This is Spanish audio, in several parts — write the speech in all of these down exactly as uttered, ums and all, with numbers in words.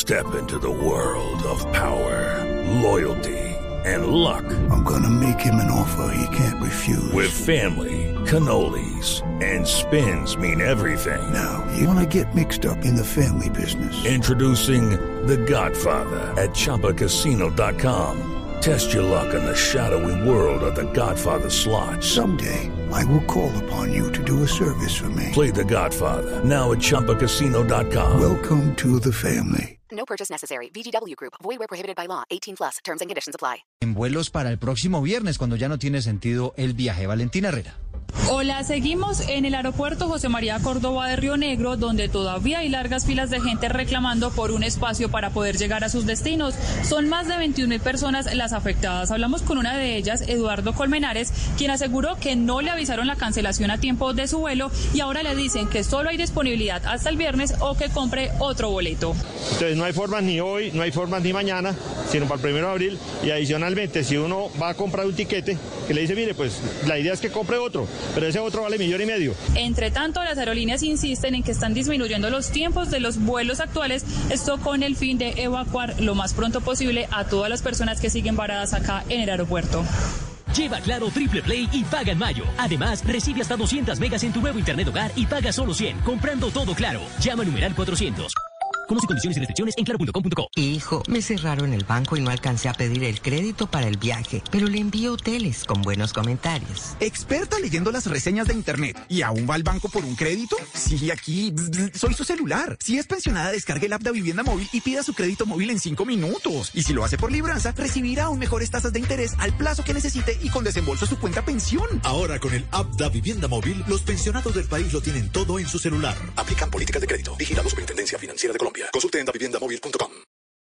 Step into the world of power, loyalty, and luck. I'm gonna make him an offer he can't refuse. With family, cannolis, and spins mean everything. Now, you wanna get mixed up in the family business. Introducing The Godfather at Chumba Casino dot com. Test your luck in the shadowy world of The Godfather slot. Someday, I will call upon you to do a service for me. Play The Godfather, now at Chumba Casino dot com. Welcome to the family. No purchase necessary. V G W Group. Void where prohibited by law. eighteen plus. Terms and conditions apply. En vuelos para el próximo viernes, cuando ya no tiene sentido el viaje. Valentina Herrera. Hola, seguimos en el aeropuerto José María Córdoba de Río Negro, donde todavía hay largas filas de gente reclamando por un espacio para poder llegar a sus destinos. Son más de veintiún mil personas las afectadas. Hablamos con una de ellas, Eduardo Colmenares, quien aseguró que no le avisaron la cancelación a tiempo de su vuelo y ahora le dicen que solo hay disponibilidad hasta el viernes o que compre otro boleto. Entonces no hay formas ni hoy, no hay formas ni mañana, sino para el primero de abril, y adicionalmente si uno va a comprar un tiquete, que le dice, mire, pues la idea es que compre otro, pero ese otro vale millón y medio. Entre tanto, las aerolíneas insisten en que están disminuyendo los tiempos de los vuelos actuales, esto con el fin de evacuar lo más pronto posible a todas las personas que siguen varadas acá en el aeropuerto. Lleva Claro Triple Play y paga en mayo. Además, recibe hasta doscientas megas en tu nuevo internet hogar y paga solo cien, comprando todo Claro. Llama al numeral cuatrocientos. Conoce condiciones y restricciones en claro punto com punto co. Hijo, me cerraron el banco y no alcancé a pedir el crédito para el viaje, pero le envío hoteles con buenos comentarios. ¿Experta leyendo las reseñas de internet y aún va al banco por un crédito? Sí, aquí soy su celular. Si es pensionada, descargue el app de Vivienda Móvil y pida su crédito móvil en cinco minutos. Y si lo hace por libranza, recibirá aún mejores tasas de interés al plazo que necesite y con desembolso su cuenta pensión. Ahora con el app de Vivienda Móvil, los pensionados del país lo tienen todo en su celular. Aplican políticas de crédito. Vigilado Superintendencia Financiera de Colombia. Consulte en davivienda móvil punto com.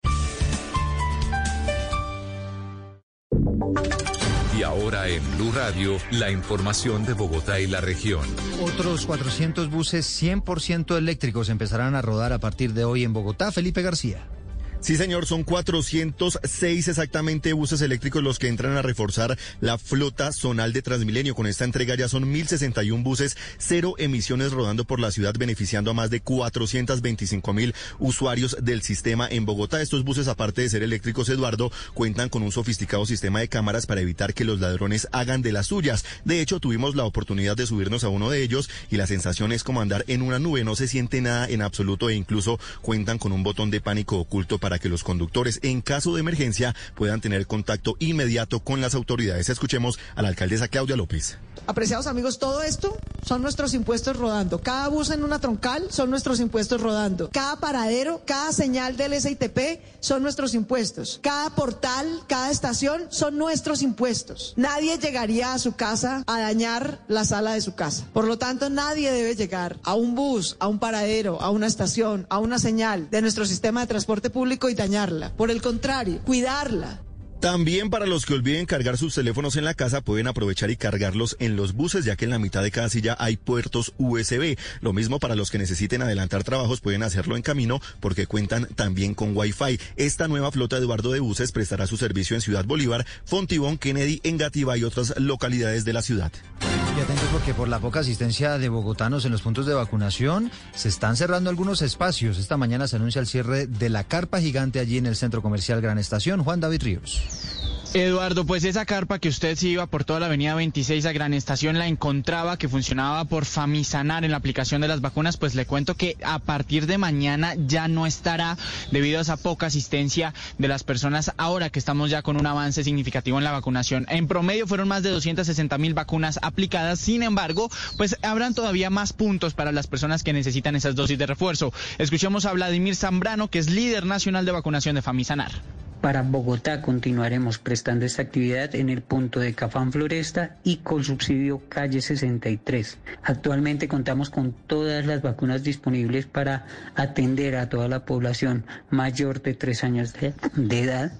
Y ahora en Blue Radio, la información de Bogotá y la región. Otros cuatrocientos buses cien por ciento eléctricos empezarán a rodar a partir de hoy en Bogotá. Felipe García. Sí, señor, son cuatrocientos seis exactamente buses eléctricos los que entran a reforzar la flota zonal de Transmilenio. Con esta entrega ya son mil sesenta y uno buses, cero emisiones rodando por la ciudad, beneficiando a más de cuatrocientos veinticinco mil usuarios del sistema en Bogotá. Estos buses, aparte de ser eléctricos, Eduardo, cuentan con un sofisticado sistema de cámaras para evitar que los ladrones hagan de las suyas. De hecho, tuvimos la oportunidad de subirnos a uno de ellos y la sensación es como andar en una nube. No se siente nada en absoluto e incluso cuentan con un botón de pánico oculto para para que los conductores, en caso de emergencia, puedan tener contacto inmediato con las autoridades. Escuchemos a la alcaldesa Claudia López. Apreciados amigos, todo esto son nuestros impuestos rodando. Cada bus en una troncal son nuestros impuestos rodando. Cada paradero, cada señal del S I T P son nuestros impuestos. Cada portal, cada estación son nuestros impuestos. Nadie llegaría a su casa a dañar la sala de su casa. Por lo tanto, nadie debe llegar a un bus, a un paradero, a una estación, a una señal de nuestro sistema de transporte público y dañarla. Por el contrario, cuidarla. También para los que olviden cargar sus teléfonos en la casa, pueden aprovechar y cargarlos en los buses, ya que en la mitad de cada silla hay puertos U S B. Lo mismo para los que necesiten adelantar trabajos, pueden hacerlo en camino porque cuentan también con Wi-Fi. Esta nueva flota, Eduardo, de buses prestará su servicio en Ciudad Bolívar, Fontibón, Kennedy, Engativá y otras localidades de la ciudad. Y atentos porque por la poca asistencia de bogotanos en los puntos de vacunación, se están cerrando algunos espacios. Esta mañana se anuncia el cierre de la carpa gigante allí en el centro comercial Gran Estación. Juan David Ríos. Eduardo, pues esa carpa que usted se iba por toda la avenida veintiséis a Gran Estación la encontraba que funcionaba por Famisanar en la aplicación de las vacunas, pues le cuento que a partir de mañana ya no estará debido a esa poca asistencia de las personas ahora que estamos ya con un avance significativo en la vacunación. En promedio fueron más de doscientas sesenta mil vacunas aplicadas, sin embargo, pues habrán todavía más puntos para las personas que necesitan esas dosis de refuerzo. Escuchemos a Vladimir Zambrano, que es líder nacional de vacunación de Famisanar. Para Bogotá continuaremos prestando esta actividad en el punto de Cafán Floresta y con subsidio calle sesenta y tres. Actualmente contamos con todas las vacunas disponibles para atender a toda la población mayor de tres años de, de edad.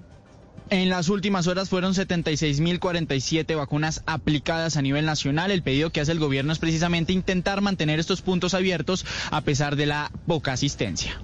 En las últimas horas fueron setenta y seis mil cuarenta y siete vacunas aplicadas a nivel nacional. El pedido que hace el gobierno es precisamente intentar mantener estos puntos abiertos a pesar de la poca asistencia.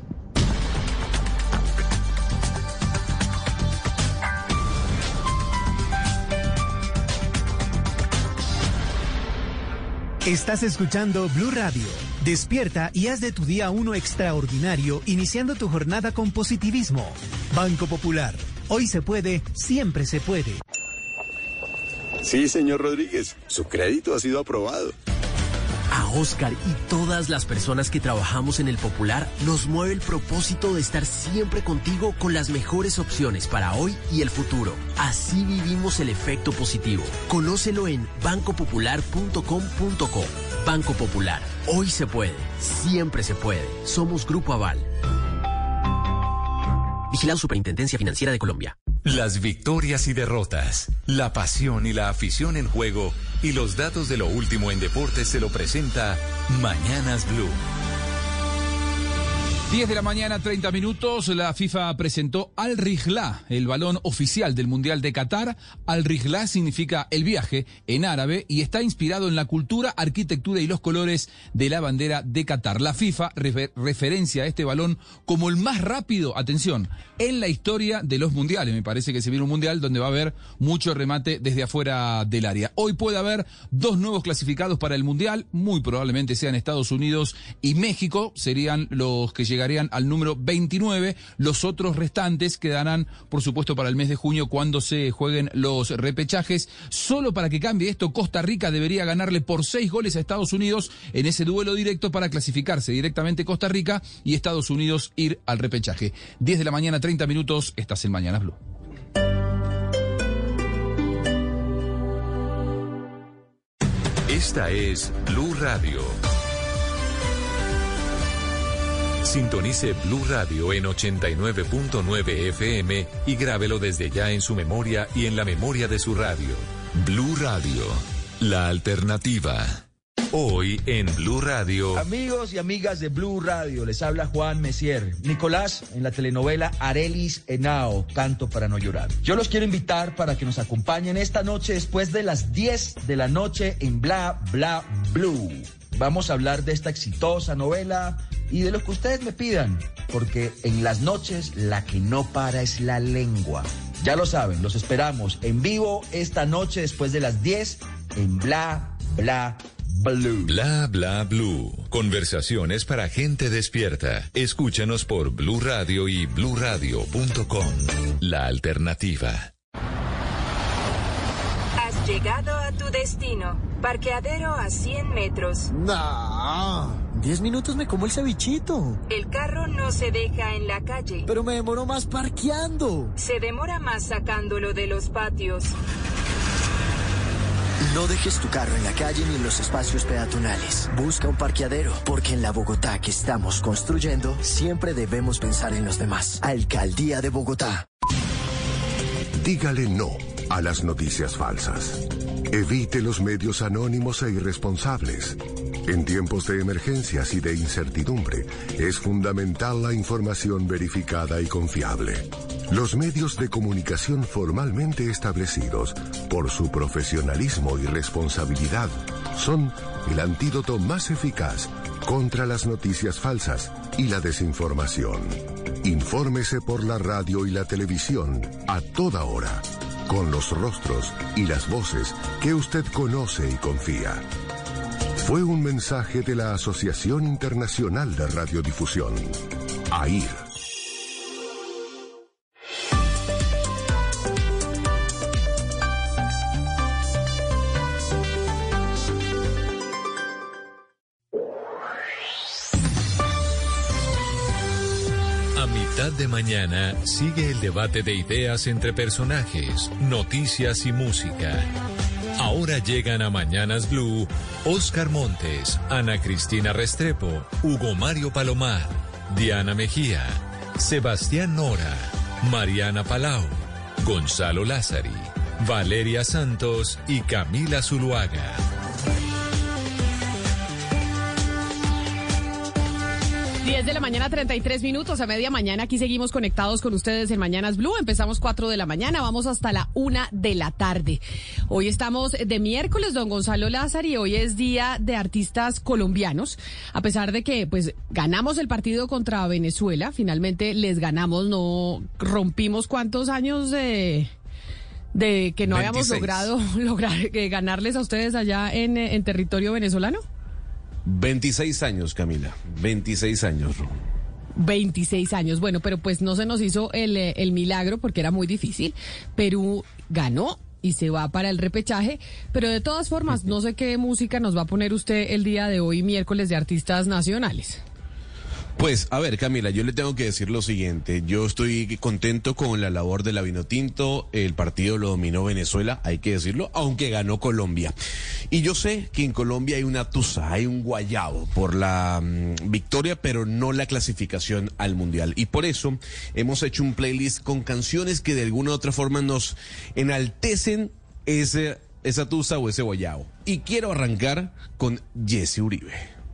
Estás escuchando Blue Radio. Despierta y haz de tu día uno extraordinario, iniciando tu jornada con positivismo. Banco Popular. Hoy se puede, siempre se puede. Sí, señor Rodríguez, su crédito ha sido aprobado. A Oscar y todas las personas que trabajamos en el Popular nos mueve el propósito de estar siempre contigo con las mejores opciones para hoy y el futuro. Así vivimos el efecto positivo. Conócelo en banco popular punto com punto co. Banco Popular. Hoy se puede. Siempre se puede. Somos Grupo Aval. Vigilado Superintendencia Financiera de Colombia. Las victorias y derrotas, la pasión y la afición en juego y los datos de lo último en deportes se lo presenta Mañanas Blue. diez de la mañana, treinta minutos, la FIFA presentó Al Rihla, el balón oficial del Mundial de Qatar. Al Rihla significa el viaje en árabe y está inspirado en la cultura, arquitectura y los colores de la bandera de Qatar. La FIFA refer- referencia a este balón como el más rápido, atención, en la historia de los mundiales. Me parece que se viene un mundial donde va a haber mucho remate desde afuera del área. Hoy puede haber dos nuevos clasificados para el mundial, muy probablemente sean Estados Unidos y México, serían los que llegarían al número veintinueve, los otros restantes quedarán, por supuesto, para el mes de junio cuando se jueguen los repechajes. Solo para que cambie esto, Costa Rica debería ganarle por seis goles a Estados Unidos en ese duelo directo para clasificarse directamente Costa Rica y Estados Unidos ir al repechaje. diez de la mañana, treinta minutos, estás en Mañanas Blue. Esta es Blue Radio. Sintonice Blue Radio en ochenta y nueve punto nueve F M y grábelo desde ya en su memoria y en la memoria de su radio. Blue Radio, la alternativa. Hoy en Blue Radio. Amigos y amigas de Blue Radio, les habla Juan Messier. Nicolás en la telenovela Arelis Henao, Canto para no llorar. Yo los quiero invitar para que nos acompañen esta noche después de las diez de la noche en Bla Bla Blue. Vamos a hablar de esta exitosa novela y de lo que ustedes me pidan, porque en las noches la que no para es la lengua. Ya lo saben, los esperamos en vivo esta noche después de las diez en Bla Bla Blue. Bla Bla Blue. Conversaciones para gente despierta. Escúchanos por Blue Radio y blue radio punto com. La alternativa. Has llegado a tu destino. Parqueadero a cien metros. No, diez minutos me como el cevichito. El carro no se deja en la calle. Pero me demoro más parqueando. Se demora más sacándolo de los patios. No dejes tu carro en la calle ni en los espacios peatonales. Busca un parqueadero, porque en la Bogotá que estamos construyendo, siempre debemos pensar en los demás. Alcaldía de Bogotá. Dígale no a las noticias falsas. Evite los medios anónimos e irresponsables. En tiempos de emergencias y de incertidumbre, es fundamental la información verificada y confiable. Los medios de comunicación formalmente establecidos, por su profesionalismo y responsabilidad, son el antídoto más eficaz contra las noticias falsas y la desinformación. Infórmese por la radio y la televisión a toda hora, con los rostros y las voces que usted conoce y confía. Fue un mensaje de la Asociación Internacional de Radiodifusión, A I R. De mañana sigue el debate de ideas entre personajes, noticias y música. Ahora llegan a Mañanas Blue Oscar Montes, Ana Cristina Restrepo, Hugo Mario Palomar, Diana Mejía, Sebastián Nora, Mariana Palau, Gonzalo Lázari, Valeria Santos y Camila Zuluaga. diez de la mañana, treinta y tres minutos, a media mañana. Aquí seguimos conectados con ustedes en Mañanas Blue. Empezamos cuatro de la mañana, vamos hasta la una de la tarde. Hoy estamos de miércoles, don Gonzalo Lázari, y hoy es Día de Artistas Colombianos. A pesar de que, pues, ganamos el partido contra Venezuela, finalmente les ganamos, no rompimos cuántos años de... de que no veintiséis. Habíamos logrado lograr eh, ganarles a ustedes allá en, en territorio venezolano. veintiséis años, Camila, veintiséis años. veintiséis años, bueno, pero pues no se nos hizo el, el milagro porque era muy difícil. Perú ganó y se va para el repechaje, pero de todas formas, no sé qué música nos va a poner usted el día de hoy, miércoles, de artistas nacionales. Pues, a ver, Camila, yo le tengo que decir lo siguiente. Yo estoy contento con la labor de la Vinotinto. El partido lo dominó Venezuela, hay que decirlo, aunque ganó Colombia. Y yo sé que en Colombia hay una tusa, hay un guayabo por la um, victoria, pero no la clasificación al Mundial. Y por eso hemos hecho un playlist con canciones que de alguna u otra forma nos enaltecen ese, esa tusa o ese guayabo. Y quiero arrancar con Jesse Uribe.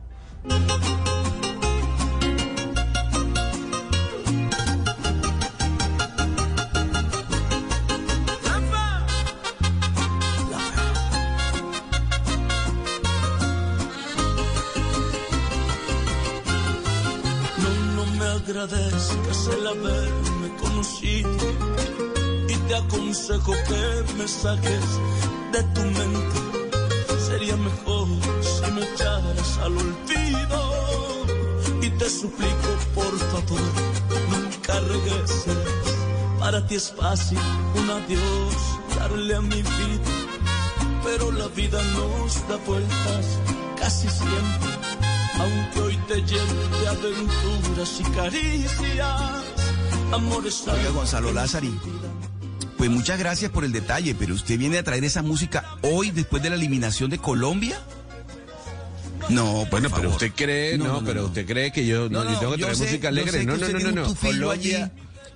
Agradezcas el haberme conocido y te aconsejo que me saques de tu mente. Sería mejor si me echaras al olvido y te suplico por favor nunca regreses. Para ti es fácil un adiós darle a mi vida, pero la vida nos da vueltas casi siempre. Aunque hoy te llene de aventuras y caricias, amores. Oiga, Gonzalo Lázari, pues muchas gracias por el detalle, pero usted viene a traer esa música hoy después de la eliminación de Colombia. No, por bueno, favor. pero usted cree, no, no, no pero no. usted cree que yo no, no, yo tengo que traer sé, música alegre. No, no, no, no, no. Colombia.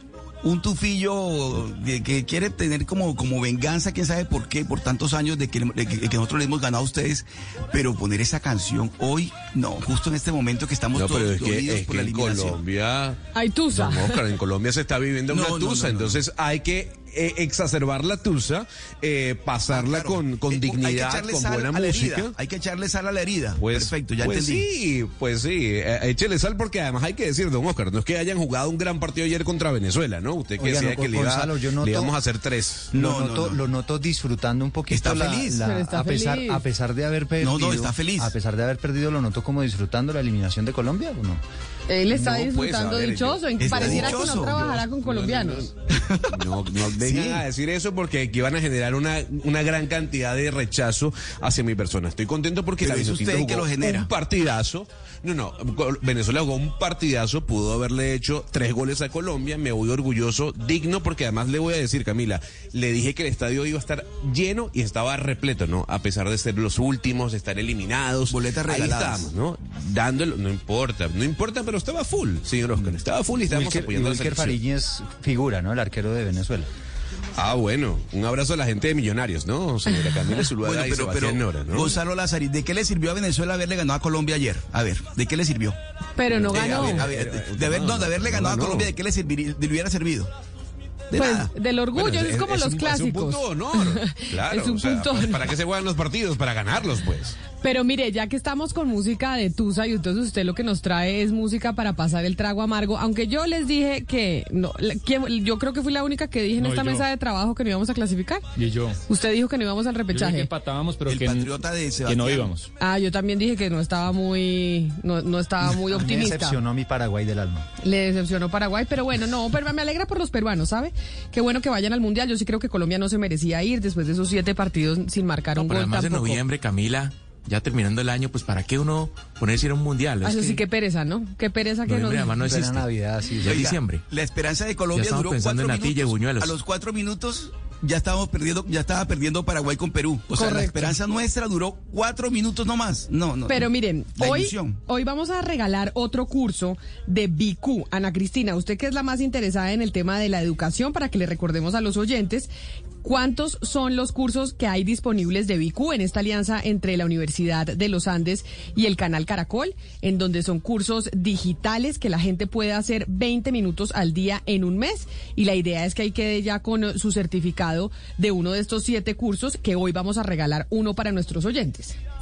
Un tufillo que, que quiere tener como, como venganza, quién sabe por qué, por tantos años de que, de que, que nosotros le hemos ganado a ustedes, pero poner esa canción hoy, no, justo en este momento que estamos no, todos pero es que, dolidos es por que la en eliminación. Colombia hay tusa. No, claro, en Colombia se está viviendo no, una tusa, no, no, no, entonces no. hay que eh, exacerbar la tusa, eh, pasarla ah, claro. con, con eh, dignidad, con buena música. Hay que echarle sal a la herida. Pues, perfecto, ya pues entendí. Sí, pues sí, eh, échele sal porque además hay que decir, don Oscar, no es que hayan jugado un gran partido ayer contra Venezuela, ¿no? Usted que Oiga, decía no, que le, Gonzalo, iba, noto, le íbamos a hacer tres. Lo, no, noto, no, no. lo noto disfrutando un poquito. Está la, feliz. La, está a, pesar, feliz. a pesar de haber perdido. No, no, está feliz. A pesar de haber perdido, lo noto como disfrutando la eliminación de Colombia, ¿o no? Él está no, disfrutando pues, ver, dichoso. yo, pareciera dichoso. que no trabajara yo, con colombianos. No, no, no, no vengan sí. a decir eso porque aquí van a generar una, una gran cantidad de rechazo hacia mi persona. Estoy contento porque pero la Vinotinto jugó que lo genera. un partidazo. No, no, Venezuela jugó un partidazo, pudo haberle hecho tres goles a Colombia, me voy orgulloso, digno, porque además le voy a decir, Camila, le dije que el estadio iba a estar lleno y estaba repleto, ¿no? A pesar de ser los últimos, de estar eliminados. Boletas regaladas. Ahí estamos, ¿no? Dándolo, no importa, no importa, pero estaba full, señor Oscar, estaba full y estábamos Wilker, apoyando Wilker a la selección. Fariñez figura, ¿no? El arquero de Venezuela. Ah, bueno, un abrazo a la gente de Millonarios, ¿no? Señora Camila Zuluaga bueno, y pero, Sebastián pero, Nora, ¿no? Gonzalo Lázari, ¿de qué le sirvió a Venezuela haberle ganado a Colombia ayer? A ver, ¿de qué le sirvió? Pero no ganó. Eh, a ver, a ver, de, de, haber, no, de haberle ganado no, no. a Colombia, ¿de qué le, serviría, le hubiera servido? De pues nada. Del orgullo, bueno, es, es como es los un, clásicos. Es un punto de honor, claro. Es un o sea, punto pues, ¿para qué se juegan los partidos? Para ganarlos, pues. Pero mire, ya que estamos con música de tusa y entonces usted lo que nos trae es música para pasar el trago amargo, aunque yo les dije que, no, que yo creo que fui la única que dije en no, esta mesa de trabajo que no íbamos a clasificar. Y yo. Usted dijo que no íbamos al repechaje. Yo dije que empatábamos, pero el que, patriota de que no íbamos. Ah, yo también dije que no estaba muy, no, no estaba muy optimista. Me decepcionó mi Paraguay del alma. Le decepcionó Paraguay, pero bueno, no, pero me alegra por los peruanos, ¿sabe? Qué bueno que vayan al Mundial. Yo sí creo que Colombia no se merecía ir después de esos siete partidos sin marcar no, un pero gol además tampoco. de noviembre, Camila, ya terminando el año, pues ¿para qué uno ponerse a ir a un mundial? Ah, eso que... sí, qué pereza, ¿no? Qué pereza que no... Además no existe. Navidad, sí, ya es diciembre. La esperanza de Colombia duró cuatro minutos. A los cuatro minutos ya estábamos perdiendo, ya estaba perdiendo Paraguay con Perú. O sea, Correcto. La esperanza nuestra duró cuatro minutos nomás. No, no. Pero miren, hoy, hoy vamos a regalar otro curso de B Q. Ana Cristina, usted que es la más interesada en el tema de la educación, para que le recordemos a los oyentes, ¿cuántos son los cursos que hay disponibles de B Q en esta alianza entre la Universidad de los Andes y el Canal Caracol, en donde son cursos digitales que la gente puede hacer veinte minutos al día en un mes? Y la idea es que ahí quede ya con su certificado de uno de estos siete cursos, que hoy vamos a regalar uno para nuestros oyentes.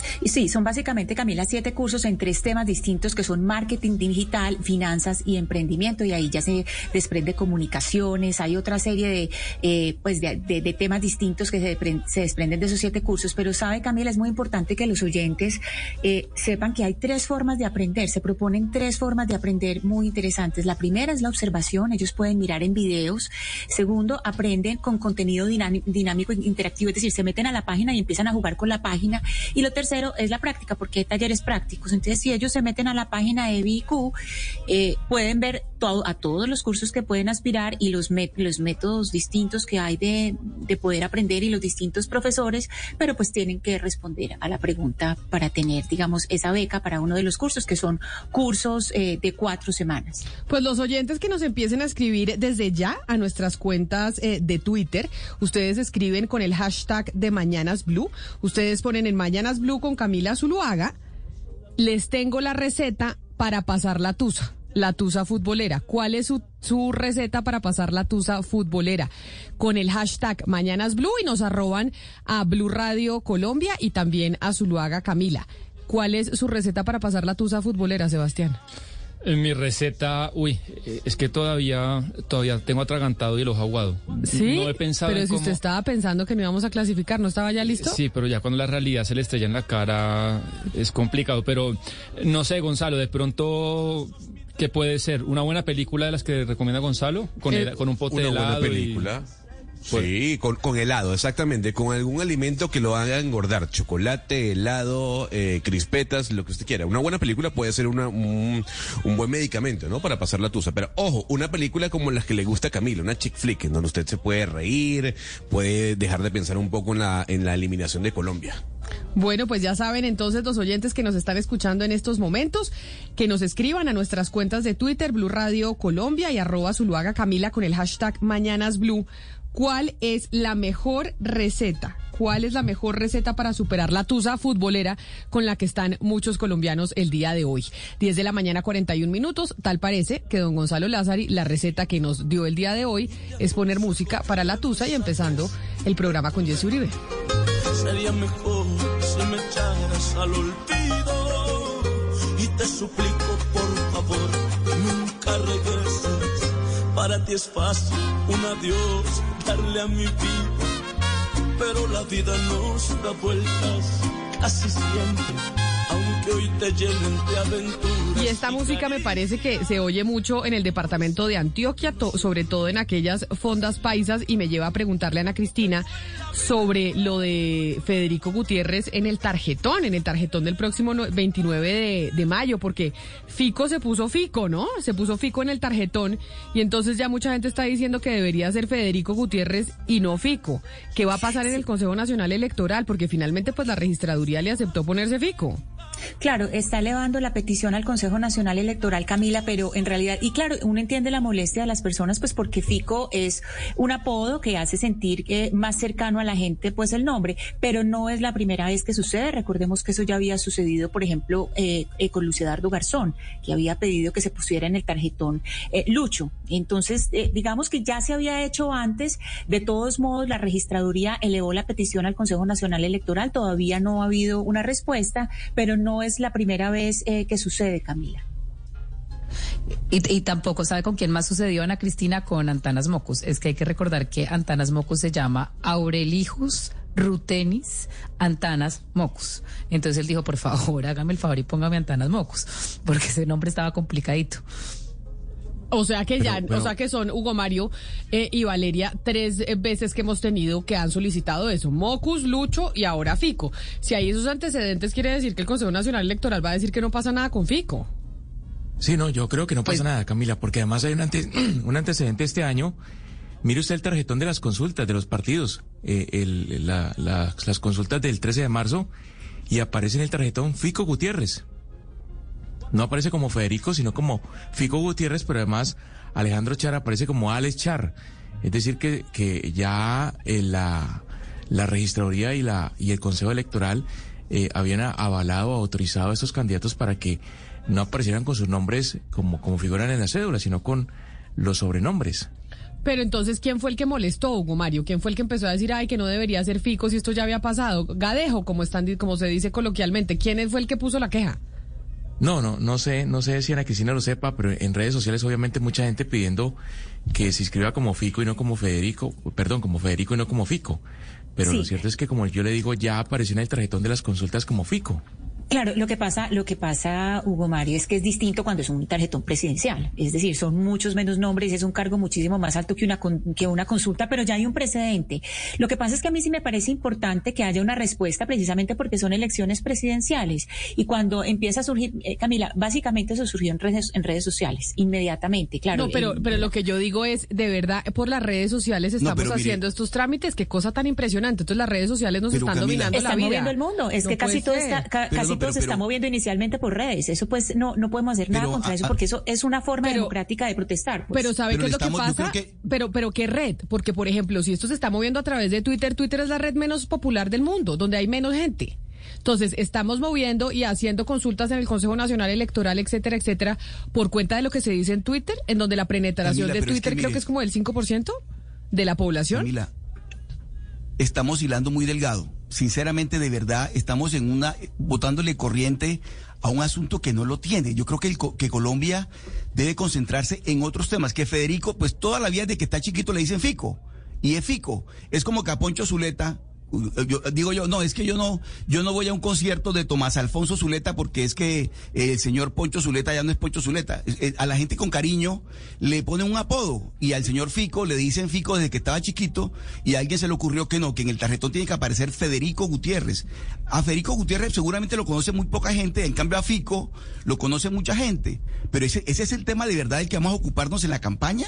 Y sí, son básicamente, Camila, siete cursos en tres temas distintos que son marketing digital, finanzas y emprendimiento, y ahí ya se desprende comunicaciones, hay otra serie de eh, pues de, de, de temas distintos que se, desprenden, se desprenden de esos siete cursos. Pero sabe, Camila, es muy importante que los oyentes eh, sepan que hay tres formas de aprender, se proponen tres formas de aprender muy interesantes. La primera es la observación, ellos pueden mirar en videos. Segundo, aprenden con contenido dinámico e interactivo, es decir, se meten a la página y empiezan a jugar con la página. Y lo tercero es la práctica, porque hay talleres prácticos. Entonces, si ellos se meten a la página de B I Q, eh, pueden ver todo, a todos los cursos que pueden aspirar y los, met, los métodos distintos que hay de, de poder aprender y los distintos profesores, pero pues tienen que responder a la pregunta para tener, digamos, esa beca para uno de los cursos, que son cursos eh, de cuatro semanas. Pues los oyentes que nos empiecen a escribir desde ya a nuestras cuentas eh, de Twitter, ustedes escriben con el hashtag de Mañanas Blue, ustedes ponen en Mañanas Blue con Camila Zuluaga, les tengo la receta para pasar la tusa. La tusa futbolera. ¿Cuál es su, su receta para pasar la tusa futbolera? Con el hashtag Mañanas Blue y nos arroban a Blue Radio Colombia y también a Zuluaga Camila. ¿Cuál es su receta para pasar la tusa futbolera, Sebastián? Mi receta, uy, es que todavía todavía tengo atragantado y el ojo aguado. Sí, no he pensado pero en si cómo... usted estaba pensando que no íbamos a clasificar, ¿no estaba ya listo? Sí, pero ya cuando la realidad se le estrella en la cara es complicado. Pero no sé, Gonzalo, de pronto... ¿Qué puede ser? ¿Una buena película de las que recomienda Gonzalo? Con, eh, el, con un pote de helado. Una buena película. Y... Sí, con, con helado, exactamente, con algún alimento que lo haga engordar, chocolate, helado, eh, crispetas, lo que usted quiera. Una buena película puede ser una, un, un buen medicamento, ¿no? Para pasar la tusa. Pero ojo, una película como las que le gusta a Camila, una chick flick, en donde usted se puede reír, puede dejar de pensar un poco en la, en la eliminación de Colombia. Bueno, pues ya saben entonces los oyentes que nos están escuchando en estos momentos, que nos escriban a nuestras cuentas de Twitter, Blue Radio Colombia y arroba Zuluaga Camila con el hashtag Mañanas Blue. ¿Cuál es la mejor receta? ¿Cuál es la mejor receta para superar la tusa futbolera con la que están muchos colombianos el día de hoy? diez de la mañana, cuarenta y un minutos. Tal parece que don Gonzalo Lázari, la receta que nos dio el día de hoy es poner música para la tusa y empezando el programa con Jessy Uribe. Sería mejor si me echaras al olvido y te suplico, por favor, nunca regreses. Para ti es fácil un adiós, darle a mi vida, pero la vida nos da vueltas casi siempre, aunque hoy te llenen de aventuras. Y esta música me parece que se oye mucho en el departamento de Antioquia, to- sobre todo en aquellas fondas paisas, y me lleva a preguntarle a Ana Cristina sobre lo de Federico Gutiérrez en el tarjetón, en el tarjetón del próximo veintinueve de, de mayo, porque Fico se puso Fico, ¿no? Se puso Fico en el tarjetón y entonces ya mucha gente está diciendo que debería ser Federico Gutiérrez y no Fico. ¿Qué va a pasar en el Consejo Nacional Electoral? Porque finalmente pues la registraduría le aceptó ponerse Fico. Claro, está elevando la petición al Consejo Nacional Electoral, Camila, pero en realidad, y claro, uno entiende la molestia de las personas, pues porque Fico es un apodo que hace sentir eh, más cercano a la gente, pues el nombre, pero no es la primera vez que sucede. Recordemos que eso ya había sucedido, por ejemplo, eh, eh, con Luis Eduardo Garzón, que había pedido que se pusiera en el tarjetón eh, Lucho. Entonces, eh, digamos que ya se había hecho antes. De todos modos, la registraduría elevó la petición al Consejo Nacional Electoral. Todavía no ha habido una respuesta, pero no es la primera vez eh, que sucede, Camila. Y, y tampoco sabe con quién más sucedió, Ana Cristina, con Antanas Mocus. Es que hay que recordar que Antanas Mocus se llama Aurelijus Rutenis Antanas Mocus. Entonces él dijo, por favor, hágame el favor y póngame Antanas Mocus, porque ese nombre estaba complicadito. O sea que ya, Pero, pero, o sea que son Hugo Mario eh, y Valeria tres eh, veces que hemos tenido que han solicitado eso, Mocus, Lucho y ahora Fico. Si hay esos antecedentes, quiere decir que el Consejo Nacional Electoral va a decir que no pasa nada con Fico. Sí, no, yo creo que no pasa Pues- nada, Camila, porque además hay un, ante- un antecedente este año. Mire usted el tarjetón de las consultas de los partidos, eh, el, la- la- las consultas del trece de marzo, y aparece en el tarjetón Fico Gutiérrez. No aparece como Federico, sino como Fico Gutiérrez, pero además Alejandro Char aparece como Alex Char. Es decir, que, que ya eh, la, la registraduría y, la, y el Consejo Electoral eh, habían avalado, autorizado a estos candidatos para que no aparecieran con sus nombres como, como figuran en la cédula, sino con los sobrenombres. Pero entonces, ¿quién fue el que molestó, Hugo Mario? ¿Quién fue el que empezó a decir, ay, que no debería ser Fico si esto ya había pasado? Gadejo, como están, como se dice coloquialmente. ¿Quién fue el que puso la queja? No, no, no sé, no sé si Ana Cristina lo sepa, pero en redes sociales obviamente mucha gente pidiendo que se inscriba como Fico y no como Federico, perdón, como Federico y no como Fico. Pero sí. Lo cierto es que, como yo le digo, ya apareció en el tarjetón de las consultas como Fico. Claro, lo que pasa, lo que pasa, Hugo Mario, es que es distinto cuando es un tarjetón presidencial. Es decir, son muchos menos nombres, es un cargo muchísimo más alto que una que una consulta, pero ya hay un precedente. Lo que pasa es que a mí sí me parece importante que haya una respuesta, precisamente porque son elecciones presidenciales. Y cuando empieza a surgir, eh, Camila, básicamente eso surgió en redes, en redes sociales, inmediatamente, claro. No, pero, el, pero lo que yo digo es, de verdad, por las redes sociales estamos no, haciendo mire, estos trámites, qué cosa tan impresionante. Entonces las redes sociales nos están Camila, dominando la vida. Están moviendo el mundo, es no que casi todo está, ca, casi no, pero, todo se pero, está moviendo inicialmente por redes. Eso pues no no podemos hacer nada pero, contra a, eso porque eso es una forma pero, democrática de protestar. Pues. Pero ¿sabe pero qué es lo estamos, que pasa? Que... Pero pero ¿qué red? Porque, por ejemplo, si esto se está moviendo a través de Twitter, Twitter es la red menos popular del mundo, donde hay menos gente. Entonces, estamos moviendo y haciendo consultas en el Consejo Nacional Electoral, etcétera, etcétera, por cuenta de lo que se dice en Twitter, en donde la penetración Camila, de Twitter es que, creo mire, que es como del cinco por ciento de la población. Camila, estamos hilando muy delgado. Sinceramente, de verdad, estamos en una botándole corriente a un asunto que no lo tiene. Yo creo que, el, que Colombia debe concentrarse en otros temas. Que Federico, pues toda la vida desde que está chiquito le dicen Fico. Y es Fico. Es como que a Poncho Zuleta, yo, digo yo, no, es que yo no, yo no voy a un concierto de Tomás Alfonso Zuleta porque es que eh, el señor Poncho Zuleta ya no es Poncho Zuleta. Eh, a la gente con cariño le ponen un apodo y al señor Fico le dicen Fico desde que estaba chiquito y a alguien se le ocurrió que no, que en el tarjetón tiene que aparecer Federico Gutiérrez. A Federico Gutiérrez seguramente lo conoce muy poca gente, en cambio a Fico lo conoce mucha gente. Pero ese, ese es el tema de verdad del que vamos a ocuparnos en la campaña.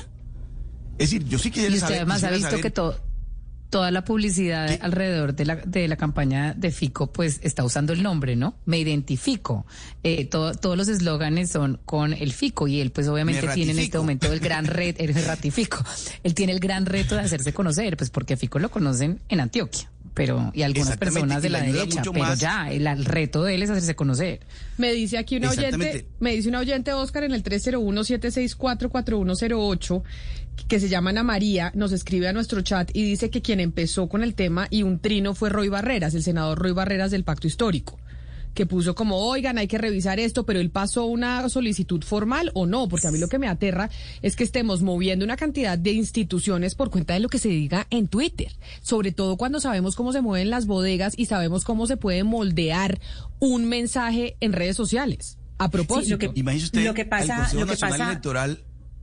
Es decir, yo sí quisiera saber. Y usted saber, además ha visto saber, que todo... Toda la publicidad ¿Qué? alrededor de la de la campaña de Fico, pues está usando el nombre, ¿no? Me identifico. Eh, todo, todos los eslóganes son con el Fico y él, pues obviamente tiene en este momento el gran reto, él ratifico. Él tiene el gran reto de hacerse conocer, pues porque a Fico lo conocen en Antioquia, pero y algunas personas de la derecha, pero más. ya el, el reto de él es hacerse conocer. Me dice aquí una oyente, me dice una oyente, Oscar, en el tres cero uno, siete seis cuatro, cuatro uno cero ocho, que se llama Ana María, nos escribe a nuestro chat y dice que quien empezó con el tema y un trino fue Roy Barreras, el senador Roy Barreras del Pacto Histórico, que puso como, oigan, hay que revisar esto, pero él pasó una solicitud formal o no, porque a mí lo que me aterra es que estemos moviendo una cantidad de instituciones por cuenta de lo que se diga en Twitter, sobre todo cuando sabemos cómo se mueven las bodegas y sabemos cómo se puede moldear un mensaje en redes sociales. A propósito, sí, lo que, imagínese usted lo que pasa, al Consejo lo que Nacional pasa, Electoral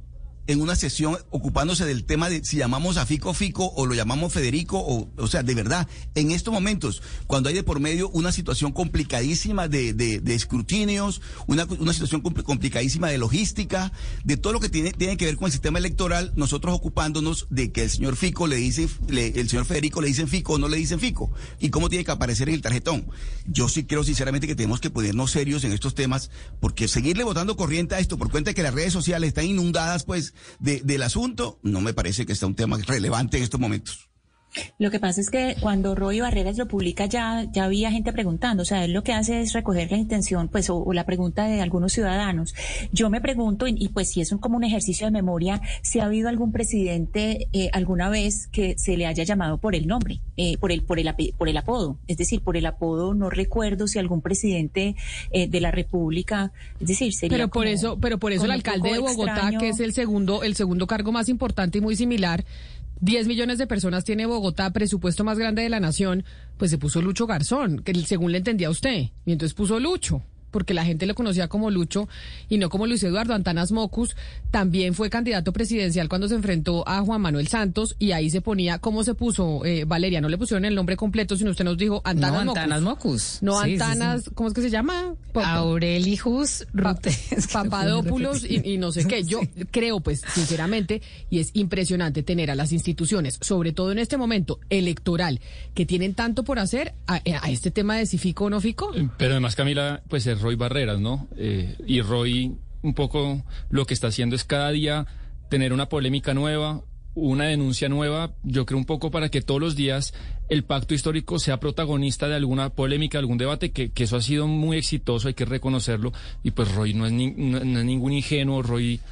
en una sesión ocupándose del tema de si llamamos a Fico Fico o lo llamamos Federico, o, o sea, de verdad, en estos momentos, cuando hay de por medio una situación complicadísima de, de, de escrutinios, una, una situación complicadísima de logística, de todo lo que tiene, tiene que ver con el sistema electoral, nosotros ocupándonos de que el señor Fico le dice, le, el señor Federico le dicen Fico o no le dicen Fico, y cómo tiene que aparecer en el tarjetón. Yo sí creo sinceramente que tenemos que ponernos serios en estos temas, porque seguirle botando corriente a esto por cuenta de que las redes sociales están inundadas, pues, De, del asunto, no me parece que sea un tema relevante en estos momentos. Lo que pasa es que cuando Roy Barreras lo publica ya ya había gente preguntando, o sea, él lo que hace es recoger la intención, pues, o, o la pregunta de algunos ciudadanos. Yo me pregunto, y, y pues si es un, como un ejercicio de memoria, si ha habido algún presidente eh, alguna vez que se le haya llamado por el nombre, eh, por el por el por el apodo, es decir, por el apodo. No recuerdo si algún presidente eh, de la República, es decir, sería pero por como, eso, pero por eso el alcalde de Bogotá, extraño. que es el segundo el segundo cargo más importante y muy similar. diez millones de personas tiene Bogotá, presupuesto más grande de la nación, pues se puso Lucho Garzón, que según le entendía a usted, y entonces puso Lucho, porque la gente lo conocía como Lucho y no como Luis Eduardo. Antanas Mocus también fue candidato presidencial cuando se enfrentó a Juan Manuel Santos y ahí se ponía, ¿cómo se puso, eh, Valeria? No le pusieron el nombre completo, sino usted nos dijo Antanas no, Mocus. Antanas Mocus. No, sí, Antanas, sí, sí. ¿cómo es que se llama? Aurelijus Rute. Pa Papadopoulos y, y no sé qué. Yo sí. creo, pues, sinceramente, y es impresionante tener a las instituciones, sobre todo en este momento electoral, que tienen tanto por hacer a, a este tema de si fico o no fico. Pero además, Camila, pues es Roy Barreras, ¿no? Eh, y Roy un poco lo que está haciendo es cada día tener una polémica nueva, una denuncia nueva, yo creo un poco para que todos los días el pacto histórico sea protagonista de alguna polémica, algún debate, que, que eso ha sido muy exitoso, hay que reconocerlo, y pues Roy no es, ni, no, no es ningún ingenuo, Roy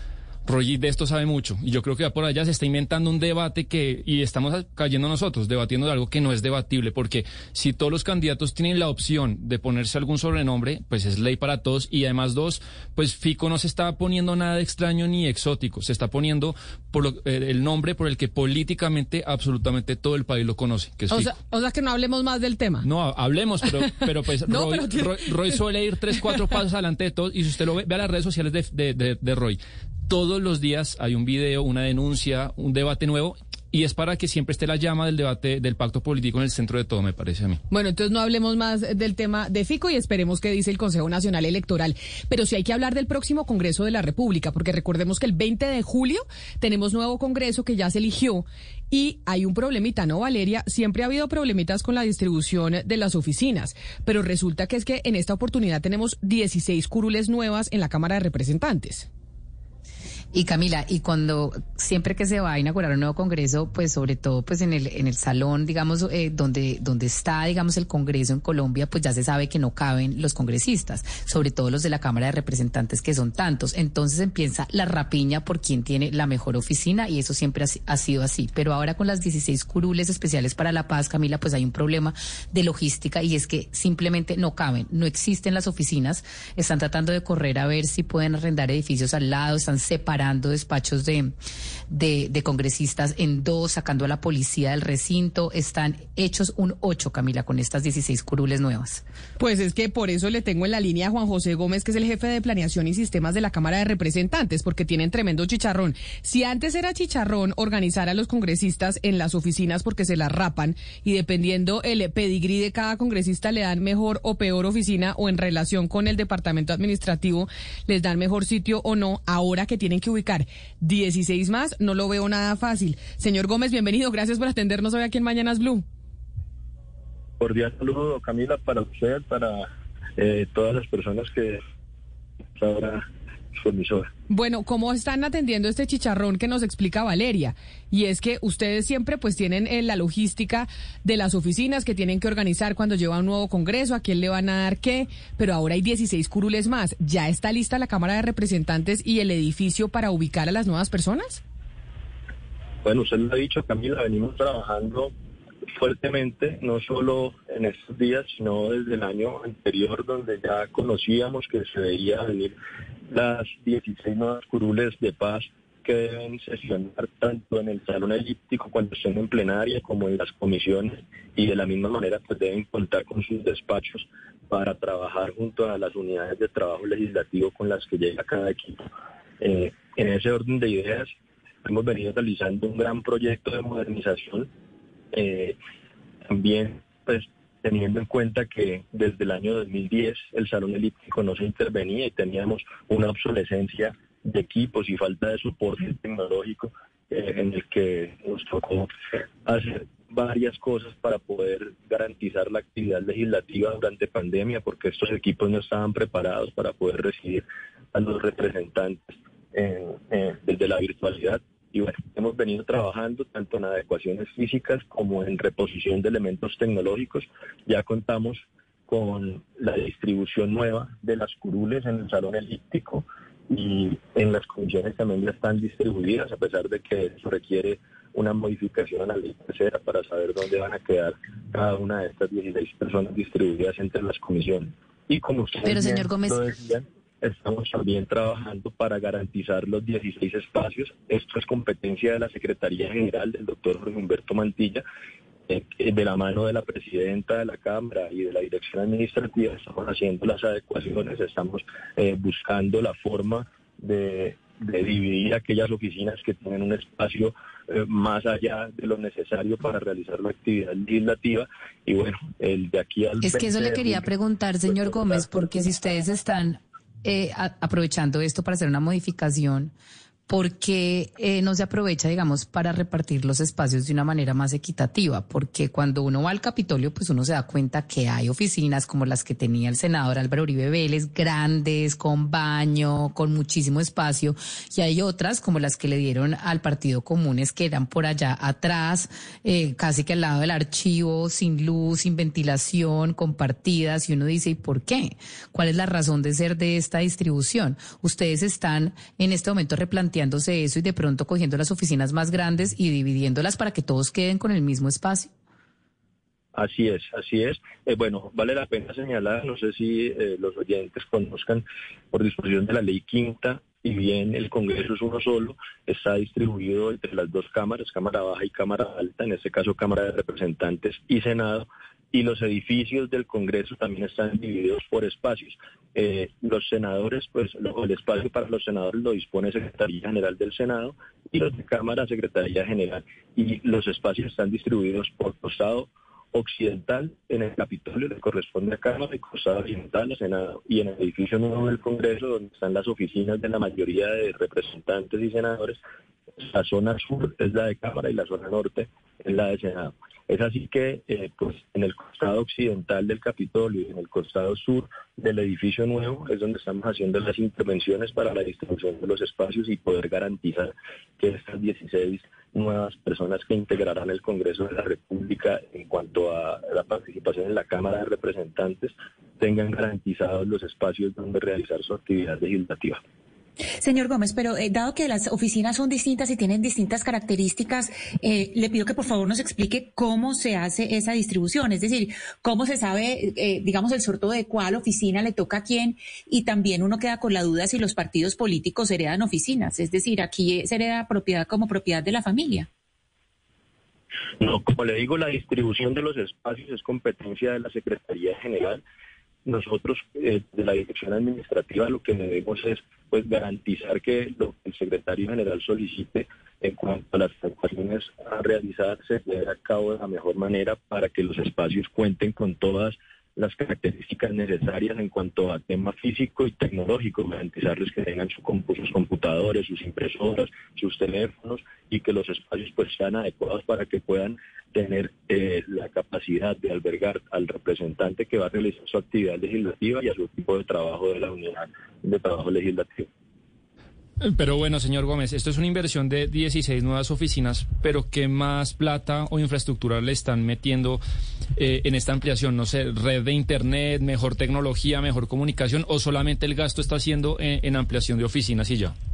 Roy de esto sabe mucho y yo creo que va por allá, se está inventando un debate que, y estamos cayendo nosotros, debatiendo de algo que no es debatible, porque si todos los candidatos tienen la opción de ponerse algún sobrenombre, pues es ley para todos, y además dos, pues Fico no se está poniendo nada extraño ni exótico, se está poniendo por lo, eh, el nombre por el que políticamente absolutamente todo el país lo conoce, que es o Fico. sea, o sea que no hablemos más del tema. No, hablemos, pero, pero pues no, Roy, pero... Roy, Roy suele ir tres, cuatro pasos adelante de todos, y si usted lo ve, vea las redes sociales de, de, de, de Roy. Todos los días hay un video, una denuncia, un debate nuevo, y es para que siempre esté la llama del debate del pacto político en el centro de todo, me parece a mí. Bueno, entonces no hablemos más del tema de Fico y esperemos qué dice el Consejo Nacional Electoral. Pero sí hay que hablar del próximo Congreso de la República, porque recordemos que el veinte de julio tenemos nuevo Congreso que ya se eligió y hay un problemita, ¿no, Valeria? Siempre ha habido problemitas con la distribución de las oficinas, pero resulta que es que en esta oportunidad tenemos dieciséis curules nuevas en la Cámara de Representantes. Y Camila, y cuando siempre que se va a inaugurar un nuevo congreso, pues sobre todo pues en el en el salón, digamos, eh, donde donde está, digamos, el Congreso en Colombia, pues ya se sabe que no caben los congresistas, sobre todo los de la Cámara de Representantes, que son tantos. Entonces empieza la rapiña por quien tiene la mejor oficina, y eso siempre ha, ha sido así. Pero ahora con las dieciséis curules especiales para la paz, Camila, pues hay un problema de logística, y es que simplemente no caben, no existen las oficinas. Están tratando de correr a ver si pueden arrendar edificios al lado, están separados despachos de, de, de congresistas en dos, sacando a la policía del recinto. Están hechos un ocho, Camila, con estas dieciséis curules nuevas. Pues es que por eso le tengo en la línea a Juan José Gómez, que es el jefe de Planeación y Sistemas de la Cámara de Representantes, porque tienen tremendo chicharrón. Si antes era chicharrón organizar a los congresistas en las oficinas porque se las rapan, y dependiendo el pedigrí de cada congresista le dan mejor o peor oficina, o en relación con el departamento administrativo les dan mejor sitio o no, ahora que tienen que ubicar dieciséis más, no lo veo nada fácil. Señor Gómez, bienvenido, gracias por atendernos hoy aquí en Mañanas Blue. Cordial saludo, Camila, para usted, para eh, todas las personas que ahora su emisora. Bueno, ¿cómo están atendiendo este chicharrón que nos explica Valeria? Y es que ustedes siempre pues tienen eh, la logística de las oficinas que tienen que organizar cuando lleva un nuevo congreso, a quién le van a dar qué, pero ahora hay dieciséis curules más. ¿Ya está lista la Cámara de Representantes y el edificio para ubicar a las nuevas personas? Bueno, usted lo ha dicho, Camila, venimos trabajando fuertemente, no solo en estos días, sino desde el año anterior, donde ya conocíamos que se veía venir las dieciséis nuevas curules de paz que deben sesionar tanto en el salón elíptico cuando estén en plenaria como en las comisiones, y de la misma manera pues deben contar con sus despachos para trabajar junto a las unidades de trabajo legislativo con las que llega cada equipo. Eh, en ese orden de ideas hemos venido realizando un gran proyecto de modernización, eh, también pues teniendo en cuenta que desde el año dos mil diez el salón elíptico no se intervenía y teníamos una obsolescencia de equipos y falta de soporte tecnológico, eh, en el que nos tocó hacer varias cosas para poder garantizar la actividad legislativa durante pandemia, porque estos equipos no estaban preparados para poder recibir a los representantes en, eh, desde la virtualidad. Y bueno, hemos venido trabajando tanto en adecuaciones físicas como en reposición de elementos tecnológicos. Ya contamos con la distribución nueva de las curules en el salón elíptico, y en las comisiones también ya están distribuidas, a pesar de que eso requiere una modificación a la ley tercera para saber dónde van a quedar cada una de estas dieciséis personas distribuidas entre las comisiones. Y como ustedes Pero, señor bien Gómez, lo decían, estamos también trabajando para garantizar los dieciséis espacios. Esto es competencia de la Secretaría General del doctor Jorge Humberto Mantilla, eh, de la mano de la presidenta de la Cámara y de la Dirección Administrativa. Estamos haciendo las adecuaciones, estamos eh, buscando la forma de, de dividir aquellas oficinas que tienen un espacio eh, más allá de lo necesario para realizar la actividad legislativa. Y bueno, el de aquí al... Es que eso le quería preguntar, señor pues, Gómez, porque si ustedes están eh, a, aprovechando esto para hacer una modificación, ¿por qué eh, no se aprovecha, digamos, para repartir los espacios de una manera más equitativa? Porque cuando uno va al Capitolio, pues uno se da cuenta que hay oficinas como las que tenía el senador Álvaro Uribe Vélez, grandes, con baño, con muchísimo espacio, y hay otras como las que le dieron al Partido Comunes, que eran por allá atrás, eh, casi que al lado del archivo, sin luz, sin ventilación, compartidas, y uno dice, ¿y por qué? ¿Cuál es la razón de ser de esta distribución? Ustedes están en este momento replanteando replanteándose eso y de pronto cogiendo las oficinas más grandes y dividiéndolas para que todos queden con el mismo espacio? Así es, así es. Eh, bueno, vale la pena señalar, no sé si eh, los oyentes conozcan, por disposición de la ley quinta, y bien el Congreso es uno solo, está distribuido entre las dos cámaras, Cámara Baja y Cámara Alta, en este caso Cámara de Representantes y Senado, y los edificios del Congreso también están divididos por espacios. Eh, los senadores, pues lo, el espacio para los senadores lo dispone Secretaría General del Senado y los de Cámara, Secretaría General, y los espacios están distribuidos por costado occidental en el Capitolio le corresponde a Cámara y costado oriental al Senado, y en el edificio nuevo del Congreso, donde están las oficinas de la mayoría de representantes y senadores, la zona sur es la de Cámara y la zona norte es la de Senado. Es así que eh, pues en el costado occidental del Capitolio y en el costado sur del edificio nuevo es donde estamos haciendo las intervenciones para la distribución de los espacios y poder garantizar que estas dieciséis nuevas personas que integrarán el Congreso de la República en cuanto a la participación en la Cámara de Representantes tengan garantizados los espacios donde realizar su actividad legislativa. Señor Gómez, pero eh, dado que las oficinas son distintas y tienen distintas características, eh, le pido que por favor nos explique cómo se hace esa distribución, es decir, cómo se sabe, eh, digamos, el sorteo de cuál oficina le toca a quién, y también uno queda con la duda si los partidos políticos heredan oficinas, es decir, aquí se hereda propiedad como propiedad de la familia. No, como le digo, la distribución de los espacios es competencia de la Secretaría General. Nosotros, eh, de la Dirección Administrativa, lo que debemos es pues garantizar que lo que el secretario general solicite en cuanto a las actuaciones a realizar se lleve a cabo de la mejor manera para que los espacios cuenten con todas las características necesarias en cuanto a tema físico y tecnológico, garantizarles que tengan su compu- sus computadores, sus impresoras, sus teléfonos, y que los espacios pues sean adecuados para que puedan tener eh, la capacidad de albergar al representante que va a realizar su actividad legislativa y a su equipo de trabajo de la unidad de trabajo legislativo. Pero bueno, señor Gómez, esto es una inversión de dieciséis nuevas oficinas, pero ¿qué más plata o infraestructura le están metiendo eh, en esta ampliación? No sé, red de internet, mejor tecnología, mejor comunicación, o solamente el gasto está haciendo en, en ampliación de oficinas y ya.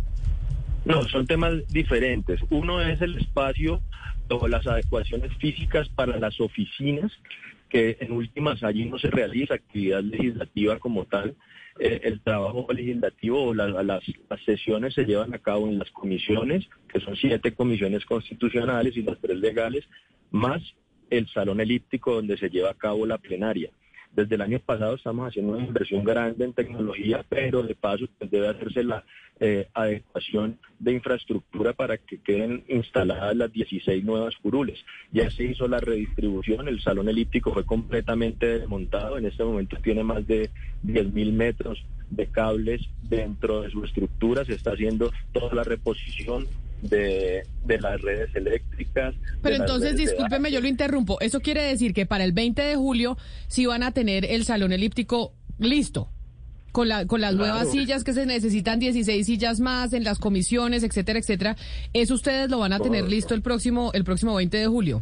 No, son temas diferentes. Uno es el espacio o las adecuaciones físicas para las oficinas, que en últimas allí no se realiza actividad legislativa como tal. Eh, el trabajo legislativo o la, las, las sesiones se llevan a cabo en las comisiones, que son siete comisiones constitucionales y las tres legales, más el salón elíptico donde se lleva a cabo la plenaria. Desde el año pasado estamos haciendo una inversión grande en tecnología, pero de paso pues, debe hacerse la eh, adecuación de infraestructura para que queden instaladas las dieciséis nuevas curules. Ya se hizo la redistribución, el salón elíptico fue completamente desmontado, en este momento tiene más de diez mil metros de cables dentro de su estructura, se está haciendo toda la reposición de, de las redes eléctricas. Pero entonces, discúlpeme, yo lo interrumpo. Eso quiere decir que para el veinte de julio sí van a tener el salón elíptico listo, con, la, con las claro. nuevas sillas que se necesitan, dieciséis sillas más en las comisiones, etcétera, etcétera. ¿Eso ustedes lo van a tener listo el próximo, el próximo veinte de julio?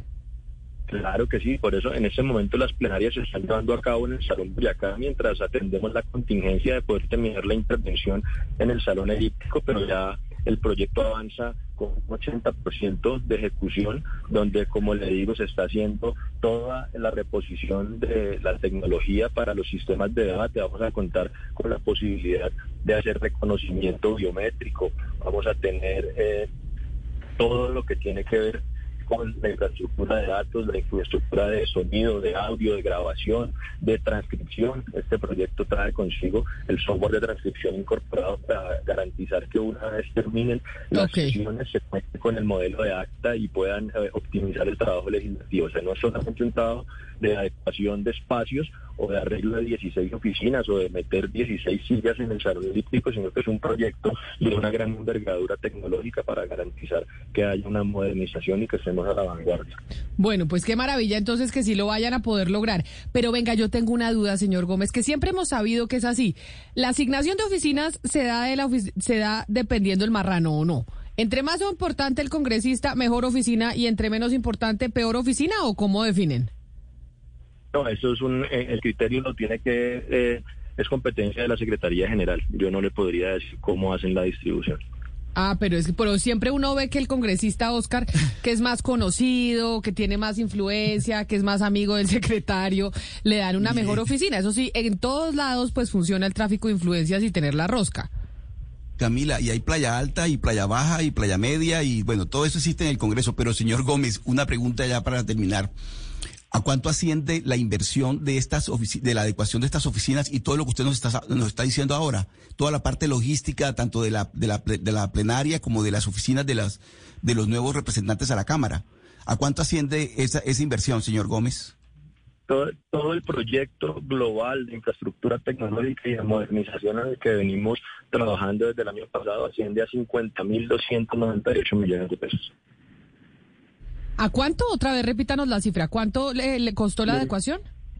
Claro que sí, por eso en este momento las plenarias se están llevando a cabo en el Salón Boyacá mientras atendemos la contingencia de poder terminar la intervención en el Salón Elíptico, pero ya el proyecto avanza con un ochenta por ciento de ejecución, donde, como le digo, se está haciendo toda la reposición de la tecnología para los sistemas de debate. Vamos a contar con la posibilidad de hacer reconocimiento biométrico, vamos a tener eh, todo lo que tiene que ver con la infraestructura de datos, la infraestructura de sonido, de audio, de grabación, de transcripción. Este proyecto trae consigo el software de transcripción incorporado para garantizar que una vez terminen las okay. sesiones se cuente con el modelo de acta y puedan eh, optimizar el trabajo legislativo. O sea, no es solamente un trabajo de adecuación de espacios o de arreglo de dieciséis oficinas o de meter dieciséis sillas en el salón elíptico, sino que es un proyecto de una gran envergadura tecnológica para garantizar que haya una modernización y que estemos a la vanguardia. Bueno, pues qué maravilla entonces que sí lo vayan a poder lograr. Pero venga, yo tengo una duda, señor Gómez, que siempre hemos sabido que es así. La asignación de oficinas se da, de la ofic- se da dependiendo el marrano o no. Entre más importante el congresista, mejor oficina, y entre menos importante, peor oficina, ¿o cómo definen? No, eso es un, eh, el criterio lo tiene que, eh, es competencia de la Secretaría General. Yo no le podría decir cómo hacen la distribución. Ah, pero es que pero siempre uno ve que el congresista Oscar, que es más conocido, que tiene más influencia, que es más amigo del secretario, le dan una mejor oficina. Eso sí, en todos lados pues funciona el tráfico de influencias y tener la rosca. Camila, y hay playa alta y playa baja y playa media y bueno, todo eso existe en el Congreso. Pero señor Gómez, una pregunta ya para terminar. ¿A cuánto asciende la inversión de estas ofici- de la adecuación de estas oficinas y todo lo que usted nos está nos está diciendo ahora? Toda la parte logística, tanto de la de la de la plenaria como de las oficinas de las de los nuevos representantes a la Cámara. ¿A cuánto asciende esa esa inversión, señor Gómez? Todo, todo el proyecto global de infraestructura tecnológica y de modernización en el que venimos trabajando desde el año pasado asciende a cincuenta mil doscientos noventa y ocho millones de pesos. ¿A cuánto? Otra vez repítanos la cifra. ¿Cuánto le, le costó la adecuación?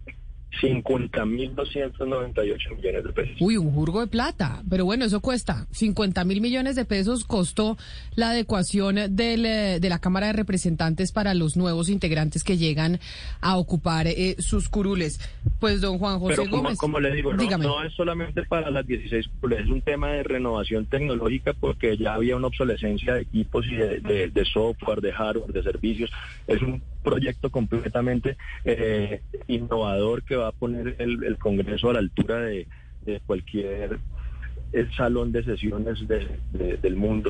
cincuenta mil doscientos noventa y ocho millones de pesos. Uy, un jurgo de plata. Pero bueno, eso cuesta. cincuenta mil millones de pesos costó la adecuación del, eh, de la Cámara de Representantes para los nuevos integrantes que llegan a ocupar eh, sus curules. Pues don Juan José Pero como, Gómez. como le digo, no, dígame. no es solamente para las dieciséis curules, es un tema de renovación tecnológica porque ya había una obsolescencia de equipos y de, de, de software, de hardware, de servicios. Es un proyecto completamente eh, innovador que va a poner el, el Congreso a la altura de, de cualquier el salón de sesiones de, de, del mundo.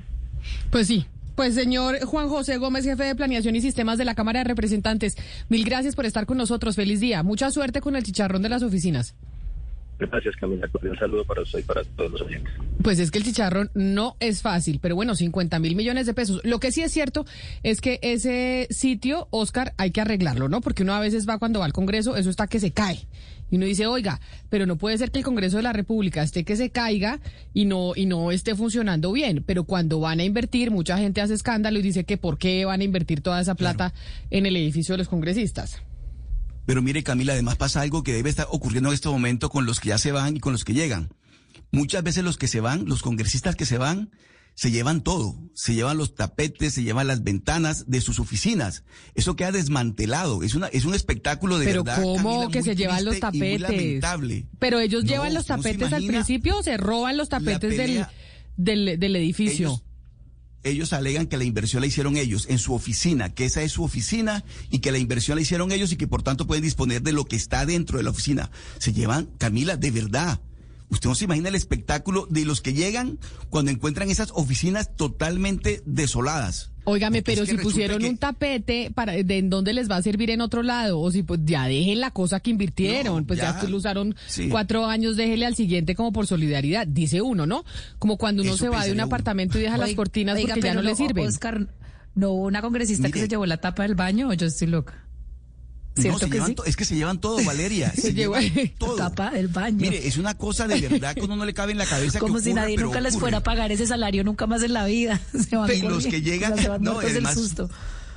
Pues sí. Pues señor Juan José Gómez, jefe de Planeación y Sistemas de la Cámara de Representantes, mil gracias por estar con nosotros. Feliz día. Mucha suerte con el chicharrón de las oficinas. Gracias, Camila. Un saludo para usted y para todos los oyentes. Pues es que el chicharrón no es fácil, pero bueno, cincuenta mil millones de pesos. Lo que sí es cierto es que ese sitio, Oscar, hay que arreglarlo, ¿no? Porque uno a veces va cuando va al Congreso, eso está que se cae. Y uno dice, oiga, pero no puede ser que el Congreso de la República esté que se caiga y no, y no esté funcionando bien. Pero cuando van a invertir, mucha gente hace escándalo y dice que por qué van a invertir toda esa plata claro. en el edificio de los congresistas. Pero mire, Camila, además pasa algo que debe estar ocurriendo en este momento con los que ya se van y con los que llegan. Muchas veces los que se van, los congresistas que se van, se llevan todo. Se llevan los tapetes, se llevan las ventanas de sus oficinas. Eso queda desmantelado. Es una es un espectáculo de Pero verdad, ¿cómo Camila, que se llevan los tapetes? Lamentable. Pero ellos no, llevan los tapetes al imagina, principio o se roban los tapetes del, del, del edificio. Ellos, Ellos alegan que la inversión la hicieron ellos en su oficina, que esa es su oficina y que la inversión la hicieron ellos y que por tanto pueden disponer de lo que está dentro de la oficina. Se llevan, Camila, de verdad. Usted no se imagina el espectáculo de los que llegan cuando encuentran esas oficinas totalmente desoladas. Óigame, pero es que si pusieron que... un tapete, para ¿de en dónde les va a servir en otro lado? O si pues ya dejen la cosa que invirtieron, no, pues ya, ya lo usaron sí. cuatro años, déjele al siguiente como por solidaridad, dice uno, ¿no? Como cuando uno Eso se va de un uno. apartamento y deja oiga, las cortinas oiga, porque ya no, no le sirven. Oscar, no hubo una congresista Mire. que se llevó la tapa del baño, o yo estoy loca. No, se que llevan sí? to- es que se llevan todo, Valeria. Se, se llevan todo. Tapa del baño. Mire, es una cosa de verdad que uno no le cabe en la cabeza. Como que si ocurra, nadie nunca ocurre. les fuera a pagar ese salario nunca más en la vida. Se van y los que llegan, o sea, se van no, además, del susto.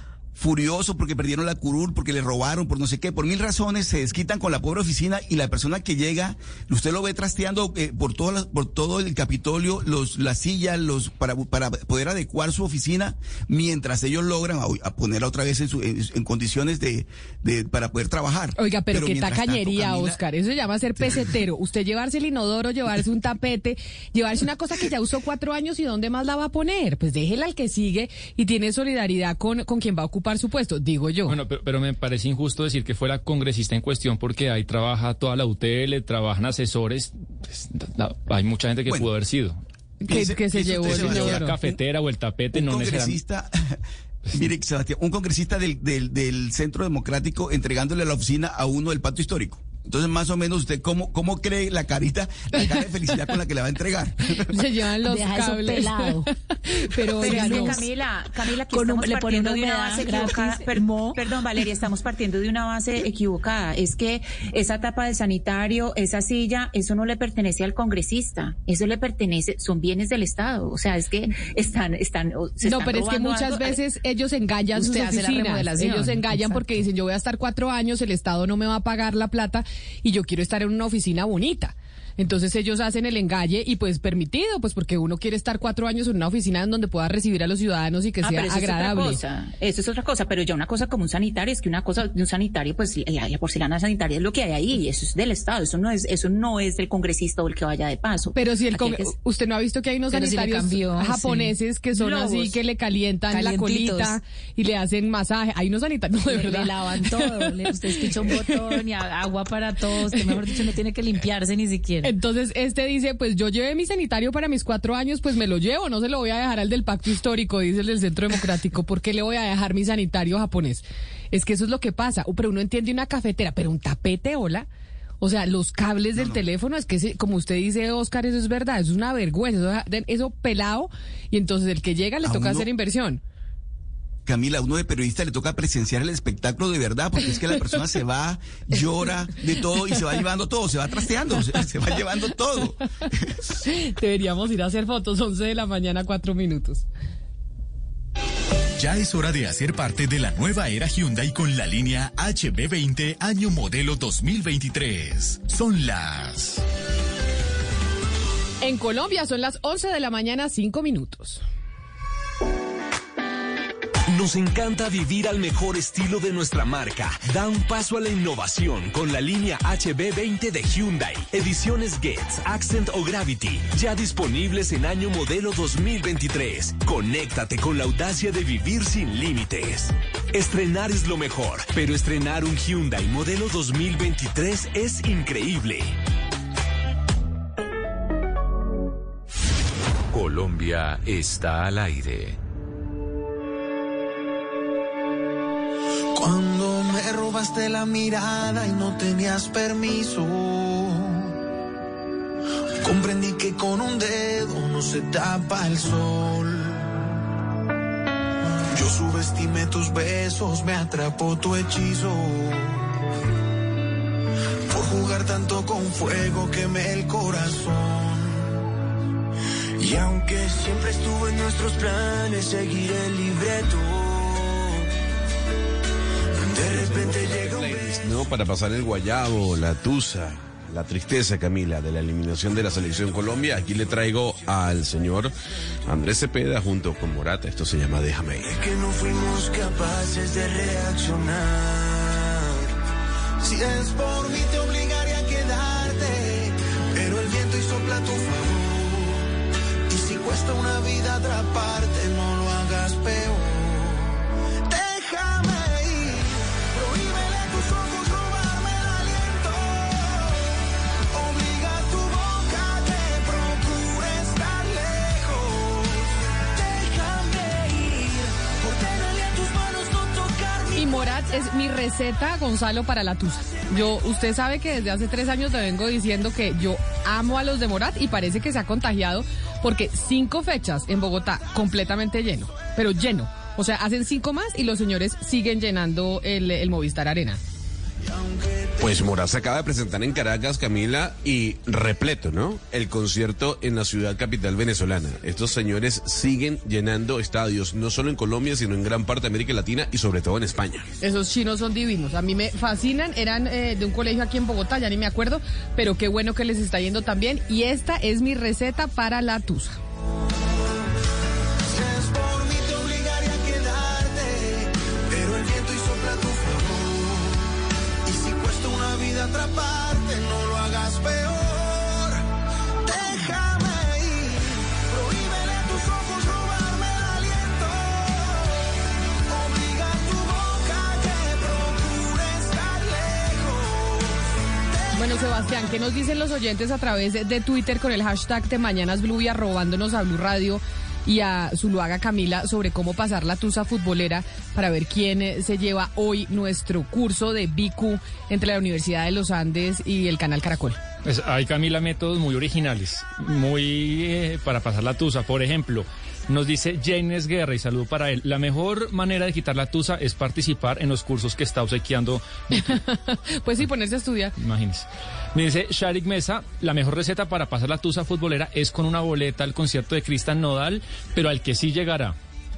Furioso porque perdieron la curul, porque le robaron, por no sé qué, por mil razones se desquitan con la pobre oficina y la persona que llega, usted lo ve trasteando eh, por todo la, por todo el Capitolio, los las sillas, los para para poder adecuar su oficina mientras ellos logran a, a ponerla otra vez en, su, en, en condiciones de, de para poder trabajar. Oiga, pero, pero qué tacañería, tanto, Camila, Oscar, eso se llama ser pesetero. Usted llevarse el inodoro, llevarse un tapete, llevarse una cosa que ya usó cuatro años y ¿dónde más la va a poner? Pues déjela al que sigue y tiene solidaridad con con quien va a ocupar su puesto, digo yo. Bueno, pero, pero me parece injusto decir que fue la congresista en cuestión porque ahí trabaja toda la U T L, trabajan asesores, pues, la, hay mucha gente que bueno, pudo haber sido. Que, que se llevó la cafetera o el tapete, un no congresista, mire, Sebastián, un congresista del, del, del Centro Democrático entregándole la oficina a uno del Patio Histórico. Entonces, más o menos, ¿usted cómo, cómo cree la carita, la cara de felicidad con la que le va a entregar? Se llevan los Deja cables. Eso pelado. Pero, Pero es que no. Camila, Camila, aquí con estamos un, partiendo de una humedad, base gratis, equivocada. Per, perdón, Valeria, estamos partiendo de una base equivocada. Es que esa tapa del sanitario, esa silla, eso no le pertenece al congresista. Eso le pertenece, son bienes del Estado. O sea, es que están, están, se No, están pero es que muchas algo. veces ellos engañan sus oficinas. Ellos engañan porque dicen, yo voy a estar cuatro años, el Estado no me va a pagar la plata y yo quiero estar en una oficina bonita. Entonces ellos hacen el engalle y pues permitido, pues porque uno quiere estar cuatro años en una oficina en donde pueda recibir a los ciudadanos y que ah, sea pero eso agradable. Es otra cosa. Eso es otra cosa, pero ya una cosa como un sanitario, es que una cosa de un sanitario, pues la, la porcelana sanitaria es lo que hay ahí, y eso es del Estado, eso no es, eso no es del congresista o el que vaya de paso. Pero si el con... es... usted no ha visto que hay unos pero sanitarios si cambió, japoneses sí. que son Globos. Así que le calientan la colita y le hacen masaje. Hay unos sanitarios, de le, verdad. Le lavan todo, le, usted picha un botón y agua para todos, que mejor dicho no tiene que limpiarse ni siquiera. Entonces este dice, pues yo llevé mi sanitario para mis cuatro años, pues me lo llevo, no se lo voy a dejar al del Pacto Histórico, dice el del Centro Democrático, ¿por qué le voy a dejar mi sanitario japonés? Es que eso es lo que pasa. Pero uno entiende una cafetera, pero un tapete, hola. O sea, los cables no, del no. teléfono, es que como usted dice, Oscar, eso es verdad, eso es una vergüenza, eso, eso pelado, y entonces el que llega le a toca uno... hacer inversión. Camila, a uno de periodista le toca presenciar el espectáculo de verdad, porque es que la persona se va, llora de todo y se va llevando todo, se va trasteando, se, se va llevando todo. Deberíamos ir a hacer fotos, once de la mañana, cuatro minutos. Ya es hora de hacer parte de la nueva era Hyundai con la línea H B veinte año modelo dos mil veintitrés. Son las... En Colombia son las once de la mañana, cinco minutos. Nos encanta vivir al mejor estilo de nuestra marca. Da un paso a la innovación con la línea H B veinte de Hyundai. Ediciones Getz, Accent o Gravity. Ya disponibles en año modelo dos mil veintitrés. Conéctate con la audacia de vivir sin límites. Estrenar es lo mejor, pero estrenar un Hyundai modelo dos mil veintitrés es increíble. Colombia está al aire. Cuando me robaste la mirada y no tenías permiso, comprendí que con un dedo no se tapa el sol. Yo subestimé tus besos, me atrapó tu hechizo. Por jugar tanto con fuego quemé el corazón. Y aunque siempre estuvo en nuestros planes seguir el libreto, de repente llega un beso. No, para pasar el guayabo, la tusa, la tristeza, Camila, de la eliminación de la selección Colombia. Aquí le traigo al señor Andrés Cepeda junto con Morata. Esto se llama Déjame ir. Es que no fuimos capaces de reaccionar. Si es por mí te obligaría a quedarte, pero el viento y sopla a tu favor. Y si cuesta una vida atraparte, no lo hagas peor. Morat es mi receta, Gonzalo, para la tusa. Yo, usted sabe que desde hace tres años te vengo diciendo que yo amo a los de Morat y parece que se ha contagiado porque cinco fechas en Bogotá completamente lleno, pero lleno. O sea, hacen cinco más y los señores siguen llenando el, el Movistar Arena. Pues Morat se acaba de presentar en Caracas, Camila, y repleto, ¿no? El concierto en la ciudad capital venezolana. Estos señores siguen llenando estadios, no solo en Colombia, sino en gran parte de América Latina y sobre todo en España. Esos chinos son divinos, a mí me fascinan, eran eh, de un colegio aquí en Bogotá, ya ni me acuerdo, pero qué bueno que les está yendo tan bien, y esta es mi receta para la tusa. Atraparte, no lo hagas peor. Déjame ir, prohíbele a tus ojos robarme el aliento. Obliga a tu boca que procure estar lejos. Bueno, Sebastián, ¿qué nos dicen los oyentes a través de Twitter con el hashtag de Mañanas Blue y arrobándonos a Blue Radio y a Zuluaga Camila sobre cómo pasar la tusa futbolera para ver quién se lleva hoy nuestro curso de B Q entre la Universidad de los Andes y el Canal Caracol? Pues hay, Camila, métodos muy originales, muy eh, para pasar la tusa. Por ejemplo, nos dice James Guerra, y saludo para él, la mejor manera de quitar la tusa es participar en los cursos que está obsequiando. Pues sí, ponerse a estudiar. Imagínese. Me dice Sharik Mesa, la mejor receta para pasar la tusa futbolera es con una boleta al concierto de Cristian Nodal, pero al que sí llegará.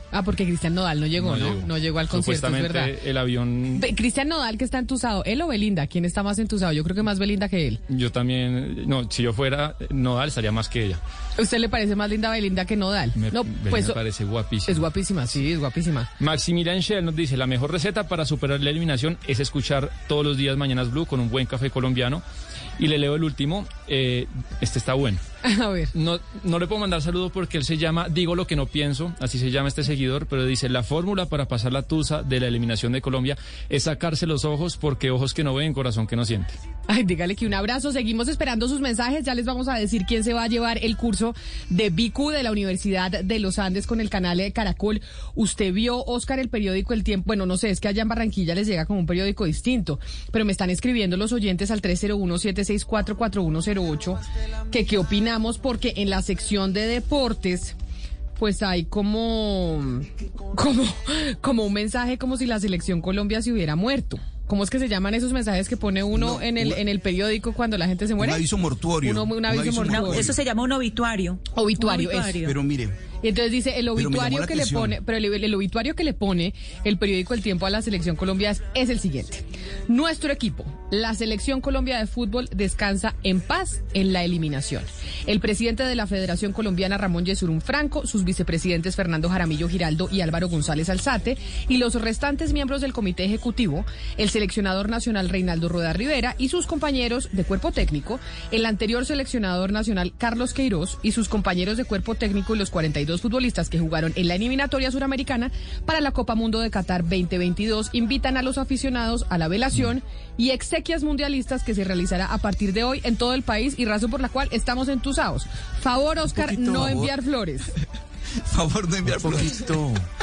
Ah, porque Cristian Nodal no llegó, ¿no? No llegó, no llegó al concierto, es verdad. El avión... Cristian Nodal, que está entusado, ¿él o Belinda? ¿Quién está más entusado? Yo creo que más Belinda que él. Yo también, no, si yo fuera Nodal estaría más que ella. ¿A usted le parece más linda Belinda que Nodal? Me, no, pues me parece guapísima. Es guapísima, sí, es guapísima. Maximilian Schell nos dice, la mejor receta para superar la eliminación es escuchar todos los días Mañanas Blue con un buen café colombiano. Y le leo el último, eh, este está bueno. A ver. No, no le puedo mandar saludo porque él se llama Digo lo que no pienso, así se llama este seguidor, pero dice, la fórmula para pasar la tusa de la eliminación de Colombia es sacarse los ojos porque ojos que no ven, corazón que no siente. Ay, dígale que un abrazo, seguimos esperando sus mensajes, ya les vamos a decir quién se va a llevar el curso de B Q de la Universidad de los Andes con el canal de Caracol. Usted vio, Oscar, el periódico El Tiempo, bueno, no sé, es que allá en Barranquilla les llega como un periódico distinto, pero me están escribiendo los oyentes al tres cero uno, siete seis cuatro, cuatro uno cero ocho que qué opinamos, porque en la sección de deportes pues hay como como como un mensaje como si la selección Colombia se hubiera muerto. ¿Cómo es que se llaman esos mensajes que pone uno no, en el en el periódico cuando la gente se muere? Un aviso mortuorio. Uno, un, aviso un aviso mortuorio. No, eso se llama un obituario. Obituario, un obituario. Es. Pero mire. Y entonces dice el obituario que le pone, pero el, el obituario que le pone el periódico El Tiempo a la selección Colombia es, es el siguiente. Nuestro equipo, la selección Colombia de fútbol, descansa en paz en la eliminación. El presidente de la Federación Colombiana, Ramón Yesurún Franco, sus vicepresidentes Fernando Jaramillo Giraldo y Álvaro González Alzate, y los restantes miembros del comité ejecutivo, el seleccionador nacional Reinaldo Rueda Rivera y sus compañeros de cuerpo técnico, el anterior seleccionador nacional Carlos Queiroz y sus compañeros de cuerpo técnico y los cuarenta y dos futbolistas que jugaron en la eliminatoria suramericana para la Copa Mundo de Qatar veinte veintidós invitan a los aficionados a la velación y exequias mundialistas que se realizará a partir de hoy en todo el país, y razón por la cual estamos entusados. Favor, Oscar, poquito, no favor. enviar flores. Favor, no enviar un flores. Poquito,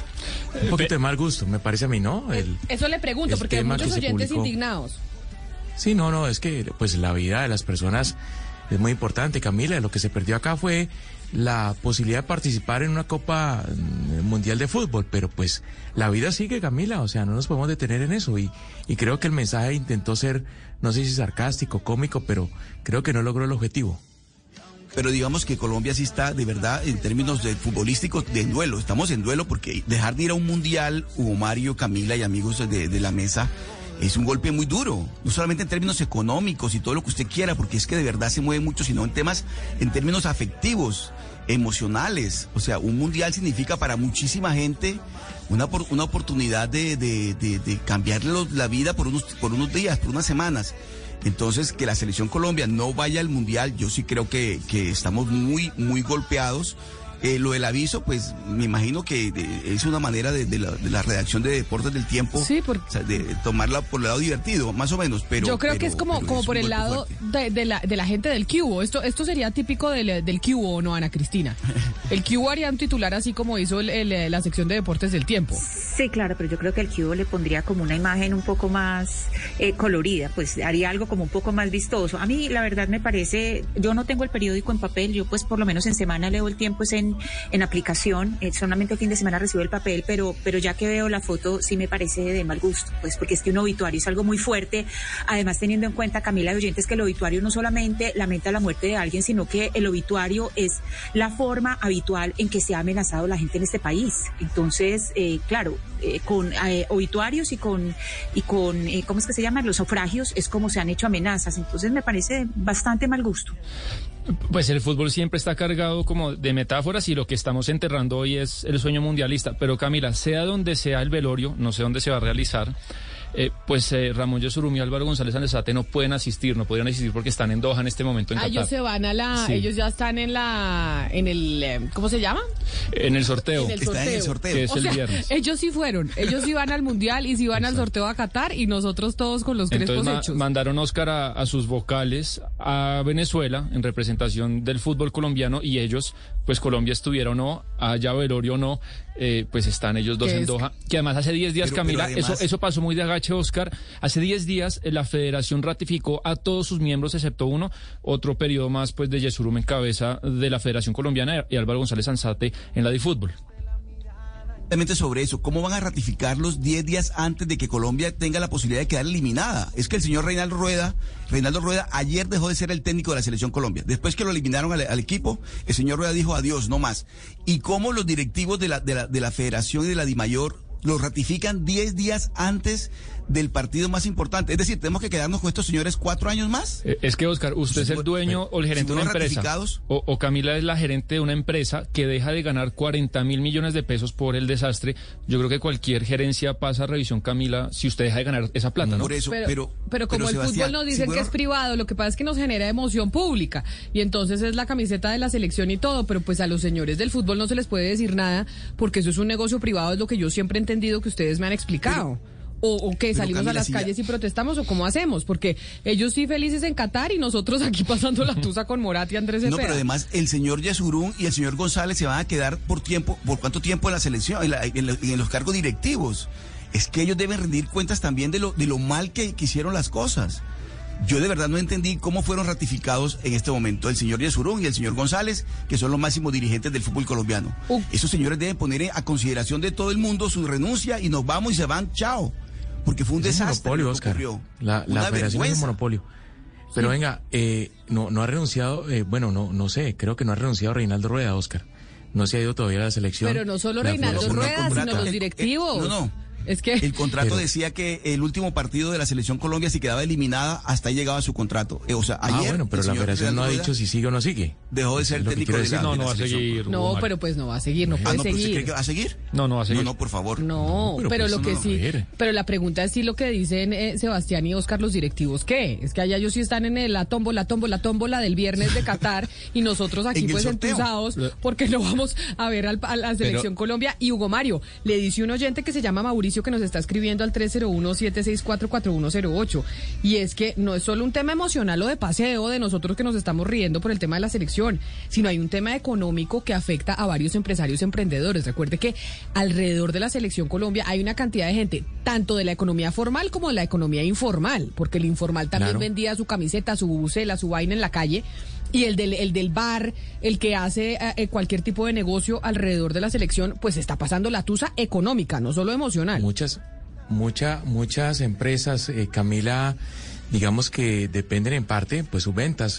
un poquito de mal gusto, me parece a mí, ¿no? El, Eso le pregunto, porque hay muchos oyentes indignados. Sí, no, no, es que pues la vida de las personas es muy importante, Camila. Lo que se perdió acá fue la posibilidad de participar en una Copa Mundial de Fútbol, pero pues la vida sigue, Camila, o sea, no nos podemos detener en eso, y, y creo que el mensaje intentó ser, no sé si sarcástico, cómico, pero creo que no logró el objetivo. Pero digamos que Colombia sí está, de verdad, en términos de futbolísticos, de duelo. Estamos en duelo porque dejar de ir a un mundial, Hugo Mario, Camila y amigos de, de la mesa, es un golpe muy duro. No solamente en términos económicos y todo lo que usted quiera, porque es que de verdad se mueve mucho, sino en temas, en términos afectivos, emocionales. O sea, un mundial significa para muchísima gente una, una oportunidad de, de, de, de cambiarle la vida por unos, por unos días, por unas semanas. Entonces, que la selección Colombia no vaya al mundial, yo sí creo que, que estamos muy, muy golpeados. Eh, lo del aviso, pues me imagino que de, es una manera de, de, la, de la redacción de Deportes del Tiempo, sí, por... o sea, de tomarla por el lado divertido, más o menos, pero... Yo creo pero, que es como, como es por el lado de, de, la, de la gente del Cubo. Esto esto sería típico del, del Cubo, ¿no, Ana Cristina? El Cubo haría un titular así como hizo el, el, la sección de Deportes del Tiempo. Sí, claro, pero yo creo que el Cubo le pondría como una imagen un poco más eh, colorida, pues haría algo como un poco más vistoso. A mí, la verdad, me parece, yo no tengo el periódico en papel, yo pues por lo menos en semana leo El Tiempo, es en, en aplicación. Eh, solamente el fin de semana recibo el papel, pero pero ya que veo la foto sí me parece de mal gusto, pues porque es que un obituario es algo muy fuerte, además teniendo en cuenta, Camila de oyentes, que el obituario no solamente lamenta la muerte de alguien, sino que el obituario es la forma habitual en que se ha amenazado la gente en este país. Entonces, eh, claro, eh, con eh, obituarios y con, y con eh, ¿cómo es que se llaman? Los sufragios, es como se han hecho amenazas, entonces me parece bastante mal gusto. Pues el fútbol siempre está cargado como de metáforas, y lo que estamos enterrando hoy es el sueño mundialista. Pero Camila, sea donde sea el velorio, no sé dónde se va a realizar, eh, pues eh, Ramón Yesurún y Álvaro González Alzate no pueden asistir, no podrían asistir porque están en Doha en este momento en ah, Qatar. Ellos se van a la, sí. Ellos ya están en la, en el, eh, ¿cómo se llama? En el sorteo. En el sorteo. Está en el sorteo. Que es o el sea, viernes. Ellos sí fueron, ellos sí van al mundial y sí van Exacto. al sorteo a Qatar, y nosotros todos con los crespos Entonces, ma hechos. Mandaron Oscar a, a sus vocales a Venezuela en representación del fútbol colombiano, y ellos, pues Colombia estuviera o no, haya velorio o no, eh, pues están ellos dos en es? Doha. Que además hace diez días, pero, Camila, pero además... eso, eso pasó muy de agache, Oscar. Hace diez días eh, la federación ratificó a todos sus miembros, excepto uno, otro periodo más pues de Yesurún en cabeza de la Federación Colombiana y Álvaro González Alzate en la de fútbol. sobre eso. ¿Cómo van a ratificarlos diez días antes de que Colombia tenga la posibilidad de quedar eliminada? Es que el señor Reinaldo Rueda, Reinaldo Rueda ayer dejó de ser el técnico de la Selección Colombia. Después que lo eliminaron al, al equipo, el señor Rueda dijo adiós, no más. ¿Y cómo los directivos de la, de la, de la Federación y de la DIMAYOR lo ratifican diez días antes del partido más importante? Es decir, tenemos que quedarnos con estos señores cuatro años más. Eh, es que, Oscar, usted es el dueño o el gerente de una empresa. O, o Camila es la gerente de una empresa que deja de ganar cuarenta mil millones de pesos por el desastre. Yo creo que cualquier gerencia pasa a revisión, Camila, si usted deja de ganar esa plata, ¿no? Por eso, pero, pero, pero como pero, el Sebastián, fútbol nos dicen si que es privado, lo que pasa es que nos genera emoción pública. Y entonces es la camiseta de la selección y todo, pero pues a los señores del fútbol no se les puede decir nada, porque eso es un negocio privado, es lo que yo siempre he entendido que ustedes me han explicado. Pero, O, o que salimos Camila, a las si calles ya... y protestamos, o cómo hacemos, porque ellos sí felices en Qatar y nosotros aquí pasando la tusa con Morat y Andrés Cepeda. No, pero además el señor Yesurún y el señor González se van a quedar por tiempo, ¿por cuánto tiempo en la selección, en, la, en, la, en los cargos directivos? Es que ellos deben rendir cuentas también de lo, de lo mal que, que hicieron las cosas. Yo de verdad no entendí cómo fueron ratificados en este momento el señor Yesurún y el señor González, que son los máximos dirigentes del fútbol colombiano. Uh. Esos señores deben poner a consideración de todo el mundo su renuncia y nos vamos y se van, chao. Porque fue un es desastre. Un monopolio, Oscar. La, la federación es un monopolio. Pero sí. venga, eh, no, no ha renunciado, eh, bueno, no, no sé, creo que no ha renunciado Reinaldo Rueda, Oscar. No se ha ido todavía a la selección. Pero no solo la Reinaldo Rueda, sino los directivos. Eh, eh, no, no. Es que el contrato pero, decía que el último partido de la selección Colombia, si quedaba eliminada, hasta ahí llegaba su contrato. Eh, o sea, ayer. Ah, bueno, pero la federación no ha dicho si sigue o no sigue. Dejó de ser técnico de la, no, de no la va a seguir. No, Mario. pero pues no va a seguir, no puede ah, no, seguir. ¿Usted cree que va a seguir? No, no va a seguir. No, no, por favor. No, no pero, pero pues lo que no, sí. No, pero la pregunta es si lo que dicen eh, Sebastián y Oscar, los directivos, ¿qué? Es que allá ellos sí están en el, la tómbola, tómbola, tómbola del viernes de Qatar y nosotros aquí pues entusados porque no vamos a ver al, a la selección pero, Colombia. Y Hugo Mario, le dice un oyente que se llama Mauricio que nos está escribiendo al tres cero uno, siete seis cuatro, cuatro uno cero ocho. Y es que no es solo un tema emocional o de paseo de nosotros que nos estamos riendo por el tema de la selección, sino hay un tema económico que afecta a varios empresarios emprendedores. Recuerde que alrededor de la selección Colombia hay una cantidad de gente, tanto de la economía formal como de la economía informal, porque el informal también claro. vendía su camiseta, su bucela, su vaina en la calle. Y el del, el del bar, el que hace eh, cualquier tipo de negocio alrededor de la selección, pues está pasando la tusa económica, no solo emocional. Muchas Mucha, muchas empresas, eh, Camila, digamos que dependen en parte, pues sus ventas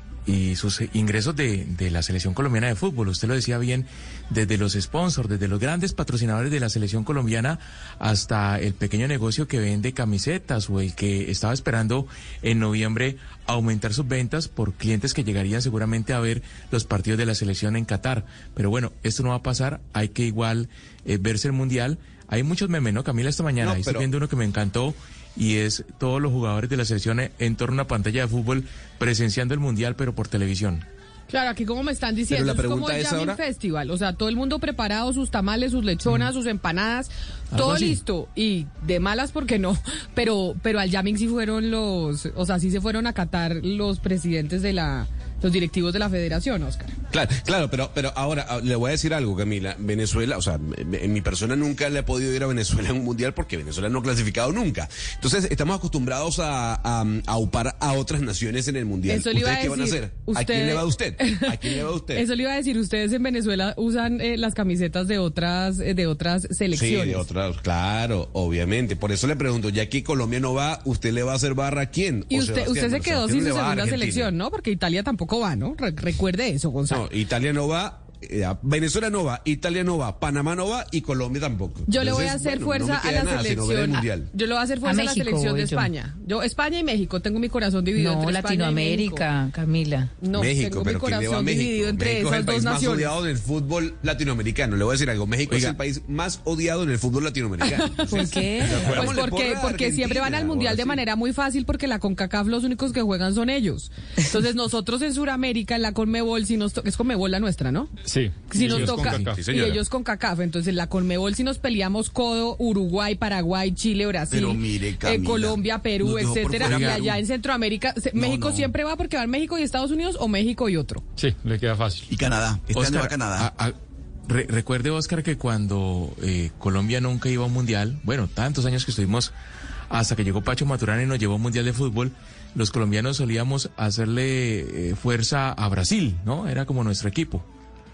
y sus ingresos de, de la selección colombiana de fútbol. Usted lo decía bien, desde los sponsors, desde los grandes patrocinadores de la selección colombiana hasta el pequeño negocio que vende camisetas o el que estaba esperando en noviembre aumentar sus ventas por clientes que llegarían seguramente a ver los partidos de la selección en Qatar. Pero bueno, esto no va a pasar, hay que igual eh, verse el Mundial. Hay muchos memes, ¿no, Camila? Esta mañana no, pero... estoy viendo uno que me encantó y es todos los jugadores de la selección en torno a una pantalla de fútbol presenciando el Mundial, pero por televisión. Claro, aquí como me están diciendo, la es como el Jamming Festival, o sea, todo el mundo preparado, sus tamales, sus lechonas, mm. sus empanadas, todo listo, y de malas porque no, pero pero al Jamming sí fueron los, o sea, sí se fueron a Qatar los presidentes de la, los directivos de la federación, Oscar. Claro, claro, pero pero ahora le voy a decir algo, Camila, Venezuela, o sea, en mi persona nunca le he podido ir a Venezuela en un mundial porque Venezuela no ha clasificado nunca, entonces estamos acostumbrados a, a, a upar a otras naciones en el mundial. Eso le iba ¿Ustedes a qué decir, van a hacer? Usted... ¿A quién le va usted? ¿A quién le va usted? Eso le iba a decir, ustedes en Venezuela usan eh, las camisetas de otras eh, de otras selecciones. Sí, de otras, claro, obviamente. Por eso le pregunto, ya que Colombia no va, ¿usted le va a hacer barra a quién? Y usted, Sebastián, usted se quedó sin su segunda Argentina. selección, ¿no? Porque Italia tampoco va, ¿no? Re recuerde eso, Gonzalo. No, Italia no va. Venezuela no va, Italia no va, Panamá no va y Colombia tampoco. Yo Entonces, le voy a hacer bueno, fuerza no a la nada, selección. A, yo le voy a hacer fuerza a, México, a la selección de España. Yo España y México, tengo mi corazón dividido no, entre Latinoamérica, España y Camila. No, México, tengo pero mi corazón México? dividido entre México esas es el dos país naciones. más odiado del fútbol latinoamericano. Le voy a decir algo, México Oiga. es el país más odiado en el fútbol latinoamericano. ¿Por qué? Pues porque porque siempre van al mundial de manera muy fácil porque la CONCACAF los únicos que juegan son ellos. Entonces nosotros en Sudamérica en la CONMEBOL si nos es CONMEBOL la nuestra, ¿no? Sí. Si nos toca Sí, y ellos con CACAF, entonces la Conmebol si nos peleamos codo, Uruguay, Paraguay, Chile, Brasil, mire, Camila, eh, Colombia, Perú, etcétera, y allá en Centroamérica, se, no, México no. siempre va porque van México y Estados Unidos o México y otro. Sí, le queda fácil. Y Canadá, este Oscar, año va a Canadá. A, a, re, recuerde, Oscar, que cuando eh, Colombia nunca iba a un mundial, bueno, tantos años que estuvimos hasta que llegó Pacho Maturana y nos llevó a un mundial de fútbol, los colombianos solíamos hacerle eh, fuerza a Brasil, ¿no? Era como nuestro equipo.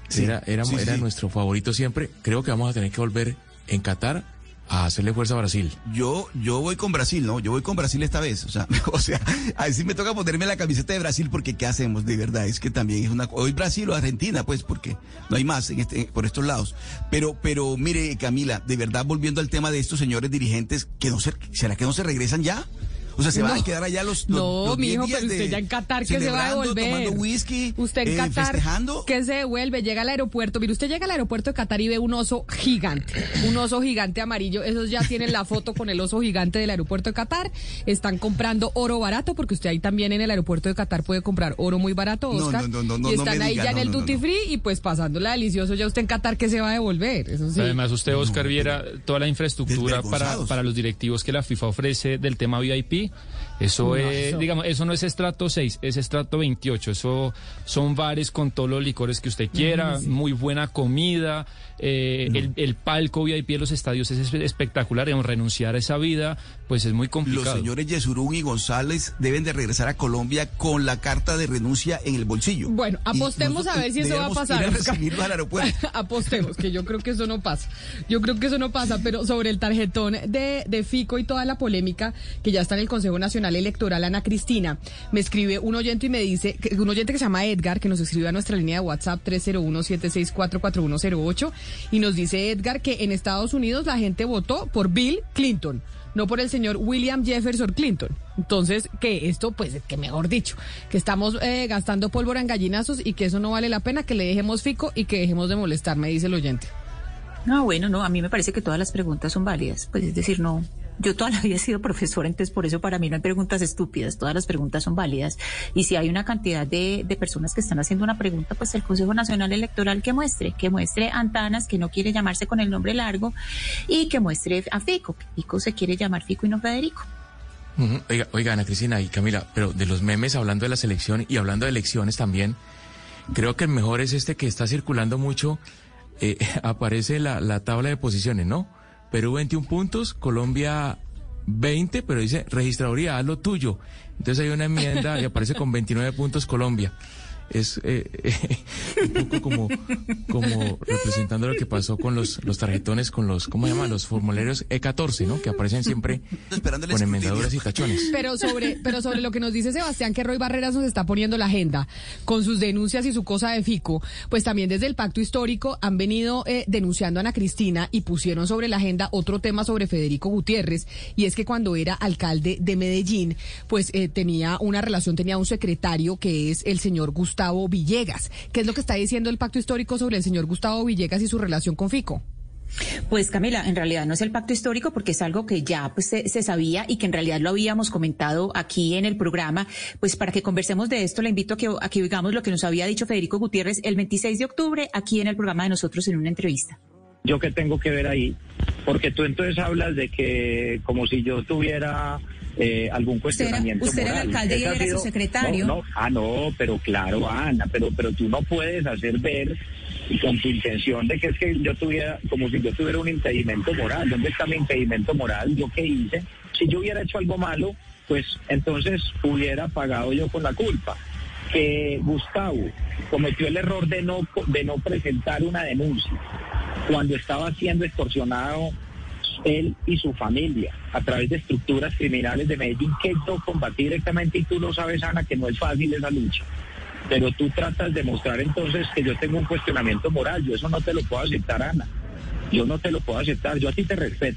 Sí, era era, sí, era sí. nuestro favorito siempre. Creo que vamos a tener que volver en Qatar a hacerle fuerza a Brasil. Yo yo voy con Brasil, ¿no? Yo voy con Brasil esta vez. O sea, o sea, ahí sí me toca ponerme la camiseta de Brasil porque ¿qué hacemos? De verdad, es que también es una... Hoy Brasil o Argentina, pues, porque no hay más en este, por estos lados. Pero, pero mire, Camila, de verdad, volviendo al tema de estos señores dirigentes, que no se, ¿será que no se regresan ya? O sea, se no. van a quedar allá los, los No, los mijo, días pero usted de, ya en Qatar, que se va a devolver. Tomando whisky, usted en eh, Qatar, festejando. que se devuelve, llega al aeropuerto. Mire, usted llega al aeropuerto de Qatar y ve un oso gigante, un oso gigante amarillo. Esos ya tienen la foto con el oso gigante del aeropuerto de Qatar. Están comprando oro barato, porque usted ahí también en el aeropuerto de Qatar puede comprar oro muy barato, Oscar. No, no, no, no, y están no ahí diga, ya no, en el no, duty no. free y pues pasándola delicioso ya usted en Qatar que se va a devolver. Eso sí. Además, usted, Oscar, viera toda la infraestructura para, para los directivos que la FIFA ofrece del tema V I P. Eso no, es, eso. digamos, eso no es estrato seis, es estrato veintiocho. Eso son bares con todos los licores que usted quiera, sí. muy buena comida. Eh, no. el, el palco V I P de los estadios es espectacular. Digamos, renunciar a esa vida, pues es muy complicado. Los señores Yesurún y González deben de regresar a Colombia con la carta de renuncia en el bolsillo. Bueno, apostemos a ver si eso va a pasar. Ir a recibirlo al aeropuerto. Apostemos, que yo creo que eso no pasa. Yo creo que eso no pasa, pero sobre el tarjetón de, de Fico y toda la polémica que ya está en el Consejo Nacional Electoral, Ana Cristina, me escribe un oyente y me dice, un oyente que se llama Edgar, que nos escribe a nuestra línea de WhatsApp tres cero uno, siete seis cuatro, cuatro uno cero ocho, y nos dice Edgar que en Estados Unidos la gente votó por Bill Clinton, no por el señor William Jefferson Clinton. Entonces, que esto, pues, que mejor dicho, que estamos eh, gastando pólvora en gallinazos y que eso no vale la pena, que le dejemos Fico y que dejemos de molestar, me dice el oyente. No, bueno, no, a mí me parece que todas las preguntas son válidas, pues es decir, no, yo toda la vida he sido profesora, entonces por eso para mí no hay preguntas estúpidas, todas las preguntas son válidas, y si hay una cantidad de, de personas que están haciendo una pregunta, pues el Consejo Nacional Electoral que muestre, que muestre a Antanas, que no quiere llamarse con el nombre largo, y que muestre a Fico, que Fico se quiere llamar Fico y no Federico. Uh-huh. Oiga, oiga, Ana Cristina y Camila, pero de los memes hablando de la selección y hablando de elecciones también, creo que el mejor es este que está circulando mucho. Eh, aparece la, la tabla de posiciones, ¿no? Perú veintiún puntos, Colombia veinte, pero dice registraduría, haz lo tuyo. Entonces hay una enmienda y aparece con veintinueve puntos Colombia. Es eh, eh, un poco como, como representando lo que pasó con los, los tarjetones, con los, ¿cómo se llama? Los formularios E catorce, ¿no? Que aparecen siempre con enmendaduras y tachones. Pero sobre, pero sobre lo que nos dice Sebastián, que Roy Barreras nos está poniendo la agenda con sus denuncias y su cosa de Fico, pues también desde el Pacto Histórico han venido eh, denunciando a Ana Cristina y pusieron sobre la agenda otro tema sobre Federico Gutiérrez, y es que cuando era alcalde de Medellín, pues eh, tenía una relación, tenía un secretario que es el señor Gustavo Gustavo Villegas. ¿Qué es lo que está diciendo el Pacto Histórico sobre el señor Gustavo Villegas y su relación con Fico? Pues Camila, en realidad no es el pacto histórico porque es algo que ya pues se, se sabía y que en realidad lo habíamos comentado aquí en el programa. Pues para que conversemos de esto, le invito a que, a que oigamos lo que nos había dicho Federico Gutiérrez el veintiséis de octubre aquí en el programa de nosotros en una entrevista. ¿Yo qué tengo que ver ahí? Porque tú entonces hablas de que como si yo tuviera eh, algún cuestionamiento usted era, usted moral. Era alcalde y era sido, su secretario. No, no, ah, no, pero claro, Ana, pero, pero tú no puedes hacer ver con tu intención de que es que yo tuviera, como si yo tuviera un impedimento moral. ¿Dónde está mi impedimento moral? ¿Yo qué hice? Si yo hubiera hecho algo malo, pues entonces hubiera pagado yo con la culpa. Que Gustavo cometió el error de no, de no presentar una denuncia cuando estaba siendo extorsionado él y su familia a través de estructuras criminales de Medellín que no combatí directamente, y tú lo sabes, Ana, que no es fácil esa lucha. Pero tú tratas de mostrar entonces que yo tengo un cuestionamiento moral. Yo eso no te lo puedo aceptar, Ana. Yo no te lo puedo aceptar. Yo a ti te respeto.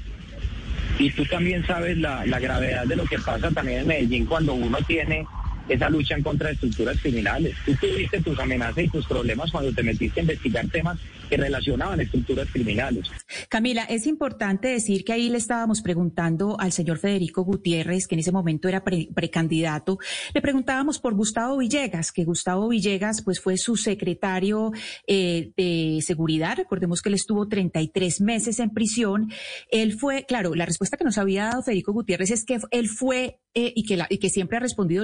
Y tú también sabes la, la gravedad de lo que pasa también en Medellín cuando uno tiene esa lucha en contra de estructuras criminales. Tú tuviste tus amenazas y tus problemas cuando te metiste a investigar temas que relacionaban estructuras criminales. Camila, es importante decir que ahí le estábamos preguntando al señor Federico Gutiérrez, que en ese momento era pre, precandidato, le preguntábamos por Gustavo Villegas, que Gustavo Villegas pues fue su secretario eh, de seguridad. Recordemos que él estuvo treinta y tres meses en prisión. Él fue, claro, la respuesta que nos había dado Federico Gutiérrez es que él fue eh, y, que la, y que siempre ha respondido lo mismo,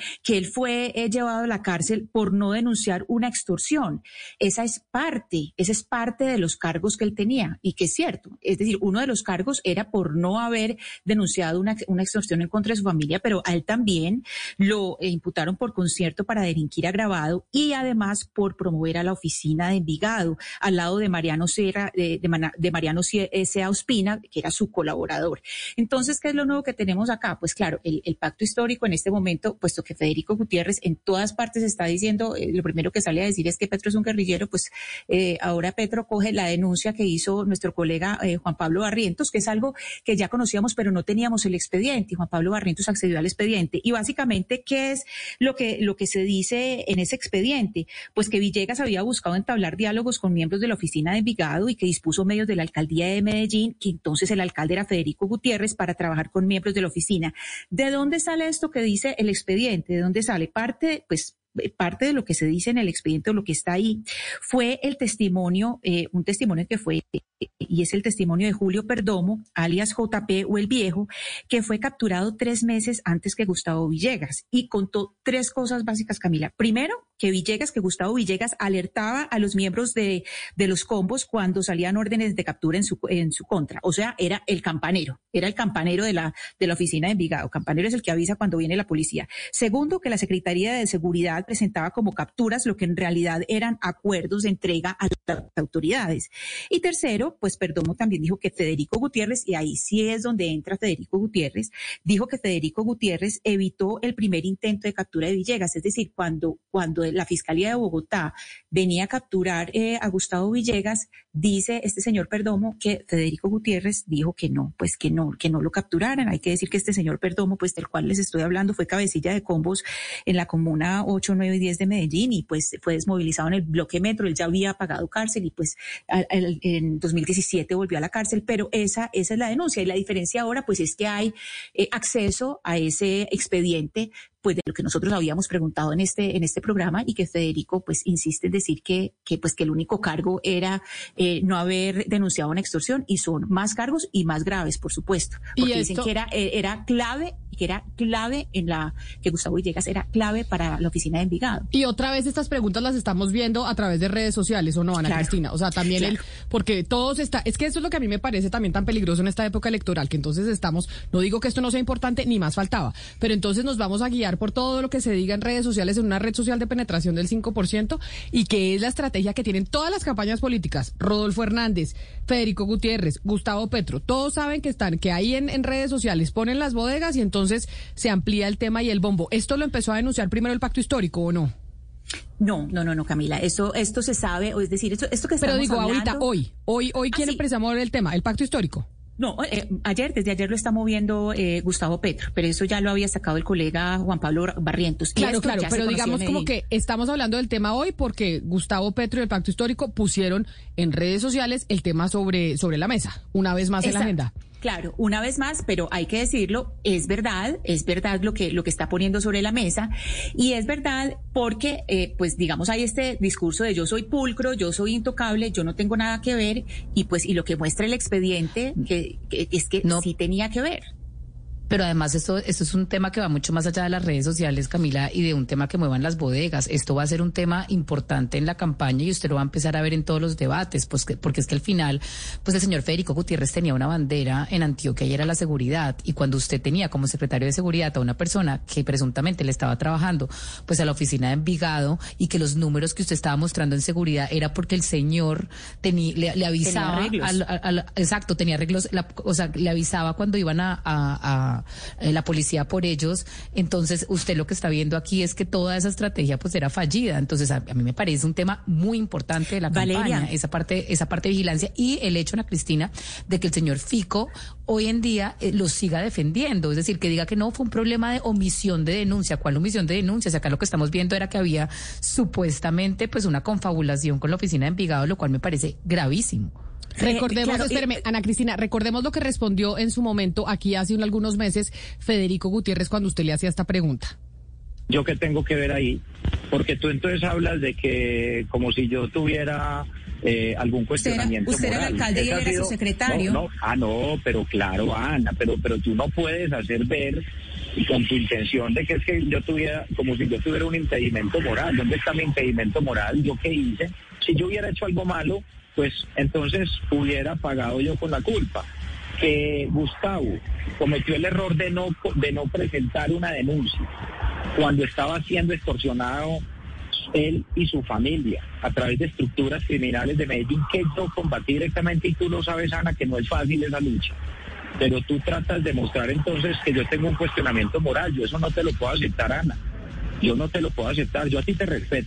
que él fue eh, llevado a la cárcel por no denunciar una extorsión. Esa es parte, esa es parte de los cargos que él tenía y que es cierto. Es decir, uno de los cargos era por no haber denunciado una, una extorsión en contra de su familia, pero a él también lo eh, imputaron por concierto para delinquir agravado y además por promover a la oficina de Envigado al lado de Mariano Sierra, de, de, de Mariano Sea Ospina, que era su colaborador. Entonces, ¿qué es lo nuevo que tenemos acá? Pues claro, el, el pacto histórico en este momento, puesto que Federico Gutiérrez en todas partes está diciendo, eh, lo primero que sale a decir es que Petro es un guerrillero, pues eh, ahora Petro coge la denuncia que hizo nuestro colega eh, Juan Pablo Barrientos, que es algo que ya conocíamos, pero no teníamos el expediente, y Juan Pablo Barrientos accedió al expediente. Y básicamente, ¿qué es lo que, lo que se dice en ese expediente? Pues que Villegas había buscado entablar diálogos con miembros de la oficina de Envigado y que dispuso medios de la alcaldía de Medellín, que entonces el alcalde era Federico Gutiérrez, para trabajar con miembros de la oficina. ¿De dónde sale esto que dice el expediente? ¿De dónde sale? Parte, pues, parte de lo que se dice en el expediente o lo que está ahí fue el testimonio, eh, un testimonio que fue, y es el testimonio de Julio Perdomo, alias J P o el Viejo, que fue capturado tres meses antes que Gustavo Villegas y contó tres cosas básicas, Camila. Primero, que Villegas, que Gustavo Villegas alertaba a los miembros de, de los combos cuando salían órdenes de captura en su, en su contra. O sea, era el campanero, era el campanero de la, de la oficina de Envigado. Campanero es el que avisa cuando viene la policía. Segundo, que la Secretaría de Seguridad presentaba como capturas lo que en realidad eran acuerdos de entrega a las autoridades. Y tercero, pues Perdomo también dijo que Federico Gutiérrez, y ahí sí es donde entra Federico Gutiérrez, dijo que Federico Gutiérrez evitó el primer intento de captura de Villegas, es decir, cuando, cuando la Fiscalía de Bogotá venía a capturar eh, a Gustavo Villegas, dice este señor Perdomo que Federico Gutiérrez dijo que no, pues que no, que no lo capturaran. Hay que decir que este señor Perdomo, pues del cual les estoy hablando, fue cabecilla de combos en la comuna ocho, nueve y diez de Medellín y pues fue desmovilizado en el bloque Metro. Él ya había pagado cárcel y pues a, a, en dos mil diecisiete volvió a la cárcel, pero esa, esa es la denuncia. Y la diferencia ahora pues es que hay eh, acceso a ese expediente, pues de lo que nosotros habíamos preguntado en este en este programa, y que Federico pues insiste en decir que que pues que el único cargo era eh, no haber denunciado una extorsión, y son más cargos y más graves, por supuesto, porque dicen que era eh, era clave que era clave en la que Gustavo Villegas era clave para la oficina de Envigado. Y otra vez estas preguntas las estamos viendo a través de redes sociales, ¿o no, Ana Claro. Cristina? O sea, también Claro. el, porque todos está, es que eso es lo que a mí me parece también tan peligroso en esta época electoral, que entonces estamos, no digo que esto no sea importante, ni más faltaba, pero entonces nos vamos a guiar por todo lo que se diga en redes sociales, en una red social de penetración del cinco por ciento, y que es la estrategia que tienen todas las campañas políticas. Rodolfo Hernández, Federico Gutiérrez, Gustavo Petro, todos saben que están, que ahí en, en redes sociales ponen las bodegas y entonces se amplía el tema y el bombo. ¿Esto lo empezó a denunciar primero el Pacto Histórico o no? No, no, no, no, Camila. Esto, esto se sabe, o es decir, esto, esto que estamos Pero digo, hablando, ahorita, hoy, hoy, hoy, ¿quién Ah, sí. empezó a mover el tema? ¿El Pacto Histórico? No, eh, ayer, desde ayer lo está moviendo eh, Gustavo Petro, pero eso ya lo había sacado el colega Juan Pablo Barrientos. Y Claro, esto claro, ya se pero conocía digamos en como Medellín. que estamos hablando del tema hoy porque Gustavo Petro y el Pacto Histórico pusieron en redes sociales el tema sobre, sobre la mesa, una vez más en la Exacto. agenda. Claro, una vez más, pero hay que decirlo, es verdad, es verdad lo que lo que está poniendo sobre la mesa, y es verdad porque, eh, pues digamos, hay este discurso de yo soy pulcro, yo soy intocable, yo no tengo nada que ver, y pues y lo que muestra el expediente que, que es que No. sí tenía que ver. Pero además esto, esto es un tema que va mucho más allá de las redes sociales, Camila, y de un tema que muevan las bodegas. Esto va a ser un tema importante en la campaña y usted lo va a empezar a ver en todos los debates, pues que, porque es que al final, pues el señor Federico Gutiérrez tenía una bandera en Antioquia y era la seguridad. Y cuando usted tenía como secretario de seguridad a una persona que presuntamente le estaba trabajando pues a la oficina de Envigado, y que los números que usted estaba mostrando en seguridad era porque el señor tenía, le, le avisaba, arreglos. al, al, al- exacto, tenía arreglos, la, o sea, le avisaba cuando iban a, a, a eh, la policía por ellos. Entonces usted lo que está viendo aquí es que toda esa estrategia pues era fallida. Entonces a, a mí me parece un tema muy importante de la Valeria. campaña, esa parte, esa parte de vigilancia, y el hecho, Ana Cristina, de que el señor Fico hoy en día eh, lo siga defendiendo, es decir, que diga que no fue un problema de omisión de denuncia. ¿Cuál omisión de denuncia? O sea, acá lo que estamos viendo era que había supuestamente pues una confabulación con la oficina de Envigado, lo cual me parece gravísimo. Recordemos, claro, espérame, eh, Ana Cristina, recordemos lo que respondió en su momento aquí hace un- algunos meses Federico Gutiérrez cuando usted le hacía esta pregunta. ¿Yo qué tengo que ver ahí? Porque tú entonces hablas de que como si yo tuviera eh, algún cuestionamiento usted era, usted moral. Era el alcalde y él era sido, su secretario. No, no, ah, no, pero claro, Ana, pero, pero tú no puedes hacer ver y con tu intención de que es que yo tuviera, como si yo tuviera un impedimento moral. ¿Dónde está mi impedimento moral? ¿Yo qué hice? Si yo hubiera hecho algo malo, pues entonces hubiera pagado yo con la culpa. Que Gustavo cometió el error de no, de no presentar una denuncia cuando estaba siendo extorsionado él y su familia a través de estructuras criminales de Medellín que yo combatí directamente, y tú lo sabes, Ana, que no es fácil esa lucha. Pero tú tratas de mostrar entonces que yo tengo un cuestionamiento moral. Yo eso no te lo puedo aceptar, Ana. Yo no te lo puedo aceptar. Yo a ti te respeto.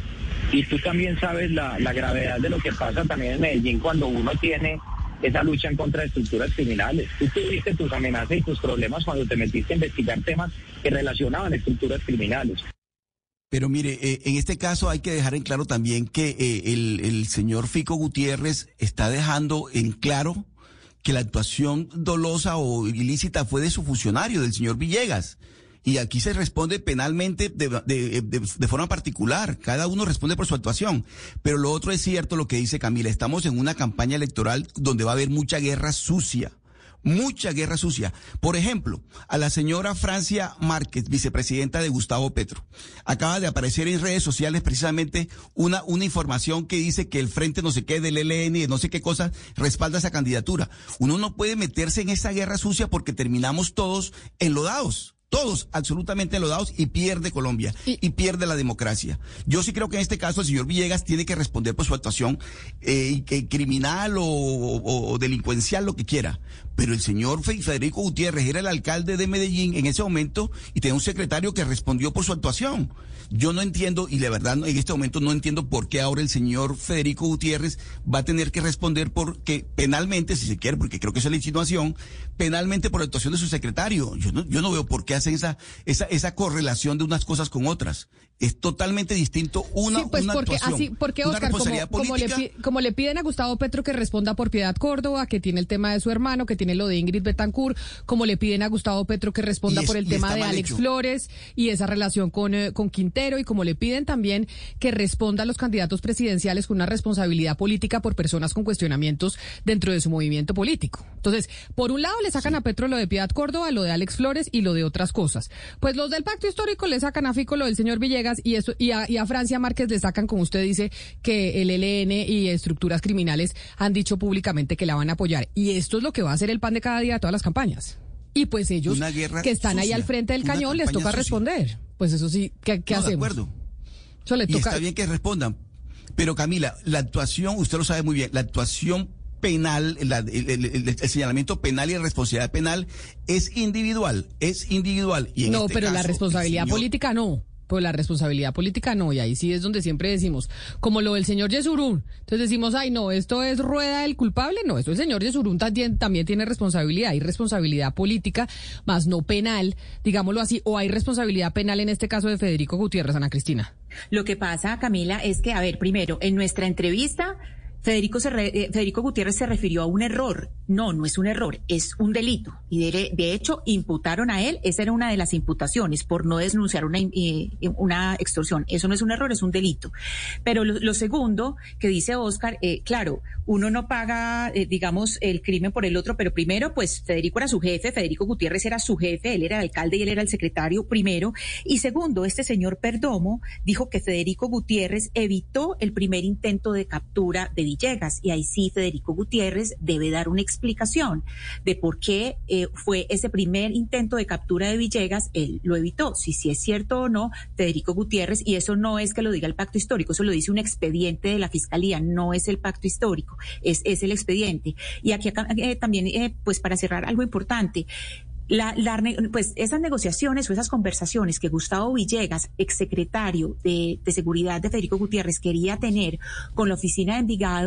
Y tú también sabes la, la gravedad de lo que pasa también en Medellín cuando uno tiene esa lucha en contra de estructuras criminales. Tú tuviste tus amenazas y tus problemas cuando te metiste a investigar temas que relacionaban estructuras criminales. Pero mire, eh, en este caso hay que dejar en claro también que eh, el, el señor Fico Gutiérrez está dejando en claro que la actuación dolosa o ilícita fue de su funcionario, del señor Villegas. Y aquí se responde penalmente de, de, de, de forma particular. Cada uno responde por su actuación. Pero lo otro es cierto lo que dice Camila. Estamos en una campaña electoral donde va a haber mucha guerra sucia. Mucha guerra sucia. Por ejemplo, a la señora Francia Márquez, vicepresidenta de Gustavo Petro, acaba de aparecer en redes sociales precisamente una, una información que dice que el frente no sé qué del E L N y de no sé qué cosa respalda esa candidatura. Uno no puede meterse en esa guerra sucia porque terminamos todos enlodados. Todos absolutamente enlodados, y pierde Colombia y, y pierde la democracia. Yo sí creo que en este caso el señor Villegas tiene que responder por su actuación eh, criminal o, o, o delincuencial, lo que quiera. Pero el señor Federico Gutiérrez era el alcalde de Medellín en ese momento y tenía un secretario que respondió por su actuación. Yo no entiendo, y la verdad en este momento no entiendo por qué ahora el señor Federico Gutiérrez va a tener que responder porque penalmente, si se quiere, porque creo que esa es la insinuación, penalmente por la actuación de su secretario. Yo no, yo no veo por qué hacen esa, esa, esa correlación de unas cosas con otras. Es totalmente distinto una, sí, pues una porque, actuación, así, porque una Oscar, como, como, le, como le piden a Gustavo Petro que responda por Piedad Córdoba, que tiene el tema de su hermano, que tiene lo de Ingrid Betancourt, como le piden a Gustavo Petro que responda es, por el tema de Alex hecho. Flores y esa relación con, eh, con Quintero, y como le piden también que responda a los candidatos presidenciales con una responsabilidad política por personas con cuestionamientos dentro de su movimiento político. Entonces, por un lado le sacan sí. a Petro lo de Piedad Córdoba, lo de Alex Flores y lo de otras cosas. Pues los del pacto histórico le sacan a Fico lo del señor Villegas y eso y a, y a Francia Márquez le sacan, como usted dice, que el E L N y estructuras criminales han dicho públicamente que la van a apoyar. Y esto es lo que va a ser el pan de cada día de todas las campañas. Y pues ellos que están sucia, ahí al frente del cañón les toca sucia. responder. Pues eso sí, ¿qué, qué no, hacemos? De acuerdo. Eso le y toca... está bien que respondan. Pero Camila, la actuación, usted lo sabe muy bien, la actuación penal, la, el, el, el, el señalamiento penal y la responsabilidad penal es individual, es individual. Y en no, este pero caso, la responsabilidad señor... política no. Pues la responsabilidad política no, y ahí sí es donde siempre decimos, como lo del señor Yesurún, entonces decimos, ay no, esto es rueda del culpable, no, esto el señor Yesurún también, también tiene responsabilidad, hay responsabilidad política, más no penal, digámoslo así, o hay responsabilidad penal en este caso de Federico Gutiérrez, Ana Cristina. Lo que pasa, Camila, es que, a ver, primero, en nuestra entrevista... Federico, se re, eh, Federico Gutiérrez se refirió a un error. No, no es un error, es un delito. Y de, de hecho, imputaron a él, esa era una de las imputaciones, por no denunciar una, eh, una extorsión. Eso no es un error, es un delito. Pero lo, lo segundo que dice Oscar, eh, claro, uno no paga, eh, digamos, el crimen por el otro, pero primero, pues Federico era su jefe, Federico Gutiérrez era su jefe, él era el alcalde y él era el secretario primero. Y segundo, este señor Perdomo dijo que Federico Gutiérrez evitó el primer intento de captura de Villegas, y ahí sí Federico Gutiérrez debe dar una explicación de por qué eh, fue ese primer intento de captura de Villegas, él lo evitó, si sí es cierto o no, Federico Gutiérrez, y eso no es que lo diga el pacto histórico, eso lo dice un expediente de la Fiscalía, no es el pacto histórico, es, es el expediente. Y aquí acá, eh, también, eh, pues para cerrar algo importante, La, la, pues esas negociaciones o esas conversaciones que Gustavo Villegas, exsecretario de, de Seguridad de Federico Gutiérrez, quería tener con la oficina de Envigado,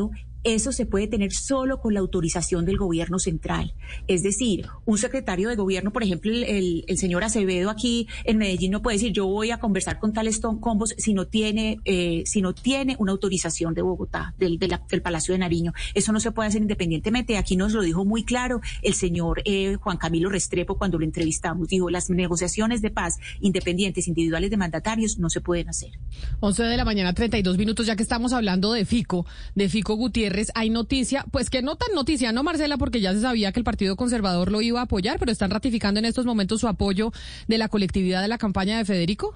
eso se puede tener solo con la autorización del gobierno central. Es decir, un secretario de gobierno, por ejemplo, el, el, el señor Acevedo aquí en Medellín no puede decir yo voy a conversar con tales combos si no tiene, eh, si no tiene una autorización de Bogotá, del, de la, del Palacio de Nariño. Eso no se puede hacer independientemente. Aquí nos lo dijo muy claro el señor eh, Juan Camilo Restrepo cuando lo entrevistamos. Dijo, las negociaciones de paz independientes, individuales de mandatarios no se pueden hacer. once de la mañana, treinta y dos minutos, ya que estamos hablando de Fico, de Fico Gutiérrez. Hay noticia, pues que no tan noticia, ¿no, Marcela? Porque ya se sabía que el Partido Conservador lo iba a apoyar, pero están ratificando en estos momentos su apoyo de la colectividad de la campaña de Federico.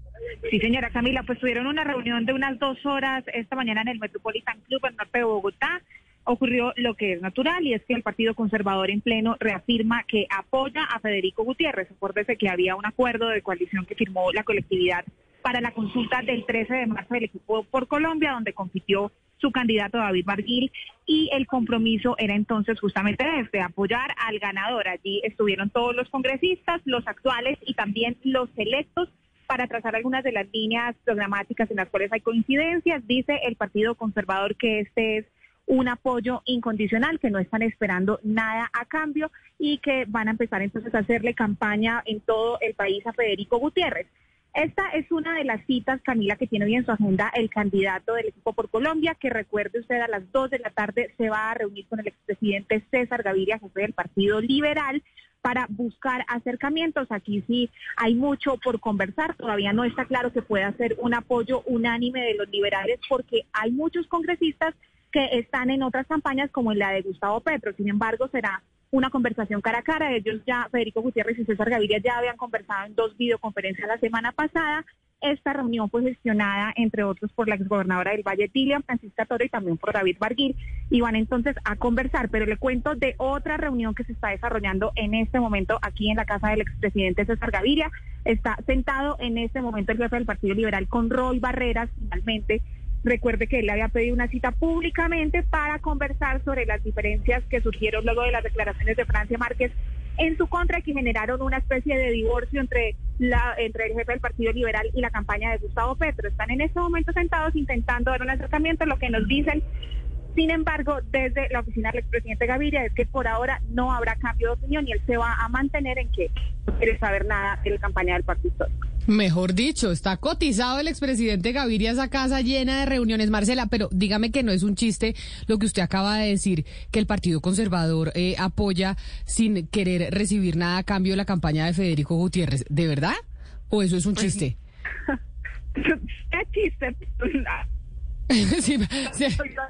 Sí, señora Camila, pues tuvieron una reunión de unas dos horas esta mañana en el Metropolitan Club en el norte de Bogotá. Ocurrió lo que es natural y es que el Partido Conservador en pleno reafirma que apoya a Federico Gutiérrez. Acuérdese que había un acuerdo de coalición que firmó la colectividad para la consulta del trece de marzo del equipo por Colombia, donde compitió su candidato David Barguil, y el compromiso era entonces justamente este, apoyar al ganador. Allí estuvieron todos los congresistas, los actuales y también los electos, para trazar algunas de las líneas programáticas en las cuales hay coincidencias. Dice el Partido Conservador que este es un apoyo incondicional, que no están esperando nada a cambio y que van a empezar entonces a hacerle campaña en todo el país a Federico Gutiérrez. Esta es una de las citas, Camila, que tiene hoy en su agenda el candidato del equipo por Colombia, que recuerde usted a las dos de la tarde se va a reunir con el expresidente César Gaviria, jefe del Partido Liberal, para buscar acercamientos. Aquí sí hay mucho por conversar, todavía no está claro que pueda ser un apoyo unánime de los liberales porque hay muchos congresistas que están en otras campañas como en la de Gustavo Petro. Sin embargo, será una conversación cara a cara. Ellos ya, Federico Gutiérrez y César Gaviria, ya habían conversado en dos videoconferencias la semana pasada. Esta reunión fue gestionada, entre otros, por la exgobernadora del Valle, Dilian Francisca Toro, y también por David Barguil, y van entonces a conversar. Pero le cuento de otra reunión que se está desarrollando en este momento aquí en la casa del expresidente César Gaviria. Está sentado en este momento el jefe del Partido Liberal con Roy Barreras, finalmente. Recuerde que él le había pedido una cita públicamente para conversar sobre las diferencias que surgieron luego de las declaraciones de Francia Márquez en su contra, que generaron una especie de divorcio entre la entre el jefe del Partido Liberal y la campaña de Gustavo Petro. Están en este momento sentados intentando dar un acercamiento. Lo que nos dicen, sin embargo, desde la oficina del expresidente Gaviria es que por ahora no habrá cambio de opinión y él se va a mantener en que no quiere saber nada de la campaña del Partido Histórico. Mejor dicho, está cotizado el expresidente Gaviria, esa casa llena de reuniones, Marcela, pero dígame que no es un chiste lo que usted acaba de decir, que el Partido Conservador eh, apoya sin querer recibir nada a cambio de la campaña de Federico Gutiérrez. ¿De verdad? ¿O eso es un chiste? ¿Qué chiste? Sí, sí.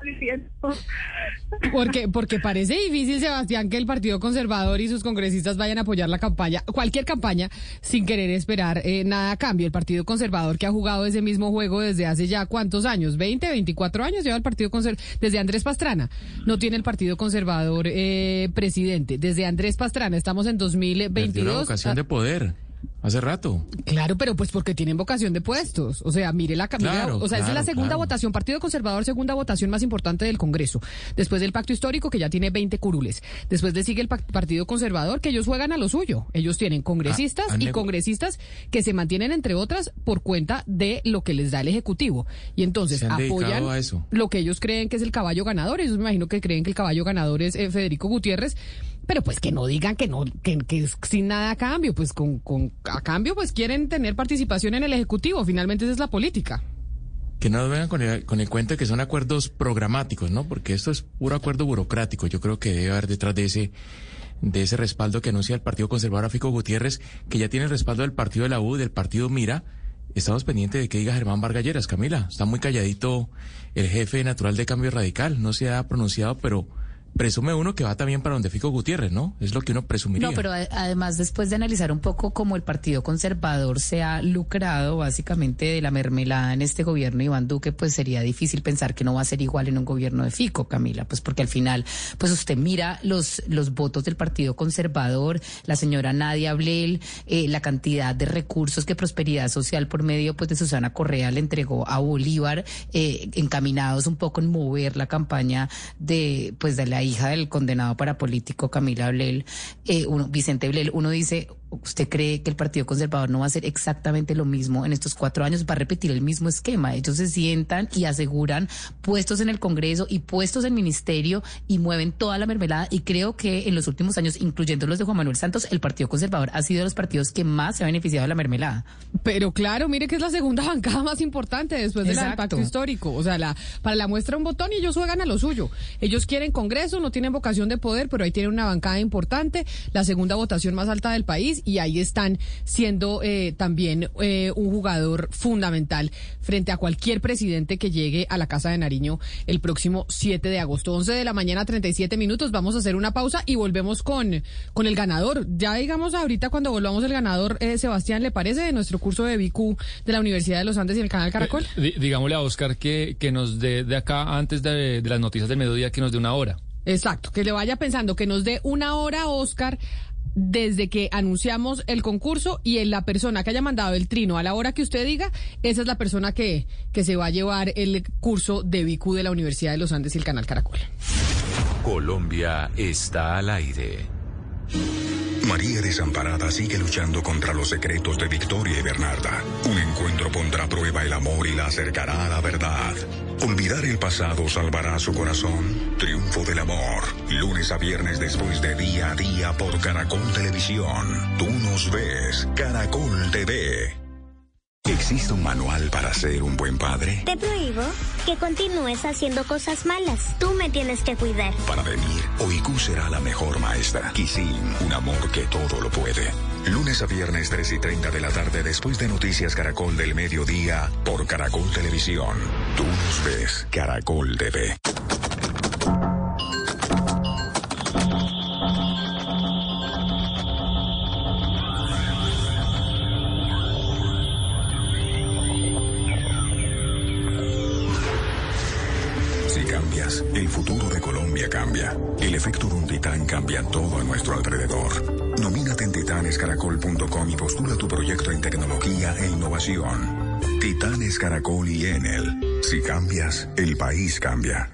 Porque, porque parece difícil, Sebastián, que el Partido Conservador y sus congresistas vayan a apoyar la campaña, cualquier campaña, sin querer esperar eh, nada a cambio. El Partido Conservador, que ha jugado ese mismo juego desde hace ya ¿cuántos años? ¿veinte, veinticuatro años lleva el Partido Conservador? Desde Andrés Pastrana. No tiene el Partido Conservador eh, presidente. Desde Andrés Pastrana, estamos en dos mil veintidós. Perdió la vocación de poder. Hace rato. Claro, pero pues porque tienen vocación de puestos. O sea, mire la camisa. Claro, o sea, claro, esa es la segunda claro. votación. Partido Conservador, segunda votación más importante del Congreso. Después del Pacto Histórico, que ya tiene veinte curules. Después le sigue el Partido Conservador, que ellos juegan a lo suyo. Ellos tienen congresistas Ah, y nego- congresistas que se mantienen, entre otras, por cuenta de lo que les da el Ejecutivo. Y entonces Se han dedicado apoyan a eso. lo que ellos creen que es el caballo ganador. Ellos me imagino que creen que el caballo ganador es eh, Federico Gutiérrez. Pero pues que no digan que no, que, que es sin nada a cambio, pues con, con a cambio pues quieren tener participación en el Ejecutivo, finalmente esa es la política. Que no vengan con el, con el cuento de que son acuerdos programáticos, ¿no? Porque esto es puro acuerdo burocrático. Yo creo que debe haber detrás de ese de ese respaldo que anuncia el Partido Conservador a Fico Gutiérrez, que ya tiene el respaldo del Partido de la U, del Partido Mira. Estamos pendientes de que diga Germán Vargas Lleras, Camila. Está muy calladito el jefe natural de Cambio Radical. No se ha pronunciado, pero presume uno que va también para donde Fico Gutiérrez, ¿no? Es lo que uno presumiría. No, pero a- además, después de analizar un poco cómo el Partido Conservador se ha lucrado básicamente de la mermelada en este gobierno, Iván Duque, pues sería difícil pensar que no va a ser igual en un gobierno de Fico, Camila, pues porque al final, pues usted mira los, los votos del Partido Conservador, la señora Nadia Ablel, eh, la cantidad de recursos que Prosperidad Social por medio, pues, de Susana Correa le entregó a Bolívar, eh, encaminados un poco en mover la campaña de, pues, de la hija del condenado parapolítico Camila Ablel, eh, uno, Vicente Ablel. Uno dice, ¿Usted cree que el Partido Conservador no va a hacer exactamente lo mismo en estos cuatro años? Va a repetir el mismo esquema. Ellos se sientan y aseguran puestos en el Congreso y puestos en ministerio y mueven toda la mermelada. Y creo que en los últimos años, incluyendo los de Juan Manuel Santos, el Partido Conservador ha sido de los partidos que más se ha beneficiado de la mermelada. Pero claro, mire que es la segunda bancada más importante después de la del Exacto. pacto histórico. O sea, la, para la muestra un botón y ellos juegan a lo suyo. Ellos quieren Congreso, no tienen vocación de poder, pero ahí tienen una bancada importante, la segunda votación más alta del país, y ahí están siendo eh, también eh, un jugador fundamental frente a cualquier presidente que llegue a la Casa de Nariño el próximo siete de agosto. once de la mañana, treinta y siete minutos. Vamos a hacer una pausa y volvemos con, con el ganador. Ya digamos ahorita cuando volvamos el ganador, eh, Sebastián, ¿le parece? De nuestro curso de B Q de la Universidad de los Andes y el Canal Caracol. Eh, digámosle a Oscar que, que nos dé de acá, antes de, de las noticias del mediodía, que nos dé una hora. Exacto, que le vaya pensando, que nos dé una hora, Oscar, desde que anunciamos el concurso, y en la persona que haya mandado el trino a la hora que usted diga, esa es la persona que, que se va a llevar el curso de B Q de la Universidad de los Andes y el Canal Caracol. Colombia está al aire. María Desamparada sigue luchando contra los secretos de Victoria y Bernarda. Un encuentro pondrá a prueba el amor y la acercará a la verdad. Olvidar el pasado salvará su corazón. Triunfo del amor. Lunes a viernes después de Día a Día por Caracol Televisión. Tú nos ves. Caracol T V. ¿Existe un manual para ser un buen padre? Te prohíbo que continúes haciendo cosas malas. Tú me tienes que cuidar. Para venir, O I Q será la mejor maestra. Kisin, un amor que todo lo puede. Lunes a viernes, tres y treinta de la tarde, después de Noticias Caracol del Mediodía, por Caracol Televisión. Tú nos ves, Caracol T V. El futuro de Colombia cambia. El efecto de un titán cambia todo a nuestro alrededor. Nomínate en titanes caracol punto com y postula tu proyecto en tecnología e innovación. Titanes Caracol y Enel. Si cambias, el país cambia.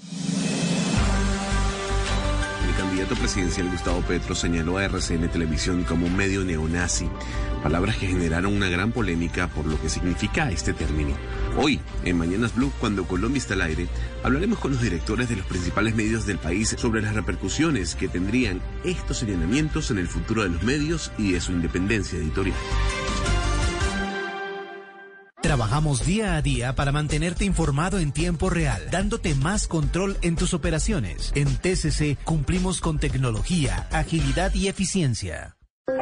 El candidato presidencial Gustavo Petro señaló a R C N Televisión como un medio neonazi, palabras que generaron una gran polémica por lo que significa este término. Hoy, en Mañanas Blue, cuando Colombia está al aire, hablaremos con los directores de los principales medios del país sobre las repercusiones que tendrían estos señalamientos en el futuro de los medios y de su independencia editorial. Trabajamos día a día para mantenerte informado en tiempo real, dándote más control en tus operaciones. En T C C cumplimos con tecnología, agilidad y eficiencia.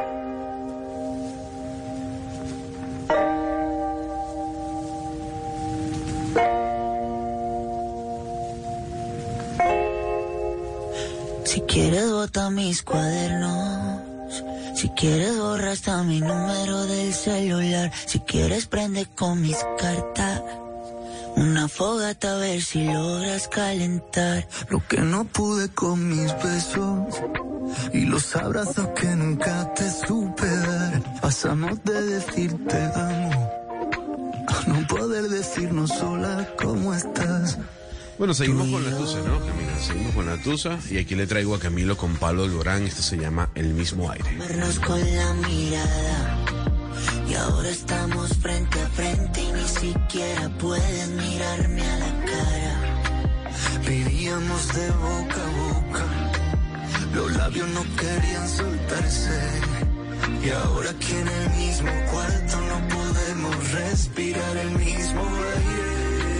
Si quieres bota mis cuadernos, si quieres borra hasta mi número del celular, si quieres prende con mis cartas una fogata a ver si logras calentar lo que no pude con mis besos y los abrazos que nunca te supe dar. Pasamos de decirte amo a no poder decirnos sola cómo estás. Bueno, seguimos con la tusa, ¿no, Camila? Seguimos con la tusa y aquí le traigo a Camilo con Pablo Alborán. Esto se llama El Mismo Aire. Vernos con la mirada y ahora estamos frente a frente y ni siquiera puedes mirarme a la cara. Vivíamos de boca a boca, los labios no querían soltarse y ahora aquí en el mismo cuarto no podemos respirar el mismo aire.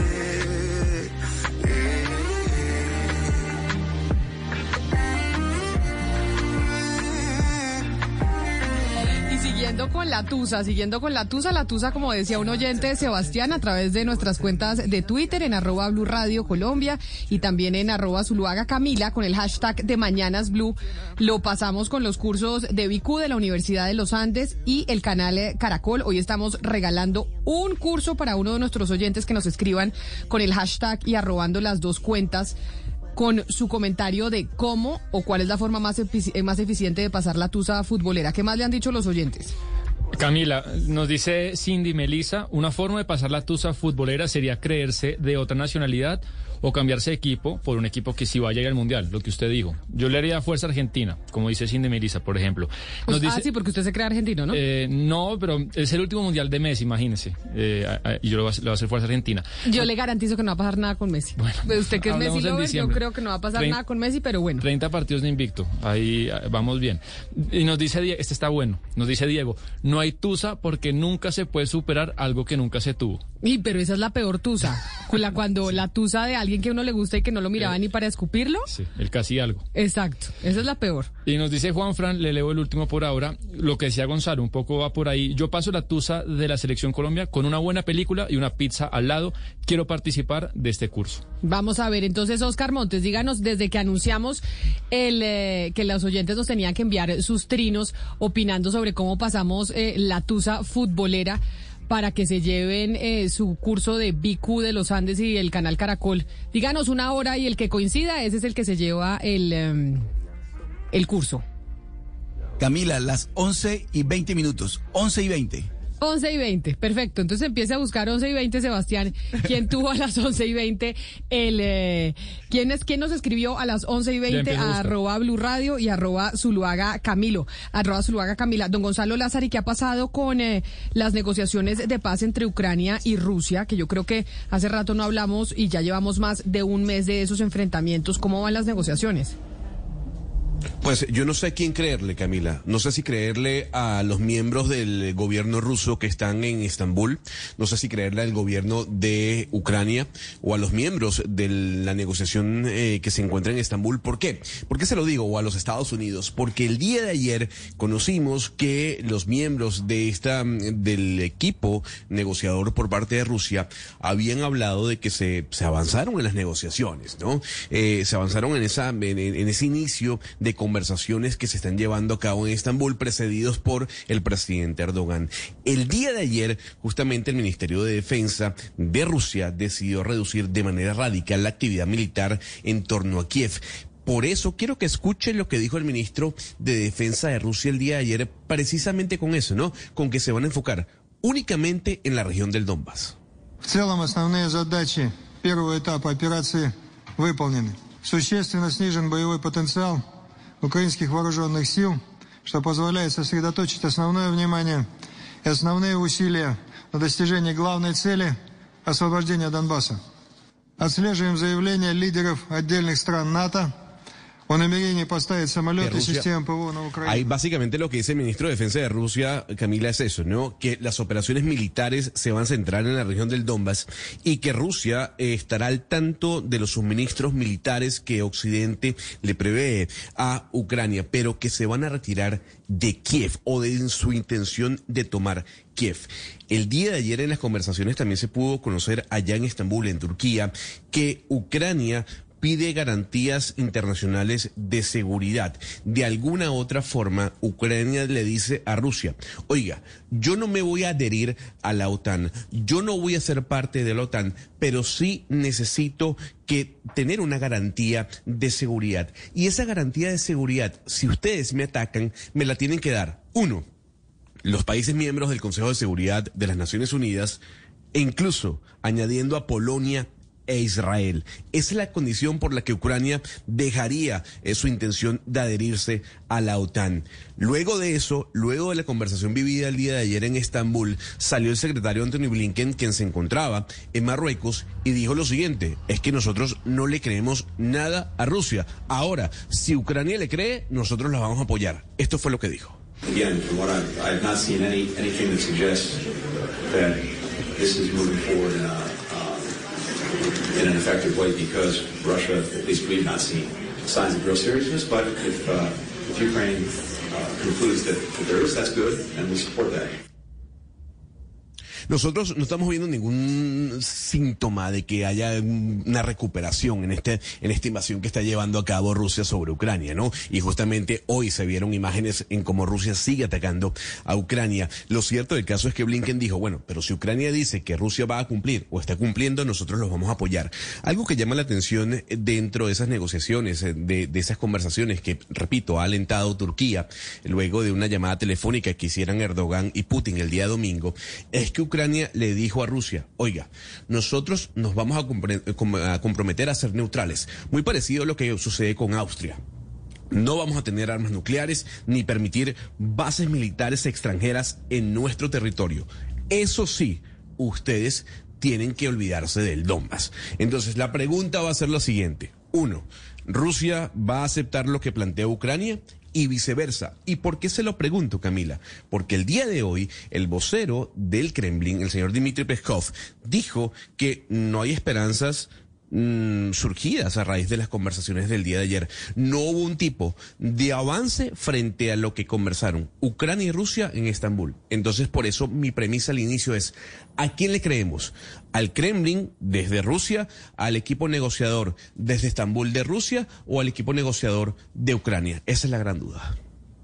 Siguiendo con la tusa, siguiendo con la tusa, la tusa, como decía un oyente, Sebastián, a través de nuestras cuentas de Twitter, en arroba Blue Radio Colombia y también en arroba Zuluaga Camila, con el hashtag de Mañanas Blue, lo pasamos con los cursos de B Q de la Universidad de los Andes y el canal Caracol. Hoy estamos regalando un curso para uno de nuestros oyentes que nos escriban con el hashtag y arrobando las dos cuentas, con su comentario de cómo o cuál es la forma más, efici- más eficiente de pasar la tusa futbolera. ¿Qué más le han dicho los oyentes? Camila, nos dice Cindy Melissa, una forma de pasar la tusa futbolera sería creerse de otra nacionalidad o cambiarse de equipo por un equipo que sí vaya a ir al Mundial, lo que usted dijo. Yo le haría fuerza a Argentina, como dice Cindy Melissa, por ejemplo. Nos dice, ah, sí, porque usted se cree argentino, ¿no? Eh, no, pero es el último Mundial de Messi, imagínese. Eh, a, a, y yo le voy, a, le voy a hacer fuerza a Argentina. Yo no, le garantizo que no va a pasar nada con Messi. Bueno, pues usted que es Messi lover, yo creo que no va a pasar treinta, nada con Messi, pero bueno. treinta partidos de invicto, ahí vamos bien. Y nos dice Diego, este está bueno, nos dice Diego, no hay tusa porque nunca se puede superar algo que nunca se tuvo. Y pero esa es la peor tusa, la, cuando la tusa de alguien que a uno le gusta y que no lo miraba eh, ni para escupirlo. Sí, el casi algo. Exacto, esa es la peor. Y nos dice Juan Fran, le leo el último por ahora, lo que decía Gonzalo, un poco va por ahí. Yo paso la tusa de la Selección Colombia con una buena película y una pizza al lado. Quiero participar de este curso. Vamos a ver, entonces, Oscar Montes, díganos, desde que anunciamos el eh, que los oyentes nos tenían que enviar sus trinos opinando sobre cómo pasamos eh, la tusa futbolera para que se lleven eh, su curso de B Q de los Andes y el canal Caracol. Díganos una hora y el que coincida, ese es el que se lleva el, eh, el curso. Camila, las once y veinte minutos, once y veinte. once y veinte, perfecto. Entonces empiece a buscar once y veinte, Sebastián. ¿Quién tuvo a las once y veinte el... Eh, ¿quién, es, ¿Quién nos escribió a las once y veinte a arroba Blue Radio y arroba Zuluaga Camilo? Arroba Zuluaga Camila. Don Gonzalo Lázaro, ¿y qué ha pasado con eh, las negociaciones de paz entre Ucrania y Rusia? Que yo creo que hace rato no hablamos y ya llevamos más de un mes de esos enfrentamientos. ¿Cómo van las negociaciones? Pues yo no sé a quién creerle, Camila. No sé si creerle a los miembros del gobierno ruso que están en Estambul. No sé si creerle al gobierno de Ucrania o a los miembros de la negociación eh, que se encuentra en Estambul. ¿Por qué? ¿Por qué se lo digo? O a los Estados Unidos. Porque el día de ayer conocimos que los miembros de esta del equipo negociador por parte de Rusia habían hablado de que se, se avanzaron en las negociaciones, ¿no? Eh, se avanzaron en esa en, en ese inicio de conversaciones que se están llevando a cabo en Estambul, precedidos por el presidente Erdogan. El día de ayer, justamente el Ministerio de Defensa de Rusia decidió reducir de manera radical la actividad militar en torno a Kiev. Por eso quiero que escuchen lo que dijo el ministro de Defensa de Rusia el día de ayer, precisamente con eso, ¿no? Con que se van a enfocar únicamente en la región del Donbass. В целом основные задачи первого этапа операции выполнены. Существенно снижен боевой потенциал украинских вооруженных сил, что позволяет сосредоточить основное внимание и основные усилия на достижении главной цели – освобождения Донбасса. Отслеживаем заявления лидеров отдельных стран НАТО o намерение поставить самолеты и системы ПВО на Украину. Ahí básicamente lo que dice el ministro de Defensa de Rusia, Camila, es eso, ¿no? Que las operaciones militares se van a centrar en la región del Donbass y que Rusia eh, estará al tanto de los suministros militares que Occidente le prevé a Ucrania, pero que se van a retirar de Kiev o de su intención de tomar Kiev. El día de ayer en las conversaciones también se pudo conocer allá en Estambul, en Turquía, que Ucrania pide garantías internacionales de seguridad. De alguna otra forma, Ucrania le dice a Rusia, oiga, yo no me voy a adherir a la OTAN, yo no voy a ser parte de la OTAN, pero sí necesito que tener una garantía de seguridad. Y esa garantía de seguridad, si ustedes me atacan, me la tienen que dar, uno, los países miembros del Consejo de Seguridad de las Naciones Unidas, e incluso añadiendo a Polonia e Israel. Esa es la condición por la que Ucrania dejaría eh, su intención de adherirse a la OTAN. Luego de eso, luego de la conversación vivida el día de ayer en Estambul, salió el secretario Anthony Blinken, quien se encontraba en Marruecos, y dijo lo siguiente, es que nosotros no le creemos nada a Rusia. Ahora, si Ucrania le cree, nosotros la vamos a apoyar. Esto fue lo que dijo. Again, from what I've, I've not seen any, anything that suggests that this is moving forward in a in an effective way, because Russia, at least we've not seen signs of real seriousness, but if, uh, if Ukraine uh, concludes that, that there is, that's good, and we support that. Nosotros no estamos viendo ningún síntoma de que haya una recuperación en este en esta invasión que está llevando a cabo Rusia sobre Ucrania, ¿no? Y justamente hoy se vieron imágenes en cómo Rusia sigue atacando a Ucrania. Lo cierto del caso es que Blinken dijo, bueno, pero si Ucrania dice que Rusia va a cumplir o está cumpliendo, nosotros los vamos a apoyar. Algo que llama la atención dentro de esas negociaciones, de, de esas conversaciones que, repito, ha alentado Turquía luego de una llamada telefónica que hicieran Erdogan y Putin el día domingo, es que Ucrania Ucrania le dijo a Rusia, oiga, nosotros nos vamos a, compre- a comprometer a ser neutrales. Muy parecido a lo que sucede con Austria. No vamos a tener armas nucleares ni permitir bases militares extranjeras en nuestro territorio. Eso sí, ustedes tienen que olvidarse del Donbass. Entonces, la pregunta va a ser la siguiente. Uno, ¿Rusia va a aceptar lo que plantea Ucrania? Y viceversa. ¿Y por qué se lo pregunto, Camila? Porque el día de hoy, el vocero del Kremlin, el señor Dmitry Peskov, dijo que no hay esperanzas mmm, surgidas a raíz de las conversaciones del día de ayer. No hubo un tipo de avance frente a lo que conversaron Ucrania y Rusia en Estambul. Entonces, por eso mi premisa al inicio es, ¿a quién le creemos? ¿Al Kremlin desde Rusia, al equipo negociador desde Estambul de Rusia o al equipo negociador de Ucrania? Esa es la gran duda.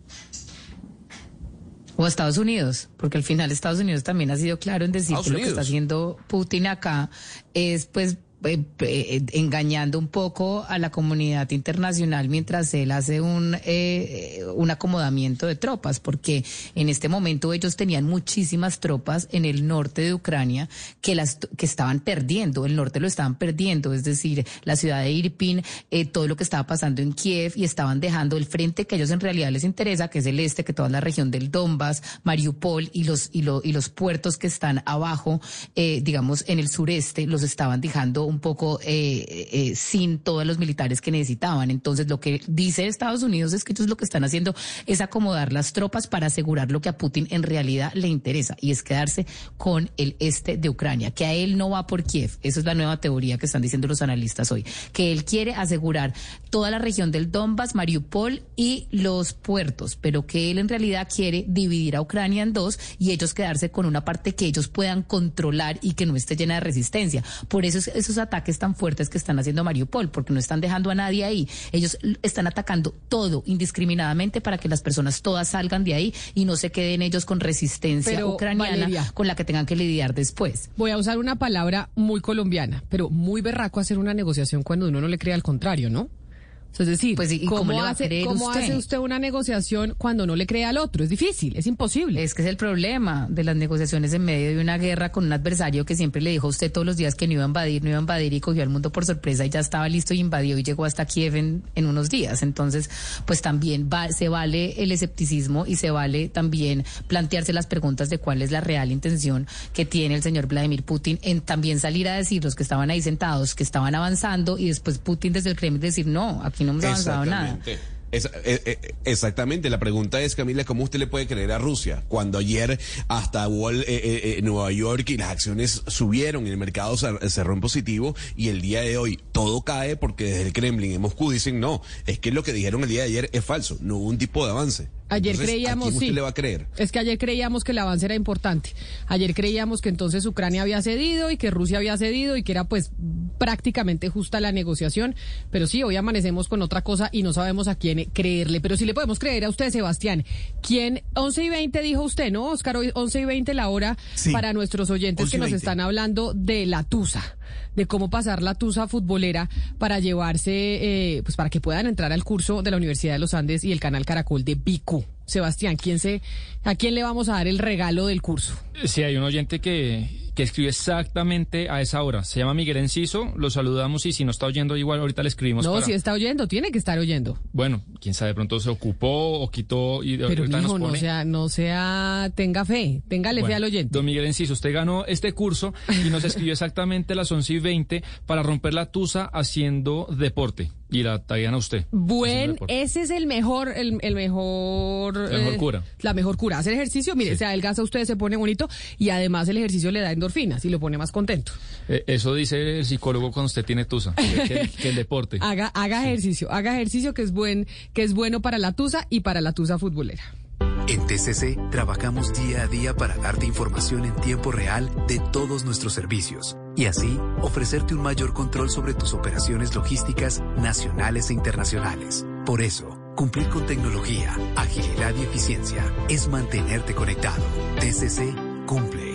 O a Estados Unidos, porque al final Estados Unidos también ha sido claro en decir que lo que está haciendo Putin acá es pues Eh, eh, engañando un poco a la comunidad internacional mientras él hace un eh, un acomodamiento de tropas, porque en este momento ellos tenían muchísimas tropas en el norte de Ucrania que las que estaban perdiendo, el norte lo estaban perdiendo, es decir, la ciudad de Irpin, eh, todo lo que estaba pasando en Kiev, y estaban dejando el frente que a ellos en realidad les interesa, que es el este, que toda la región del Donbass, Mariupol y los y, lo, y los puertos que están abajo, eh, digamos en el sureste, los estaban dejando un poco eh, eh, sin todos los militares que necesitaban. Entonces, lo que dice Estados Unidos es que ellos lo que están haciendo es acomodar las tropas para asegurar lo que a Putin en realidad le interesa, y es quedarse con el este de Ucrania, que a él no va por Kiev. Esa es la nueva teoría que están diciendo los analistas hoy, que él quiere asegurar toda la región del Donbass, Mariupol y los puertos, pero que él en realidad quiere dividir a Ucrania en dos y ellos quedarse con una parte que ellos puedan controlar y que no esté llena de resistencia. Por eso es, esos ataques tan fuertes que están haciendo Mariupol, porque no están dejando a nadie ahí. Ellos están atacando todo indiscriminadamente para que las personas todas salgan de ahí y no se queden ellos con resistencia pero, ucraniana, Valeria, con la que tengan que lidiar después. Voy a usar una palabra muy colombiana, pero muy berraco hacer una negociación cuando uno no le cree al contrario, ¿no? Es decir, pues, ¿y ¿cómo, cómo, le va hace, a creer ¿cómo usted? hace usted una negociación cuando no le cree al otro? Es difícil, es imposible. Es que es el problema de las negociaciones en medio de una guerra con un adversario que siempre le dijo a usted todos los días que no iba a invadir, no iba a invadir, y cogió al mundo por sorpresa y ya estaba listo y invadió y llegó hasta Kiev en, en unos días. Entonces, pues también va, se vale el escepticismo y se vale también plantearse las preguntas de cuál es la real intención que tiene el señor Vladimir Putin en también salir a decir los que estaban ahí sentados que estaban avanzando, y después Putin desde el Kremlin decir no, aquí no hemos avanzado nada. Es, eh, eh, exactamente, la pregunta es, Camila, ¿cómo usted le puede creer a Rusia cuando ayer hasta Wall, eh, eh, Nueva York y las acciones subieron y el mercado cerró en positivo, y el día de hoy todo cae porque desde el Kremlin en Moscú dicen no, es que lo que dijeron el día de ayer es falso, no hubo un tipo de avance? Ayer entonces, creíamos, ¿a quién usted sí. le va a creer? Es que ayer creíamos que el avance era importante. Ayer creíamos que entonces Ucrania había cedido y que Rusia había cedido y que era pues prácticamente justa la negociación. Pero sí, hoy amanecemos con otra cosa y no sabemos a quién creerle. Pero sí le podemos creer a usted, Sebastián. ¿Quién? once y veinte dijo usted, ¿no, Oscar? Hoy once y veinte la hora sí. Para nuestros oyentes que nos están hablando de la tusa, de cómo pasar la tusa futbolera para llevarse, eh, pues para que puedan entrar al curso de la Universidad de los Andes y el canal Caracol de Bicu. Sebastián, ¿quién se, ¿a quién le vamos a dar el regalo del curso? Sí, hay un oyente que, que escribe exactamente a esa hora. Se llama Miguel Enciso, lo saludamos, y si no está oyendo igual ahorita le escribimos. No, para... si está oyendo, tiene que estar oyendo. Bueno, quién sabe, de pronto se ocupó o quitó y pero ahorita mijo, nos pone... no sea, no sea, tenga fe, téngale bueno, fe al oyente. Don Miguel Enciso, usted ganó este curso y nos escribió exactamente a las once y veinte para romper la tusa haciendo deporte. Y la taguean a usted. Buen, ese es el mejor, el, el mejor... La mejor cura. Eh, la mejor cura. Hacer ejercicio, mire, sí. Se adelgaza usted, se pone bonito, y además el ejercicio le da endorfinas y lo pone más contento. Eh, eso dice el psicólogo cuando usted tiene tusa, que, que, que el deporte. Haga, haga sí. ejercicio, haga ejercicio que es buen, que es bueno para la tusa y para la tusa futbolera. En T C C trabajamos día a día para darte información en tiempo real de todos nuestros servicios y así ofrecerte un mayor control sobre tus operaciones logísticas nacionales e internacionales. Por eso, cumplir con tecnología, agilidad y eficiencia es mantenerte conectado. T C C cumple.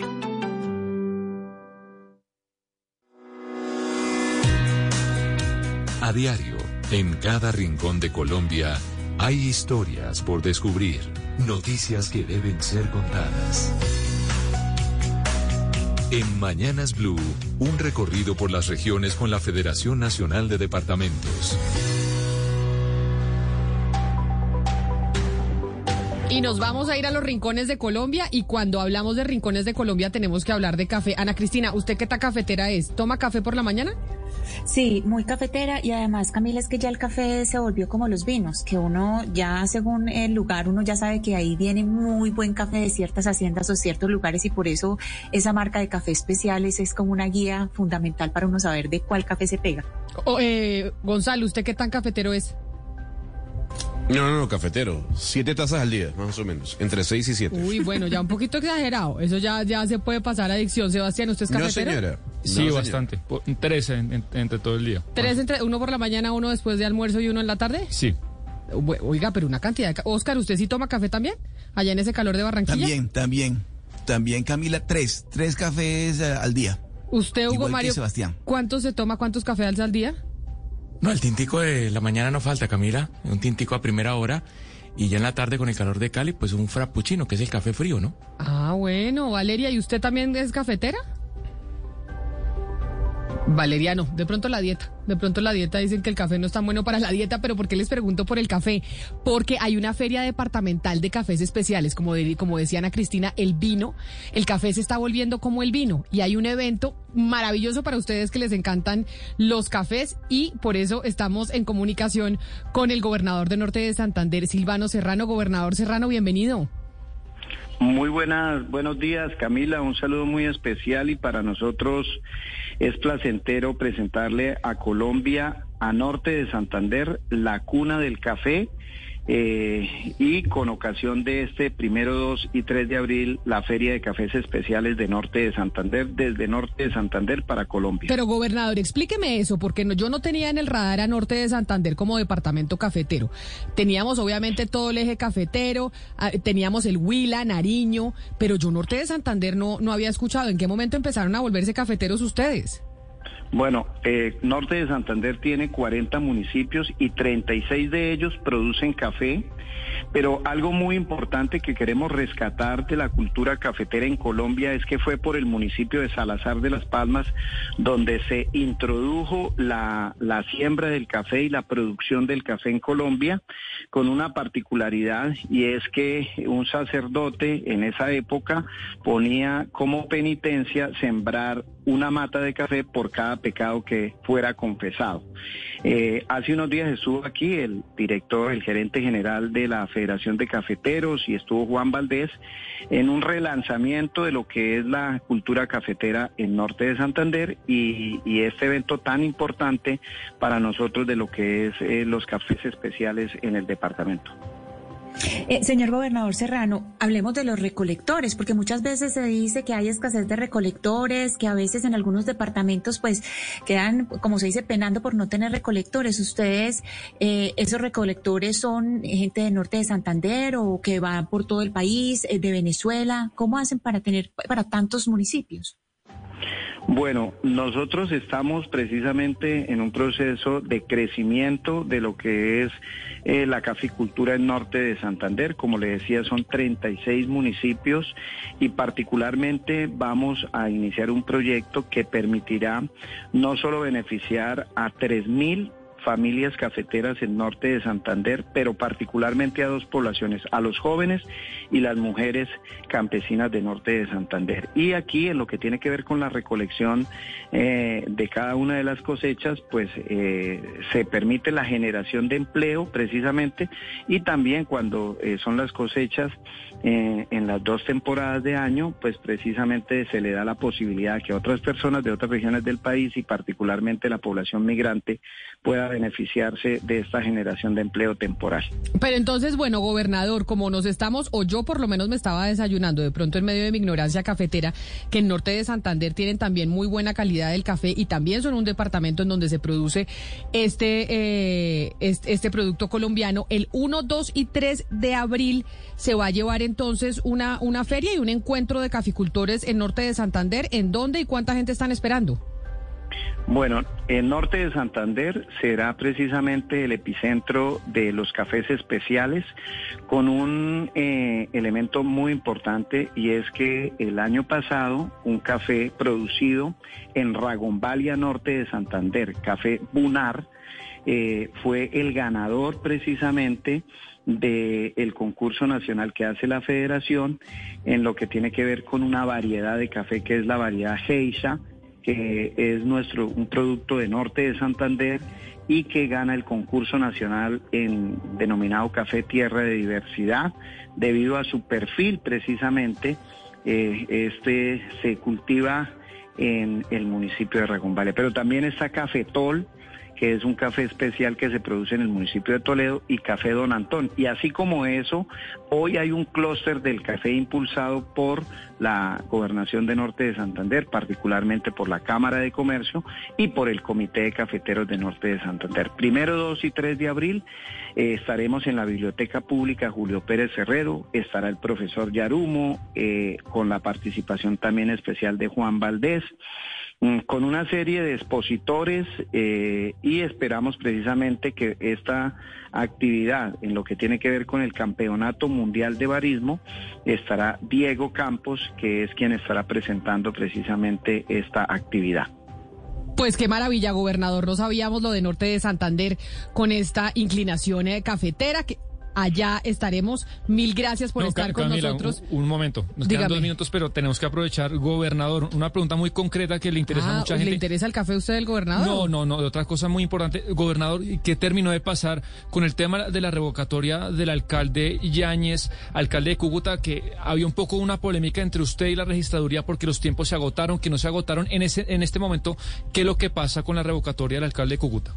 A diario, en cada rincón de Colombia, hay historias por descubrir, noticias que deben ser contadas. En Mañanas Blue, un recorrido por las regiones con la Federación Nacional de Departamentos. Y nos vamos a ir a los rincones de Colombia, y cuando hablamos de rincones de Colombia tenemos que hablar de café. Ana Cristina, ¿usted qué tan cafetera es? ¿Toma café por la mañana? Sí, muy cafetera, y además, Camila, es que ya el café se volvió como los vinos, que uno ya según el lugar, uno ya sabe que ahí viene muy buen café de ciertas haciendas o ciertos lugares, y por eso esa marca de café especiales es como una guía fundamental para uno saber de cuál café se pega. Oh, eh, Gonzalo, ¿usted qué tan cafetero es? No, no, no, cafetero. Siete tazas al día, más o menos. Entre seis y siete. Uy, bueno, ya un poquito exagerado. Eso ya, ya se puede pasar a adicción. Sebastián, ¿usted es cafetero? No, señora. Sí, no, bastante. Por- Tres en- en- entre todo el día. ¿Tres entre uno por la mañana, uno después de almuerzo y uno en la tarde? Sí. Bu- Oiga, pero una cantidad de... ca- Oscar, ¿usted sí toma café también? Allá en ese calor de Barranquilla. También, también. También, Camila, tres. Tres cafés eh, al día. ¿Usted, Hugo Igual que Mario, Sebastián. cuántos se toma, cuántos cafés al día? No, el tintico de la mañana no falta, Camila. Un tintico a primera hora. Y ya en la tarde, con el calor de Cali, pues un frappuccino, que es el café frío, ¿no? Ah, bueno, Valeria, ¿y usted también es cafetera? Valeria, no, de pronto la dieta. De pronto la dieta, dicen que el café no es tan bueno para la dieta, pero ¿por qué les pregunto por el café? Porque hay una feria departamental de cafés especiales, como, de, como decía Ana Cristina, el vino. El café se está volviendo como el vino, y hay un evento maravilloso para ustedes que les encantan los cafés, y por eso estamos en comunicación con el gobernador de Norte de Santander, Silvano Serrano. Gobernador Serrano, bienvenido. Muy buenas, buenos días, Camila. Un saludo muy especial, y para nosotros es placentero presentarle a Colombia, a Norte de Santander, la cuna del café. Eh, y con ocasión de este primero, dos y tres de abril, la Feria de Cafés Especiales de Norte de Santander, desde Norte de Santander para Colombia. Pero, gobernador, explíqueme eso, porque no, yo no tenía en el radar a Norte de Santander como departamento cafetero. Teníamos obviamente todo el eje cafetero, ah, teníamos el Huila, Nariño, pero yo Norte de Santander no, no había escuchado. ¿En qué momento empezaron a volverse cafeteros ustedes? Bueno, eh, Norte de Santander tiene cuarenta municipios y treinta y seis de ellos producen café, pero algo muy importante que queremos rescatar de la cultura cafetera en Colombia es que fue por el municipio de Salazar de las Palmas donde se introdujo la, la siembra del café y la producción del café en Colombia, con una particularidad, y es que un sacerdote en esa época ponía como penitencia sembrar una mata de café por cada pecado que fuera confesado. Eh, hace unos días estuvo aquí el director, el gerente general de la Federación de Cafeteros, y estuvo Juan Valdés en un relanzamiento de lo que es la cultura cafetera en Norte de Santander, y, y este evento tan importante para nosotros de lo que es eh, los cafés especiales en el departamento. Eh, señor gobernador Serrano, hablemos de los recolectores, porque muchas veces se dice que hay escasez de recolectores, que a veces en algunos departamentos pues quedan, como se dice, penando por no tener recolectores. ¿Ustedes, eh, esos recolectores son gente de Norte de Santander o que van por todo el país, eh, de Venezuela? ¿Cómo hacen para tener, para tantos municipios? Bueno, nosotros estamos precisamente en un proceso de crecimiento de lo que es eh, la caficultura en Norte de Santander. Como le decía, son treinta y seis municipios, y particularmente vamos a iniciar un proyecto que permitirá no solo beneficiar a tres mil familias cafeteras en Norte de Santander, pero particularmente a dos poblaciones, a los jóvenes y las mujeres campesinas de Norte de Santander. Y aquí, en lo que tiene que ver con la recolección eh, de cada una de las cosechas, pues eh, se permite la generación de empleo precisamente, y también cuando eh, son las cosechas eh, en las dos temporadas de año, pues precisamente se le da la posibilidad que otras personas de otras regiones del país, y particularmente la población migrante, pueda beneficiarse de esta generación de empleo temporal. Pero entonces, bueno, gobernador, como nos estamos, o yo por lo menos me estaba desayunando de pronto en medio de mi ignorancia cafetera, que en Norte de Santander tienen también muy buena calidad del café, y también son un departamento en donde se produce este, eh, este, este producto colombiano. El uno, dos y tres de abril se va a llevar entonces una, una feria y un encuentro de caficultores en Norte de Santander. ¿En dónde y cuánta gente están esperando? Bueno, el norte de Santander será precisamente el epicentro de los cafés especiales, con un eh, elemento muy importante, y es que el año pasado un café producido en Ragombalia, norte de Santander, Café Bunar, eh, fue el ganador precisamente del concurso nacional que hace la Federación en lo que tiene que ver con una variedad de café que es la variedad Geisha, que es nuestro un producto de norte de Santander y que gana el concurso nacional en denominado Café Tierra de Diversidad, debido a su perfil precisamente. Eh, este se cultiva en el municipio de Ragombalia, pero también está Cafetol, que es un café especial que se produce en el municipio de Toledo, y Café Don Antón. Y así como eso, hoy hay un clúster del café impulsado por la Gobernación de Norte de Santander, particularmente por la Cámara de Comercio y por el Comité de Cafeteros de Norte de Santander. Primero, dos y tres de abril eh, estaremos en la Biblioteca Pública Julio Pérez Herrero, estará el profesor Yarumo, eh, con la participación también especial de Juan Valdés, con una serie de expositores, eh, y esperamos precisamente que esta actividad, en lo que tiene que ver con el Campeonato Mundial de Barismo, estará Diego Campos, que es quien estará presentando precisamente esta actividad. Pues qué maravilla, gobernador. No sabíamos lo de Norte de Santander con esta inclinación eh, cafetera. Que allá estaremos. Mil gracias por no, estar con Camila, nosotros. Un, un momento, nos Dígame. quedan dos minutos, pero tenemos que aprovechar, gobernador, una pregunta muy concreta que le interesa ah, a mucha gente. ¿Le interesa el café a usted del gobernador? No, no, no, otra cosa muy importante. Gobernador, ¿qué terminó de pasar con el tema de la revocatoria del alcalde Yáñez, alcalde de Cúcuta, que había un poco una polémica entre usted y la registraduría porque los tiempos se agotaron, que no se agotaron? En, ese, en este momento, ¿qué es lo que pasa con la revocatoria del alcalde de Cúcuta?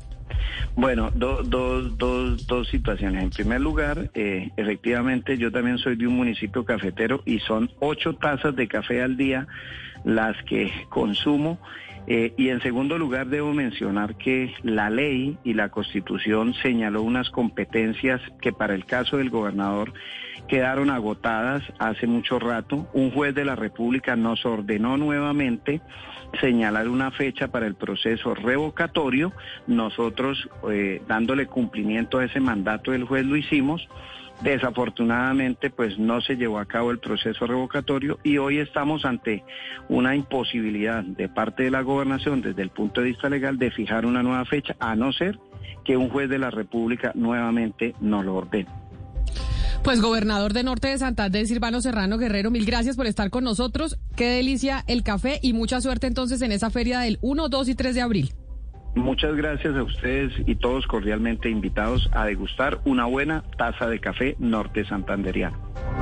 Bueno, do, do, dos, dos situaciones. En primer lugar, eh, efectivamente yo también soy de un municipio cafetero y son ocho tazas de café al día las que consumo. Eh, y en segundo lugar, debo mencionar que la ley y la Constitución señaló unas competencias que para el caso del gobernador quedaron agotadas hace mucho rato. Un juez de la República nos ordenó nuevamente señalar una fecha para el proceso revocatorio. Nosotros, eh, dándole cumplimiento a ese mandato del juez, lo hicimos. Desafortunadamente, pues no se llevó a cabo el proceso revocatorio y hoy estamos ante una imposibilidad de parte de la gobernación, desde el punto de vista legal, de fijar una nueva fecha, a no ser que un juez de la República nuevamente nos lo ordene. Pues gobernador de Norte de Santander, Silvano Serrano Guerrero, mil gracias por estar con nosotros. Qué delicia el café y mucha suerte entonces en esa feria del uno, dos y tres de abril. Muchas gracias a ustedes y todos cordialmente invitados a degustar una buena taza de café norte santanderiano.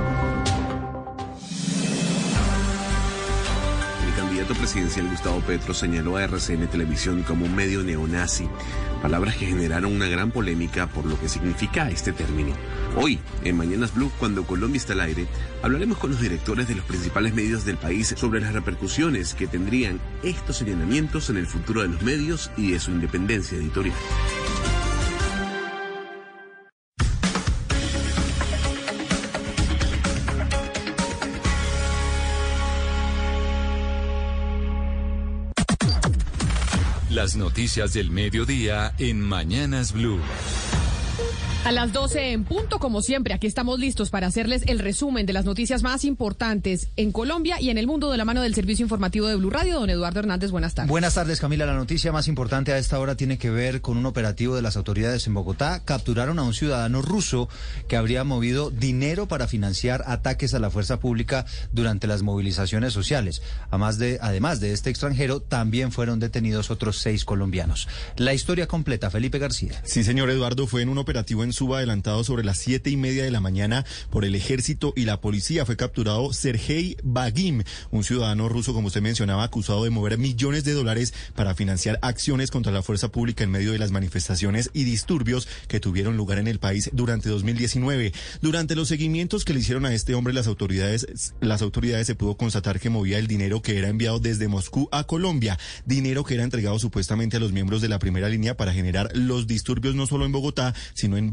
El candidato presidencial Gustavo Petro señaló a R C N Televisión como un medio neonazi, palabras que generaron una gran polémica por lo que significa este término. Hoy, en Mañanas Blue, cuando Colombia está al aire, hablaremos con los directores de los principales medios del país sobre las repercusiones que tendrían estos señalamientos en el futuro de los medios y de su independencia editorial. Las noticias del mediodía en Mañanas Blue. A las doce en punto, como siempre, aquí estamos listos para hacerles el resumen de las noticias más importantes en Colombia y en el mundo de la mano del servicio informativo de Blue Radio. Don Eduardo Hernández, buenas tardes. Buenas tardes, Camila. La noticia más importante a esta hora tiene que ver con un operativo de las autoridades en Bogotá. Capturaron a un ciudadano ruso que habría movido dinero para financiar ataques a la fuerza pública durante las movilizaciones sociales. Además de, además de este extranjero, también fueron detenidos otros seis colombianos. La historia completa, Felipe García. Sí, señor Eduardo, fue en un operativo en Suba adelantado sobre las siete y media de la mañana por el ejército y la policía. Fue capturado Sergei Bagim, un ciudadano ruso, como usted mencionaba, acusado de mover millones de dólares para financiar acciones contra la fuerza pública en medio de las manifestaciones y disturbios que tuvieron lugar en el país durante dos mil diecinueve. Durante los seguimientos que le hicieron a este hombre, las autoridades, las autoridades se pudo constatar que movía el dinero que era enviado desde Moscú a Colombia, dinero que era entregado supuestamente a los miembros de la primera línea para generar los disturbios no solo en Bogotá, sino en varios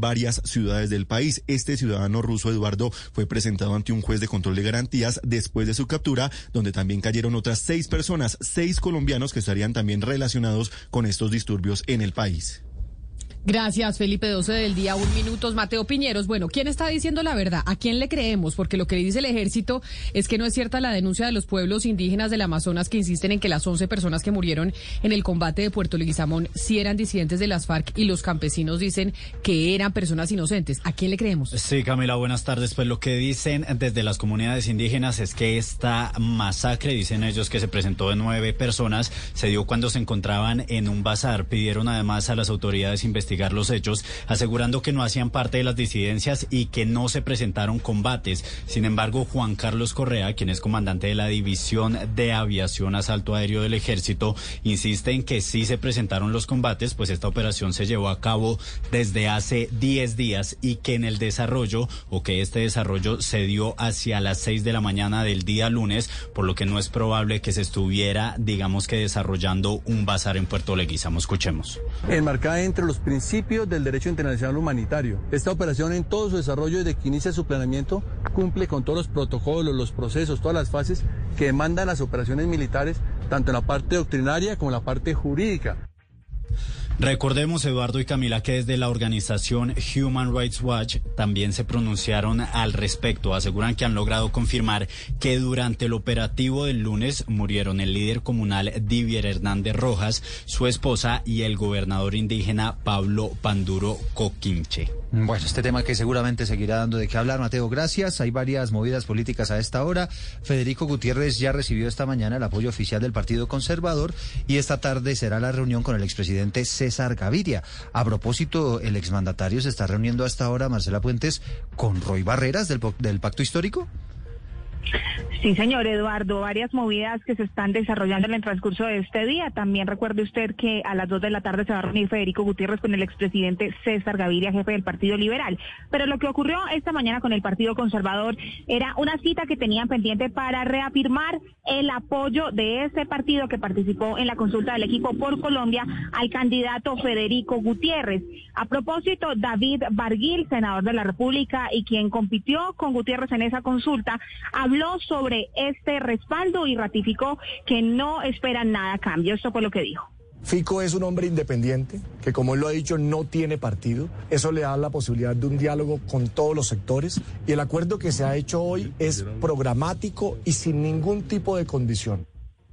varias ciudades del país. Este ciudadano ruso, Eduardo, fue presentado ante un juez de control de garantías después de su captura, donde también cayeron otras seis personas, seis colombianos que estarían también relacionados con estos disturbios en el país. Gracias, Felipe. doce del día, un minutos. Mateo Piñeros, bueno, ¿quién está diciendo la verdad? ¿A quién le creemos? Porque lo que dice el ejército es que no es cierta la denuncia de los pueblos indígenas del Amazonas que insisten en que las once personas que murieron en el combate de Puerto Leguizamón sí eran disidentes de las FARC, y los campesinos dicen que eran personas inocentes. ¿A quién le creemos? Sí, Camila, buenas tardes. Pues lo que dicen desde las comunidades indígenas es que esta masacre, dicen ellos, que se presentó de nueve personas, se dio cuando se encontraban en un bazar. Pidieron además a las autoridades investigar los hechos, asegurando que no hacían parte de las disidencias y que no se presentaron combates. Sin embargo, Juan Carlos Correa, quien es comandante de la División de Aviación Asalto Aéreo del Ejército, insiste en que sí se presentaron los combates, pues esta operación se llevó a cabo desde hace diez días y que en el desarrollo, o que este desarrollo se dio hacia las seis de la mañana del día lunes, por lo que no es probable que se estuviera, digamos que desarrollando un bazar en Puerto Leguízamo. Escuchemos. Enmarcada entre los principios del derecho internacional humanitario. Esta operación, en todo su desarrollo desde que inicia su planeamiento, cumple con todos los protocolos, los procesos, todas las fases que demandan las operaciones militares, tanto en la parte doctrinaria como en la parte jurídica. Recordemos, Eduardo y Camila, que desde la organización Human Rights Watch también se pronunciaron al respecto. Aseguran que han logrado confirmar que durante el operativo del lunes murieron el líder comunal Divier Hernández Rojas, su esposa y el gobernador indígena Pablo Panduro Coquimche. Bueno, este tema que seguramente seguirá dando de qué hablar, Mateo, gracias. Hay varias movidas políticas a esta hora. Federico Gutiérrez ya recibió esta mañana el apoyo oficial del Partido Conservador y esta tarde será la reunión con el expresidente César Gaviria. A propósito, el exmandatario se está reuniendo hasta ahora, Marcela Puentes, con Roy Barreras del, del Pacto Histórico. Sí, señor Eduardo, varias movidas que se están desarrollando en el transcurso de este día. También recuerde usted que a las dos de la tarde se va a reunir Federico Gutiérrez con el expresidente César Gaviria, jefe del Partido Liberal. Pero lo que ocurrió esta mañana con el Partido Conservador era una cita que tenían pendiente para reafirmar el apoyo de ese partido que participó en la consulta del equipo por Colombia al candidato Federico Gutiérrez. A propósito, David Barguil, senador de la República y quien compitió con Gutiérrez en esa consulta, habló sobre este respaldo y ratificó que no esperan nada a cambio. Esto fue lo que dijo. Fico es un hombre independiente, que como él lo ha dicho, no tiene partido. Eso le da la posibilidad de un diálogo con todos los sectores. Y el acuerdo que se ha hecho hoy es programático y sin ningún tipo de condición.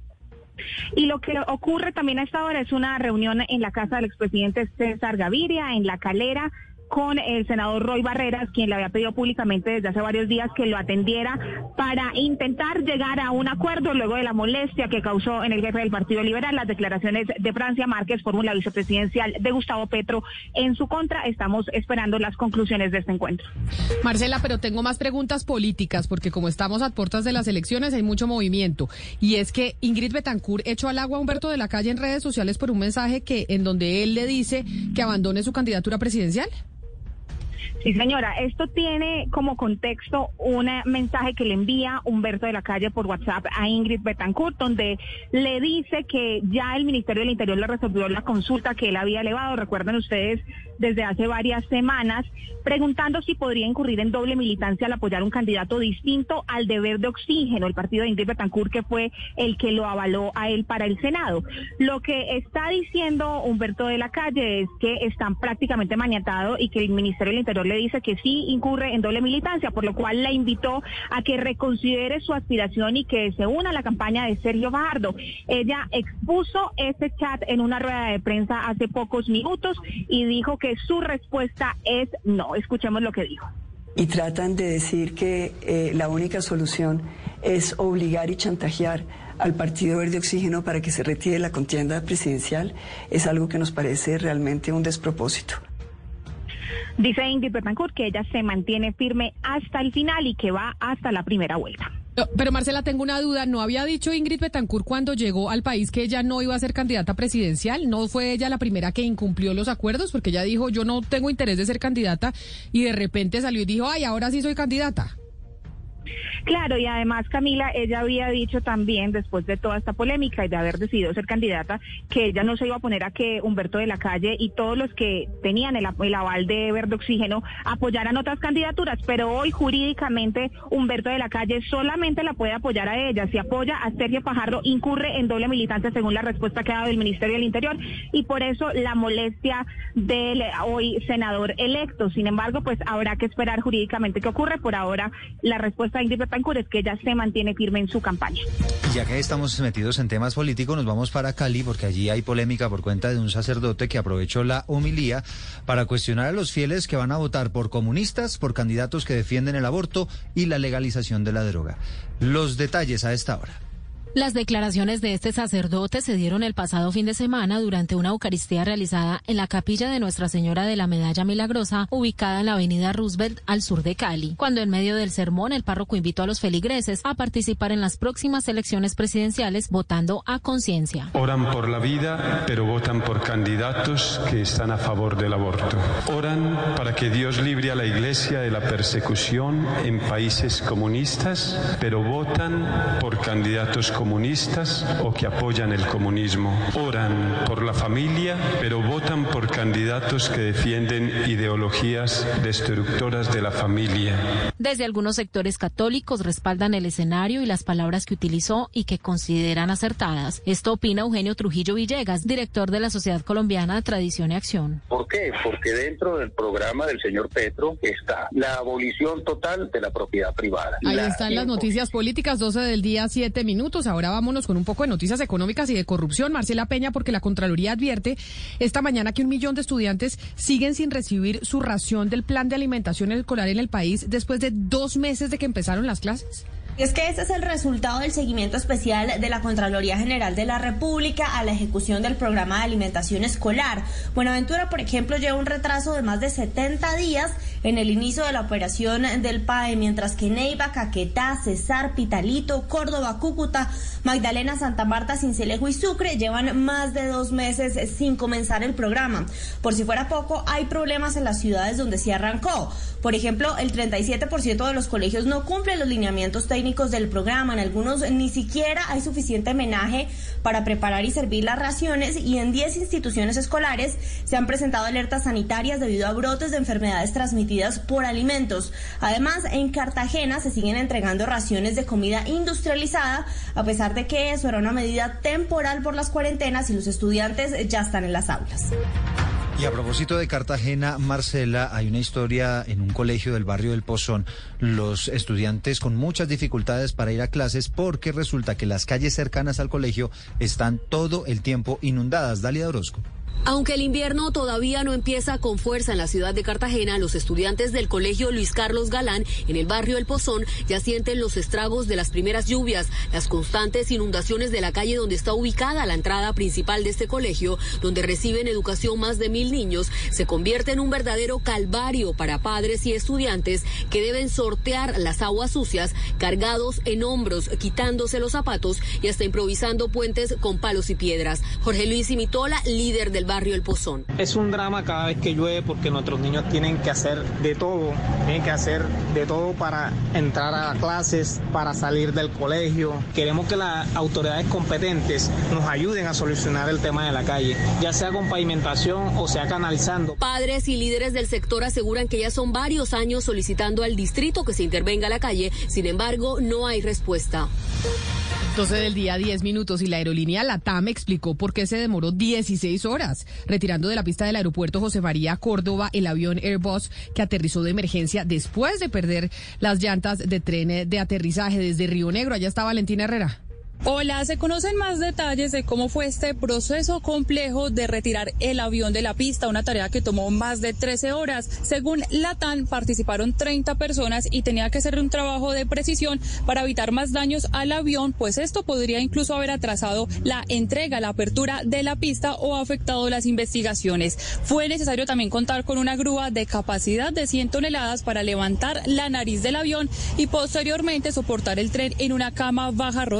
Y lo que ocurre también a esta hora es una reunión en la casa del expresidente César Gaviria, en La Calera, con el senador Roy Barreras, quien le había pedido públicamente desde hace varios días que lo atendiera para intentar llegar a un acuerdo luego de la molestia que causó en el jefe del Partido Liberal las declaraciones de Francia Márquez, fórmula vicepresidencial de Gustavo Petro, en su contra. Estamos esperando las conclusiones de este encuentro. Marcela, pero tengo más preguntas políticas, porque como estamos a puertas de las elecciones hay mucho movimiento, y es que Ingrid Betancourt echó al agua a Humberto de la Calle en redes sociales por un mensaje que en donde él le dice que abandone su candidatura presidencial. Sí, señora, esto tiene como contexto un mensaje que le envía Humberto de la Calle por WhatsApp a Ingrid Betancourt, donde le dice que ya el Ministerio del Interior le resolvió la consulta que él había elevado, recuerden ustedes, desde hace varias semanas, preguntando si podría incurrir en doble militancia al apoyar un candidato distinto al de Verde Oxígeno, el partido de Ingrid Betancourt, que fue el que lo avaló a él para el Senado. Lo que está diciendo Humberto de la Calle es que están prácticamente maniatados y que el Ministerio del Interior le dice que sí incurre en doble militancia, por lo cual la invitó a que reconsidere su aspiración y que se una a la campaña de Sergio Fajardo. Ella expuso ese chat en una rueda de prensa hace pocos minutos y dijo que su respuesta es no. Escuchemos lo que dijo. Y tratan de decir que eh, la única solución es obligar y chantajear al Partido Verde Oxígeno para que se retire la contienda presidencial. Es algo que nos parece realmente un despropósito. Dice Ingrid Betancourt que ella se mantiene firme hasta el final y que va hasta la primera vuelta. Pero Marcela, tengo una duda. ¿No había dicho Ingrid Betancourt cuando llegó al país que ella no iba a ser candidata presidencial? ¿No fue ella la primera que incumplió los acuerdos? Porque ella dijo, yo no tengo interés de ser candidata, y de repente salió y dijo, ay, ahora sí soy candidata. Claro, y además, Camila, ella había dicho también, después de toda esta polémica y de haber decidido ser candidata, que ella no se iba a poner a que Humberto de la Calle y todos los que tenían el, el aval de Verde Oxígeno apoyaran otras candidaturas, pero hoy jurídicamente Humberto de la Calle solamente la puede apoyar a ella. Si apoya a Sergio Fajardo, incurre en doble militancia según la respuesta que ha dado el Ministerio del Interior, y por eso la molestia del hoy senador electo. Sin embargo, pues habrá que esperar jurídicamente qué ocurre. Por ahora, la respuesta de Ingrid Betancourt es que ella se mantiene firme en su campaña. Ya que estamos metidos en temas políticos, nos vamos para Cali porque allí hay polémica por cuenta de un sacerdote que aprovechó la homilía para cuestionar a los fieles que van a votar por comunistas, por candidatos que defienden el aborto y la legalización de la droga. Los detalles a esta hora. Las declaraciones de este sacerdote se dieron el pasado fin de semana durante una Eucaristía realizada en la capilla de Nuestra Señora de la Medalla Milagrosa, ubicada en la avenida Roosevelt, al sur de Cali, cuando en medio del sermón el párroco invitó a los feligreses a participar en las próximas elecciones presidenciales votando a conciencia. Oran por la vida, pero votan por candidatos que están a favor del aborto. Oran para que Dios libre a la Iglesia de la persecución en países comunistas, pero votan por candidatos comunistas o que apoyan el comunismo. Oran por la familia, pero votan por candidatos que defienden ideologías destructoras de la familia. Desde algunos sectores católicos respaldan el escenario y las palabras que utilizó y que consideran acertadas. Esto opina Eugenio Trujillo Villegas, director de la Sociedad Colombiana Tradición y Acción. ¿Por qué? Porque dentro del programa del señor Petro está la abolición total de la propiedad privada. Ahí la están las noticias políticas, doce del día, siete minutos. Ahora vámonos con un poco de noticias económicas y de corrupción. Marcela Peña, porque la Contraloría advierte esta mañana que un millón de estudiantes siguen sin recibir su ración del plan de alimentación escolar en el país después de dos meses de que empezaron las clases. Es que este es el resultado del seguimiento especial de la Contraloría General de la República a la ejecución del programa de alimentación escolar. Buenaventura, por ejemplo, lleva un retraso de más de setenta días en el inicio de la operación del P A E, mientras que Neiva, Caquetá, Cesar, Pitalito, Córdoba, Cúcuta, Magdalena, Santa Marta, Sincelejo y Sucre llevan más de dos meses sin comenzar el programa. Por si fuera poco, hay problemas en las ciudades donde se arrancó. Por ejemplo, el treinta y siete por ciento de los colegios no cumplen los lineamientos técnicos del programa. En algunos ni siquiera hay suficiente menaje para preparar y servir las raciones, y en diez instituciones escolares se han presentado alertas sanitarias debido a brotes de enfermedades transmitidas por alimentos. Además, en Cartagena se siguen entregando raciones de comida industrializada, a pesar de que eso era una medida temporal por las cuarentenas y los estudiantes ya están en las aulas. Y a propósito de Cartagena, Marcela, hay una historia en un colegio del barrio del Pozón. Los estudiantes con muchas dificultades para ir a clases porque resulta que las calles cercanas al colegio están todo el tiempo inundadas. Dalia Orozco. Aunque el invierno todavía no empieza con fuerza en la ciudad de Cartagena, los estudiantes del colegio Luis Carlos Galán, en el barrio El Pozón, ya sienten los estragos de las primeras lluvias, las constantes inundaciones de la calle donde está ubicada la entrada principal de este colegio, donde reciben educación más de mil niños, se convierte en un verdadero calvario para padres y estudiantes que deben sortear las aguas sucias, cargados en hombros, quitándose los zapatos y hasta improvisando puentes con palos y piedras. Jorge Luis Imitola, líder del barrio El Pozón. Es un drama cada vez que llueve porque nuestros niños tienen que hacer de todo, tienen que hacer de todo para entrar a clases, para salir del colegio. Queremos que las autoridades competentes nos ayuden a solucionar el tema de la calle, ya sea con pavimentación o sea canalizando. Padres y líderes del sector aseguran que ya son varios años solicitando al distrito que se intervenga la calle, sin embargo no hay respuesta. doce del día, diez minutos, y la aerolínea LATAM explicó por qué se demoró dieciséis horas retirando de la pista del aeropuerto José María Córdoba el avión Airbus que aterrizó de emergencia después de perder las llantas de tren de aterrizaje. Desde Río Negro, allá está Valentina Herrera. Hola, se conocen más detalles de cómo fue este proceso complejo de retirar el avión de la pista, una tarea que tomó más de trece horas. Según LATAM, participaron treinta personas y tenía que ser un trabajo de precisión para evitar más daños al avión, pues esto podría incluso haber atrasado la entrega, la apertura de la pista o afectado las investigaciones. Fue necesario también contar con una grúa de capacidad de cien toneladas para levantar la nariz del avión y posteriormente soportar el tren en una cama baja rodante.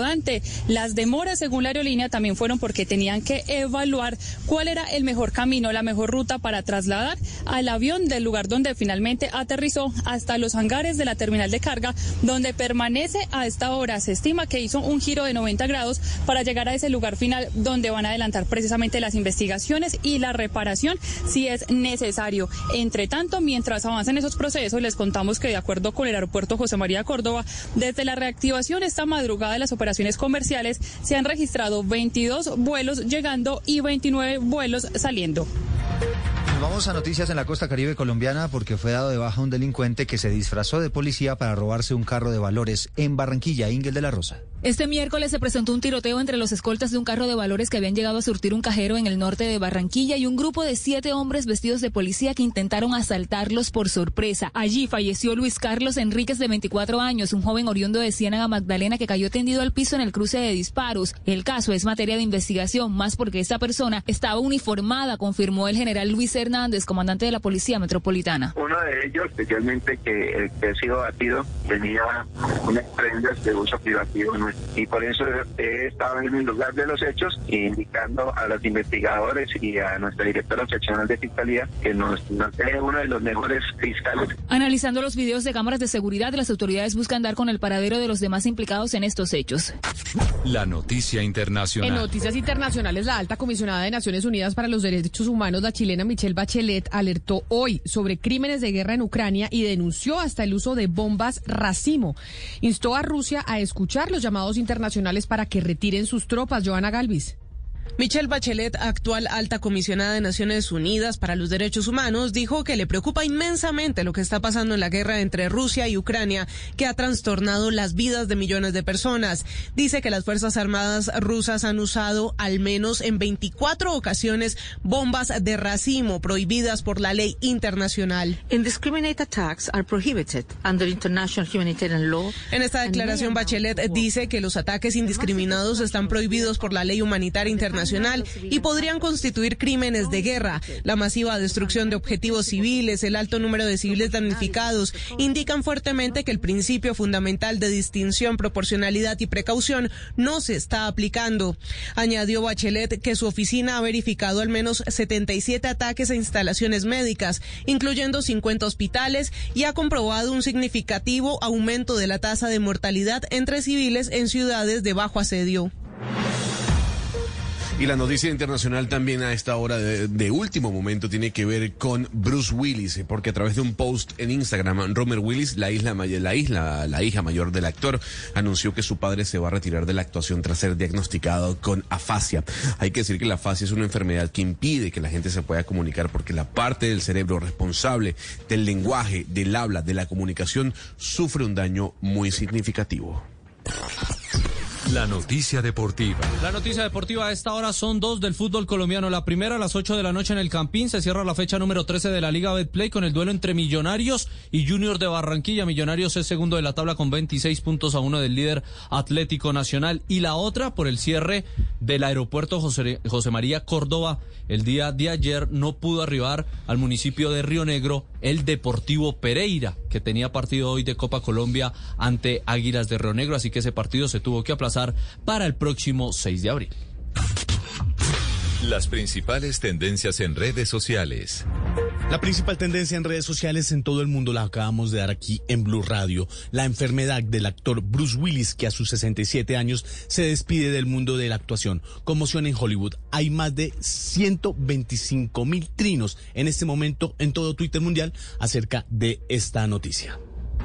Las demoras, según la aerolínea, también fueron porque tenían que evaluar cuál era el mejor camino, la mejor ruta para trasladar al avión del lugar donde finalmente aterrizó hasta los hangares de la terminal de carga, donde permanece a esta hora. Se estima que hizo un giro de noventa grados para llegar a ese lugar final donde van a adelantar precisamente las investigaciones y la reparación si es necesario. Entre tanto, mientras avanzan esos procesos, les contamos que de acuerdo con el aeropuerto José María Córdoba, desde la reactivación esta madrugada de las operaciones comerciales se han registrado veintidós vuelos llegando y veintinueve vuelos saliendo. Vamos a noticias en la costa caribe colombiana porque fue dado de baja un delincuente que se disfrazó de policía para robarse un carro de valores en Barranquilla. Ingel de la Rosa. Este miércoles se presentó un tiroteo entre los escoltas de un carro de valores que habían llegado a surtir un cajero en el norte de Barranquilla y un grupo de siete hombres vestidos de policía que intentaron asaltarlos por sorpresa. Allí falleció Luis Carlos Enríquez, de veinticuatro años, un joven oriundo de Ciénaga Magdalena que cayó tendido al piso en el cruce de disparos. El caso es materia de investigación, más porque esta persona estaba uniformada, confirmó el general Luis Hernández, comandante de la Policía Metropolitana. Uno de ellos, especialmente que el que ha sido batido, tenía unas prendas de uso privativo, ¿no? Y por eso he estado en el lugar de los hechos, indicando a los investigadores y a nuestra directora seccional de Fiscalía que nos, nos dé uno de los mejores fiscales. Analizando los videos de cámaras de seguridad, las autoridades buscan dar con el paradero de los demás implicados en estos hechos. La noticia internacional. En noticias internacionales, la alta comisionada de Naciones Unidas para los Derechos Humanos, la chilena Michelle Bachelet, alertó hoy sobre crímenes de guerra en Ucrania y denunció hasta el uso de bombas racimo. Instó a Rusia a escuchar los llamados internacionales para que retiren sus tropas. Joana Galvis. Michelle Bachelet, actual alta comisionada de Naciones Unidas para los Derechos Humanos, dijo que le preocupa inmensamente lo que está pasando en la guerra entre Rusia y Ucrania, que ha trastornado las vidas de millones de personas. Dice que las Fuerzas Armadas rusas han usado al menos en veinticuatro ocasiones bombas de racimo prohibidas por la ley internacional. Indiscriminate attacks are prohibited under international humanitarian law. En esta declaración, Bachelet dice que los ataques indiscriminados están prohibidos por la ley humanitaria internacional y podrían constituir crímenes de guerra. La masiva destrucción de objetivos civiles, el alto número de civiles damnificados, indican fuertemente que el principio fundamental de distinción, proporcionalidad y precaución no se está aplicando. Añadió Bachelet que su oficina ha verificado al menos setenta y siete ataques a instalaciones médicas, incluyendo cincuenta hospitales, y ha comprobado un significativo aumento de la tasa de mortalidad entre civiles en ciudades de bajo asedio. Y la noticia internacional también a esta hora de, de último momento tiene que ver con Bruce Willis, porque a través de un post en Instagram, Romer Willis, la isla, la isla, la hija mayor del actor, anunció que su padre se va a retirar de la actuación tras ser diagnosticado con afasia. Hay que decir que la afasia es una enfermedad que impide que la gente se pueda comunicar, porque la parte del cerebro responsable del lenguaje, del habla, de la comunicación, sufre un daño muy significativo. La noticia deportiva. La noticia deportiva a esta hora son dos del fútbol colombiano. La primera a las ocho de la noche en el Campín. Se cierra la fecha número trece de la Liga Betplay con el duelo entre Millonarios y Junior de Barranquilla. Millonarios es segundo de la tabla con veintiséis puntos a uno del líder Atlético Nacional. Y la otra por el cierre del aeropuerto José, José María Córdoba. El día de ayer no pudo arribar al municipio de Río Negro el Deportivo Pereira, que tenía partido hoy de Copa Colombia ante Águilas de Río Negro. Así que ese partido se tuvo que aplazar para el próximo seis de abril. Las principales tendencias en redes sociales. La principal tendencia en redes sociales en todo el mundo la acabamos de dar aquí en Blue Radio. La enfermedad del actor Bruce Willis, que a sus sesenta y siete años se despide del mundo de la actuación. Conmoción en Hollywood. Hay más de ciento veinticinco mil trinos en este momento en todo Twitter mundial acerca de esta noticia.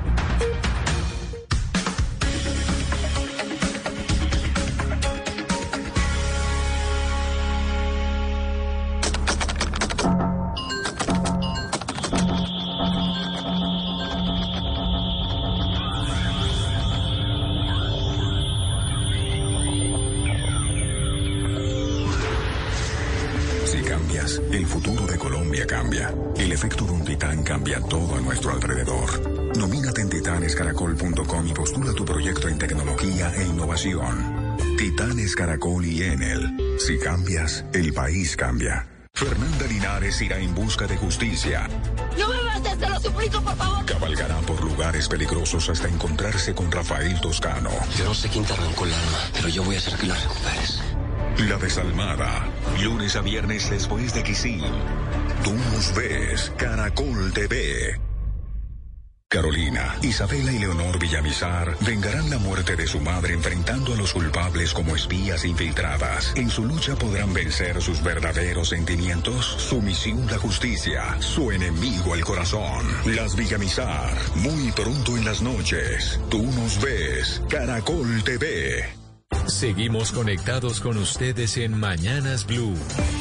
El futuro de Colombia cambia. El efecto de un titán cambia todo a nuestro alrededor. Nomínate en titanes caracol punto com y postula tu proyecto en tecnología e innovación. Titanes Caracol y Enel. Si cambias, el país cambia. Fernanda Linares irá en busca de justicia. ¡No me vas desde los suplico, por favor. Cabalgará por lugares peligrosos hasta encontrarse con Rafael Toscano. Yo no sé quién te arrancó el alma, pero yo voy a hacer que la recuperes. La Desalmada, lunes a viernes después de Kisil. Tú nos ves, Caracol T V. Carolina, Isabela y Leonor Villamizar vengarán la muerte de su madre enfrentando a los culpables como espías infiltradas. En su lucha podrán vencer sus verdaderos sentimientos, su misión la justicia, su enemigo el corazón. Las Villamizar, muy pronto en las noches. Tú nos ves, Caracol T V. Seguimos conectados con ustedes en Mañanas Blue.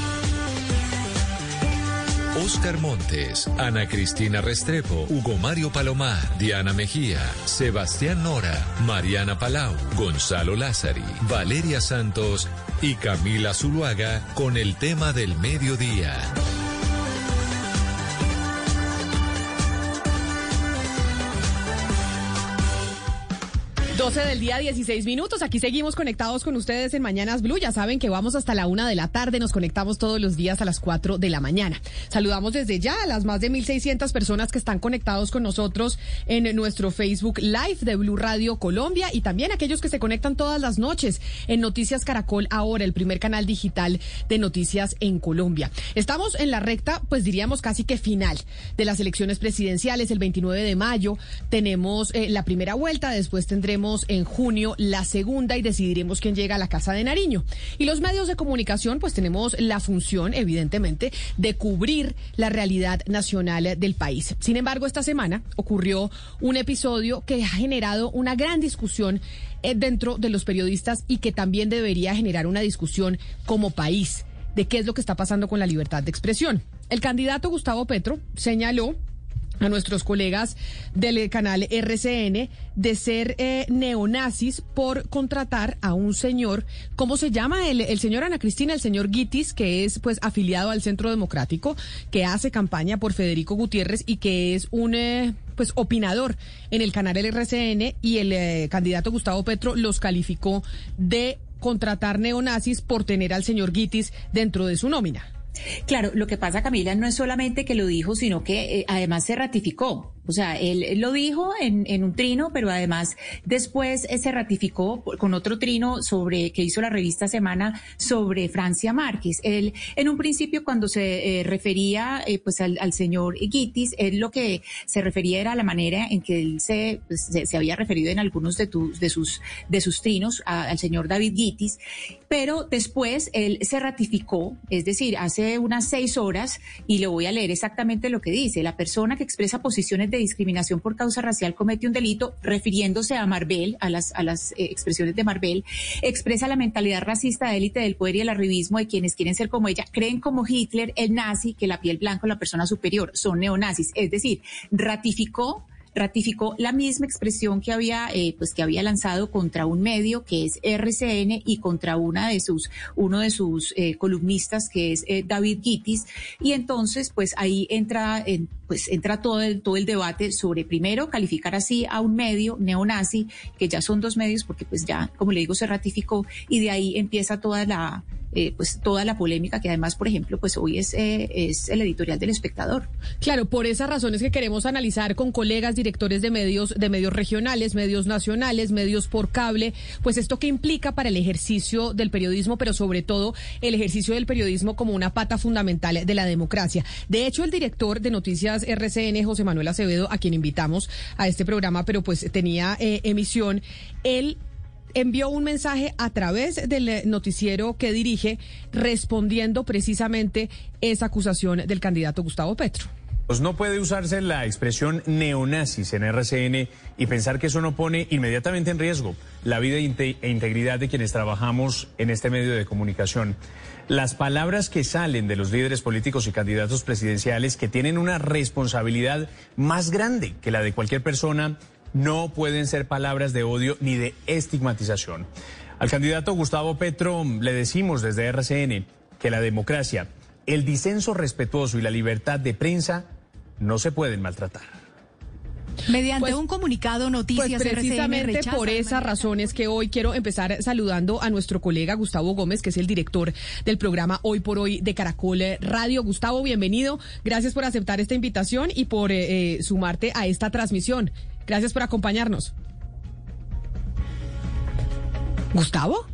Oscar Montes, Ana Cristina Restrepo, Hugo Mario Palomar, Diana Mejía, Sebastián Nora, Mariana Palau, Gonzalo Lázari, Valeria Santos y Camila Zuluaga con el tema del mediodía. doce del día, dieciséis minutos. Aquí seguimos conectados con ustedes en Mañanas Blue. Ya saben que vamos hasta la una de la tarde. Nos conectamos todos los días a las cuatro de la mañana. Saludamos desde ya a las más de mil seiscientas personas que están conectados con nosotros en nuestro Facebook Live de Blue Radio Colombia y también aquellos que se conectan todas las noches en Noticias Caracol Ahora, el primer canal digital de noticias en Colombia. Estamos en la recta, pues diríamos casi que final de las elecciones presidenciales. El veintinueve de mayo tenemos eh, la primera vuelta, después tendremos en junio la segunda y decidiremos quién llega a la Casa de Nariño. Y los medios de comunicación pues tenemos la función, evidentemente, de cubrir la realidad nacional del país. Sin embargo, esta semana ocurrió un episodio que ha generado una gran discusión eh, dentro de los periodistas y que también debería generar una discusión como país de qué es lo que está pasando con la libertad de expresión. El candidato Gustavo Petro señaló a nuestros colegas del canal R C N de ser eh, neonazis por contratar a un señor, ¿cómo se llama? El, el señor Ana Cristina, el señor Guitis, que es pues afiliado al Centro Democrático, que hace campaña por Federico Gutiérrez y que es un eh, pues opinador en el canal R C N, y el eh, candidato Gustavo Petro los calificó de contratar neonazis por tener al señor Guitis dentro de su nómina. Claro, lo que pasa, Camila, no es solamente que lo dijo, sino que eh, además se ratificó. O sea, él, él lo dijo en, en un trino, pero además después eh, se ratificó con otro trino sobre que hizo la revista Semana sobre Francia Márquez. Él, en un principio, cuando se eh, refería eh, pues al, al señor Guitis, él lo que se refería era a la manera en que él se, pues, se, se había referido en algunos de, tu, de sus de sus trinos a, al señor David Guitis, pero después él se ratificó, es decir, hace unas seis horas, y le voy a leer exactamente lo que dice: la persona que expresa posiciones de discriminación por causa racial comete un delito, refiriéndose a Marvel, a las, a las eh, expresiones de Marvel, expresa la mentalidad racista de élite del poder y el arribismo de quienes quieren ser como ella, creen como Hitler, el nazi, que la piel blanca o la persona superior, son neonazis. Es decir, ratificó ratificó la misma expresión que había eh, pues que había lanzado contra un medio que es R C N y contra una de sus uno de sus eh, columnistas que es eh, David Guitis, y entonces pues ahí entra en, pues entra todo el todo el debate sobre, primero, calificar así a un medio neonazi, que ya son dos medios porque pues ya, como le digo, se ratificó, y de ahí empieza toda la Eh, pues toda la polémica, que además, por ejemplo, pues hoy es, eh, es el editorial del Espectador. Claro, por esas razones que queremos analizar con colegas directores de medios, de medios regionales, medios nacionales, medios por cable, pues esto que implica para el ejercicio del periodismo, pero sobre todo el ejercicio del periodismo como una pata fundamental de la democracia. De hecho, el director de Noticias R C N, José Manuel Acevedo, a quien invitamos a este programa, pero pues tenía eh, emisión, él envió un mensaje a través del noticiero que dirige, respondiendo precisamente esa acusación del candidato Gustavo Petro. Pues no puede usarse la expresión neonazis en R C N y pensar que eso no pone inmediatamente en riesgo la vida e integridad de quienes trabajamos en este medio de comunicación. Las palabras que salen de los líderes políticos y candidatos presidenciales, que tienen una responsabilidad más grande que la de cualquier persona, no pueden ser palabras de odio ni de estigmatización. Al candidato Gustavo Petro le decimos desde R C N que la democracia, el disenso respetuoso y la libertad de prensa no se pueden maltratar. Mediante pues, un comunicado, Noticias pues precisamente R C N por esas razones que hoy quiero empezar saludando a nuestro colega Gustavo Gómez, que es el director del programa Hoy por Hoy de Caracol Radio. Gustavo, bienvenido. Gracias por aceptar esta invitación y por eh, sumarte a esta transmisión. Gracias por acompañarnos. ¿Gustavo?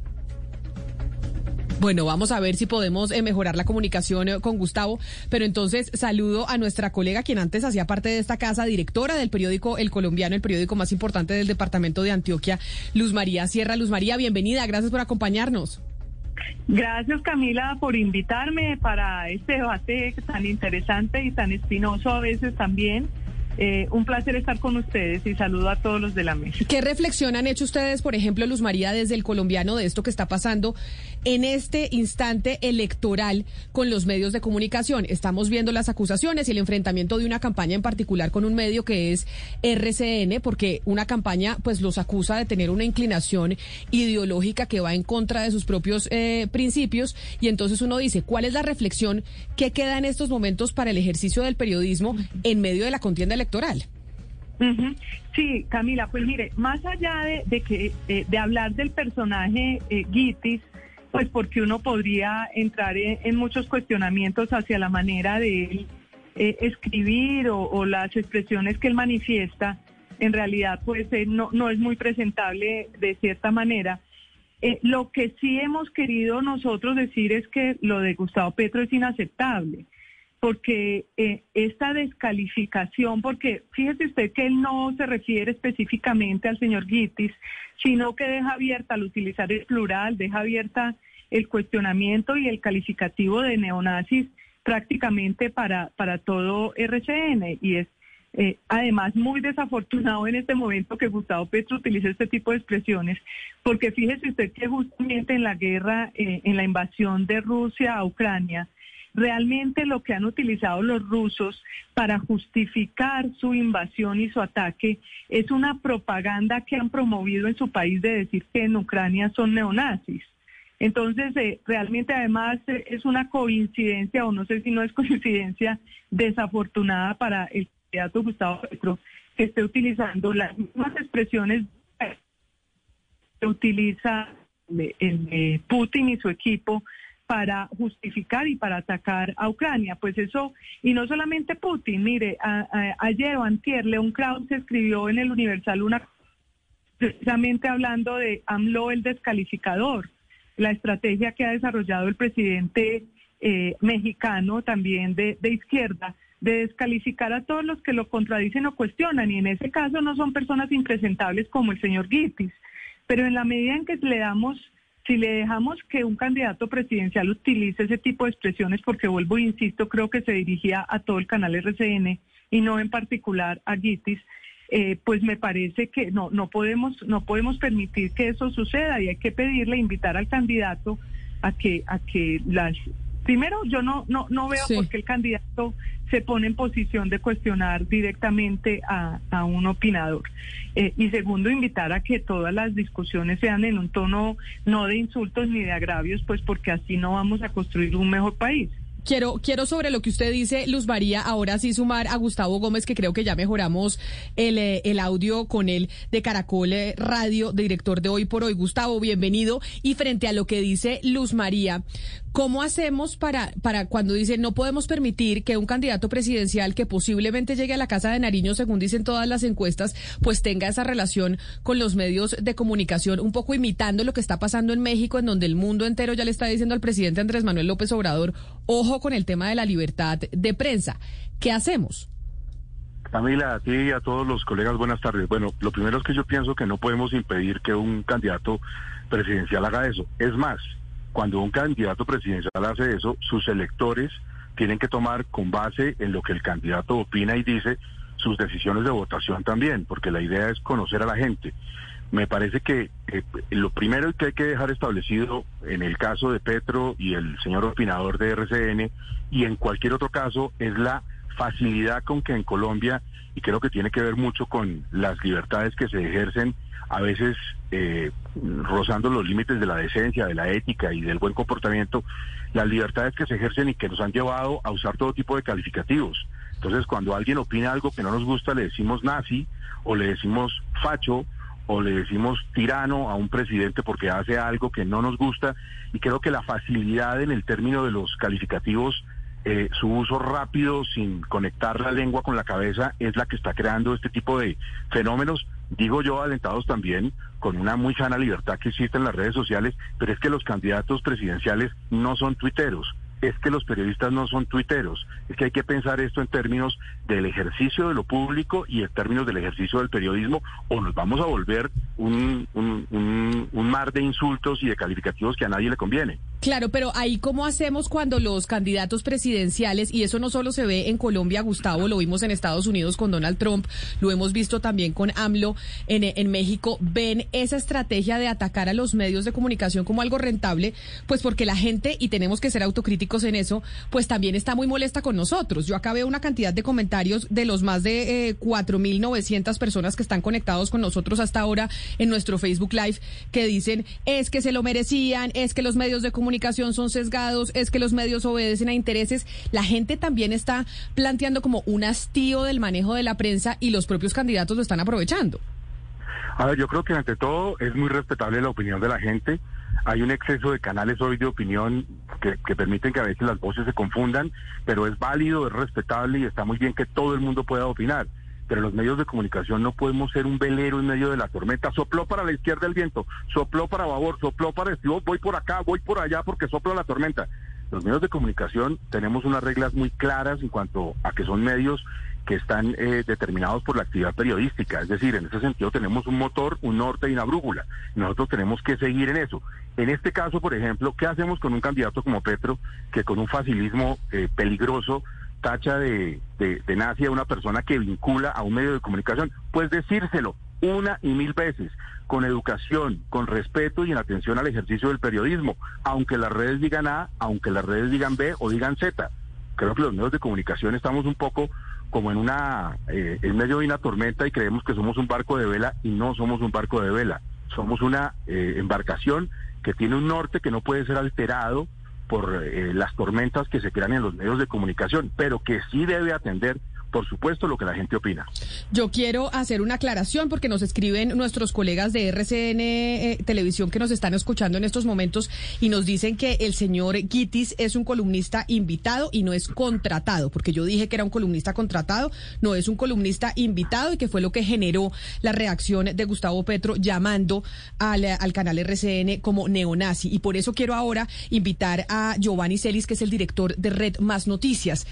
Bueno, vamos a ver si podemos eh, mejorar la comunicación eh, con Gustavo, pero entonces saludo a nuestra colega, quien antes hacía parte de esta casa, directora del periódico El Colombiano, el periódico más importante del departamento de Antioquia, Luz María Sierra. Luz María, bienvenida, gracias por acompañarnos. Gracias, Camila, por invitarme para este debate tan interesante y tan espinoso a veces también. Eh, un placer estar con ustedes y saludo a todos los de la mesa. ¿Qué reflexión han hecho ustedes, por ejemplo, Luz María, desde El Colombiano, de esto que está pasando en este instante electoral con los medios de comunicación? Estamos viendo las acusaciones y el enfrentamiento de una campaña en particular con un medio que es R C N, porque una campaña pues los acusa de tener una inclinación ideológica que va en contra de sus propios eh, principios, y entonces uno dice, ¿cuál es la reflexión que queda en estos momentos para el ejercicio del periodismo en medio de la contienda electoral? electoral. Uh-huh. Sí, Camila, pues mire, más allá de, de que eh, de hablar del personaje eh, Gitis, pues porque uno podría entrar en, en muchos cuestionamientos hacia la manera de él eh, escribir o, o las expresiones que él manifiesta, en realidad pues eh, no, no es muy presentable de cierta manera. Eh, lo que sí hemos querido nosotros decir es que lo de Gustavo Petro es inaceptable, porque eh, esta descalificación, porque fíjese usted que él no se refiere específicamente al señor Gitis, sino que deja abierta, al utilizar el plural, deja abierta el cuestionamiento y el calificativo de neonazis prácticamente para, para todo R C N, y es eh, además muy desafortunado en este momento que Gustavo Petro utilice este tipo de expresiones, porque fíjese usted que justamente en la guerra, eh, en la invasión de Rusia a Ucrania, realmente lo que han utilizado los rusos para justificar su invasión y su ataque es una propaganda que han promovido en su país de decir que en Ucrania son neonazis. Entonces, eh, realmente además eh, es una coincidencia, o no sé si no es coincidencia, desafortunada para el candidato Gustavo Petro, que esté utilizando las mismas expresiones que utiliza eh, eh, Putin y su equipo para justificar y para atacar a Ucrania. Pues eso, y no solamente Putin, mire, a, a, ayer o antier, León Krause escribió en el Universal una, precisamente hablando de AMLO el descalificador, la estrategia que ha desarrollado el presidente eh, mexicano, también de, de izquierda, de descalificar a todos los que lo contradicen o cuestionan, y en ese caso no son personas impresentables como el señor Gitis, pero en la medida en que le damos Si le dejamos que un candidato presidencial utilice ese tipo de expresiones, porque vuelvo e insisto, creo que se dirigía a todo el canal R C N y no en particular a Gitis, eh, pues me parece que no no podemos no podemos permitir que eso suceda, y hay que pedirle, invitar al candidato a que a que las primero yo no no no veo sí. por qué el candidato se pone en posición de cuestionar directamente a, a un opinador. Eh, y segundo, invitar a que todas las discusiones sean en un tono no de insultos ni de agravios, pues porque así no vamos a construir un mejor país. Quiero, quiero sobre lo que usted dice, Luz María, ahora sí sumar a Gustavo Gómez, que creo que ya mejoramos el, el audio con él de Caracol Radio, director de Hoy por Hoy. Gustavo, bienvenido. Y frente a lo que dice Luz María, ¿cómo hacemos para, para cuando dice no podemos permitir que un candidato presidencial que posiblemente llegue a la Casa de Nariño, según dicen todas las encuestas, pues tenga esa relación con los medios de comunicación, un poco imitando lo que está pasando en México, en donde el mundo entero ya le está diciendo al presidente Andrés Manuel López Obrador, ojo con el tema de la libertad de prensa? ¿Qué hacemos? Camila, a ti y a todos los colegas, buenas tardes. Bueno, lo primero es que yo pienso que no podemos impedir que un candidato presidencial haga eso. Es más, cuando un candidato presidencial hace eso, sus electores tienen que tomar con base en lo que el candidato opina y dice sus decisiones de votación también, porque la idea es conocer a la gente. Me parece que eh, lo primero que hay que dejar establecido en el caso de Petro y el señor opinador de R C N y en cualquier otro caso es la facilidad con que en Colombia, y creo que tiene que ver mucho con las libertades que se ejercen, a veces eh, rozando los límites de la decencia, de la ética y del buen comportamiento, las libertades que se ejercen y que nos han llevado a usar todo tipo de calificativos. Entonces, cuando alguien opina algo que no nos gusta, le decimos nazi, o le decimos facho, o le decimos tirano a un presidente porque hace algo que no nos gusta, y creo que la facilidad en el término de los calificativos, eh, su uso rápido sin conectar la lengua con la cabeza, es la que está creando este tipo de fenómenos, digo yo, alentados también con una muy sana libertad que existe en las redes sociales, pero es que los candidatos presidenciales no son tuiteros. Es que los periodistas no son tuiteros, es que hay que pensar esto en términos del ejercicio de lo público y en términos del ejercicio del periodismo, o nos vamos a volver un, un, un, un mar de insultos y de calificativos que a nadie le conviene. Claro, pero ahí cómo hacemos cuando los candidatos presidenciales, y eso no solo se ve en Colombia, Gustavo, lo vimos en Estados Unidos con Donald Trump, lo hemos visto también con AMLO en, en México, ven esa estrategia de atacar a los medios de comunicación como algo rentable, pues porque la gente, y tenemos que ser autocríticos en eso, pues también está muy molesta con nosotros. Yo acá veo una cantidad de comentarios de los más de eh, cuatro mil novecientas personas que están conectados con nosotros hasta ahora en nuestro Facebook Live, que dicen, es que se lo merecían, es que los medios de comunicación son sesgados, es que los medios obedecen a intereses. La gente también está planteando como un hastío del manejo de la prensa y los propios candidatos lo están aprovechando. A ver, yo creo que ante todo es muy respetable la opinión de la gente. Hay un exceso de canales hoy de opinión que, que permiten que a veces las voces se confundan, pero es válido, es respetable y está muy bien que todo el mundo pueda opinar. Pero los medios de comunicación no podemos ser un velero en medio de la tormenta. Sopló para la izquierda el viento, sopló para babor, sopló para este, voy por acá, voy por allá porque sopla la tormenta. Los medios de comunicación tenemos unas reglas muy claras en cuanto a que son medios que están eh, determinados por la actividad periodística. Es decir, en ese sentido tenemos un motor, un norte y una brújula. Nosotros tenemos que seguir en eso. En este caso, por ejemplo, ¿qué hacemos con un candidato como Petro, que con un facilismo eh, peligroso tacha de, de, de nazi a una persona que vincula a un medio de comunicación? Pues decírselo una y mil veces, con educación, con respeto y en atención al ejercicio del periodismo, aunque las redes digan A, aunque las redes digan B o digan Z. Creo que los medios de comunicación estamos un poco como en una eh, en medio de una tormenta y creemos que somos un barco de vela, y no somos un barco de vela, somos una eh, embarcación que tiene un norte que no puede ser alterado por eh, las tormentas que se crean en los medios de comunicación, pero que sí debe atender, por supuesto, lo que la gente opina. Yo quiero hacer una aclaración porque nos escriben nuestros colegas de R C N eh, Televisión que nos están escuchando en estos momentos y nos dicen que el señor Gitis es un columnista invitado y no es contratado, porque yo dije que era un columnista contratado, no, es un columnista invitado, y que fue lo que generó la reacción de Gustavo Petro llamando al, al canal R C N como neonazi. Y por eso quiero ahora invitar a Giovanni Celis, que es el director de Red Más Noticias.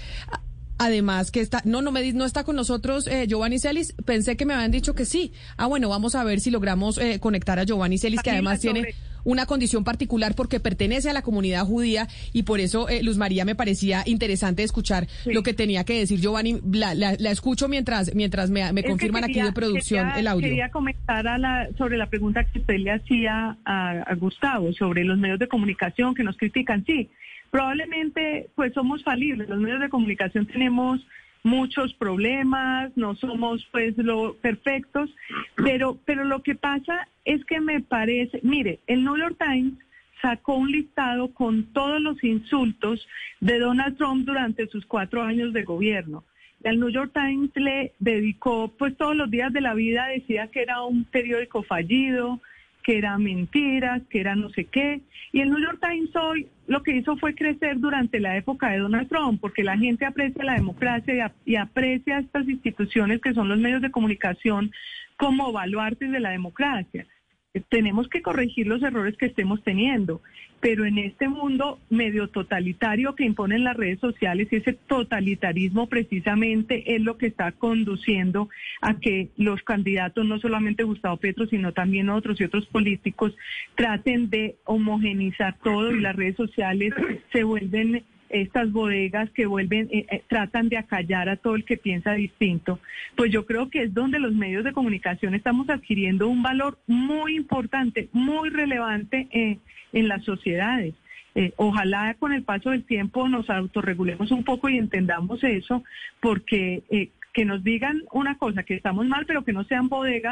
Además que está, no, no me no está con nosotros eh, Giovanni Celis, pensé que me habían dicho que sí. Ah, bueno, vamos a ver si logramos eh, conectar a Giovanni Celis, que además tiene una condición particular porque pertenece a la comunidad judía, y por eso, eh, Luz María, me parecía interesante escuchar sí. lo que tenía que decir Giovanni. La, la, la escucho mientras mientras me, me confirman quería, aquí de producción quería, el audio. Quería comentar a la, sobre la pregunta que usted le hacía a, a Gustavo sobre los medios de comunicación que nos critican. Sí, probablemente pues somos falibles, los medios de comunicación tenemos muchos problemas, no somos pues lo perfectos, pero pero lo que pasa es que me parece, mire, el New York Times sacó un listado con todos los insultos de Donald Trump durante sus cuatro años de gobierno. El New York Times le dedicó pues todos los días de la vida, decía que era un periódico fallido, que era mentiras, que era no sé qué. Y el New York Times hoy lo que hizo fue crecer durante la época de Donald Trump, porque la gente aprecia la democracia y, a, y aprecia estas instituciones que son los medios de comunicación como baluartes de la democracia. Tenemos que corregir los errores que estemos teniendo, pero en este mundo medio totalitario que imponen las redes sociales, y ese totalitarismo precisamente es lo que está conduciendo a que los candidatos, no solamente Gustavo Petro, sino también otros y otros políticos, traten de homogenizar todo, y las redes sociales se vuelven estas bodegas que vuelven, eh, eh, tratan de acallar a todo el que piensa distinto. Pues yo creo que es donde los medios de comunicación estamos adquiriendo un valor muy importante, muy relevante eh, en las sociedades. Eh, ojalá con el paso del tiempo nos autorregulemos un poco y entendamos eso, porque eh, que nos digan una cosa, que estamos mal, pero que no sean bodegas,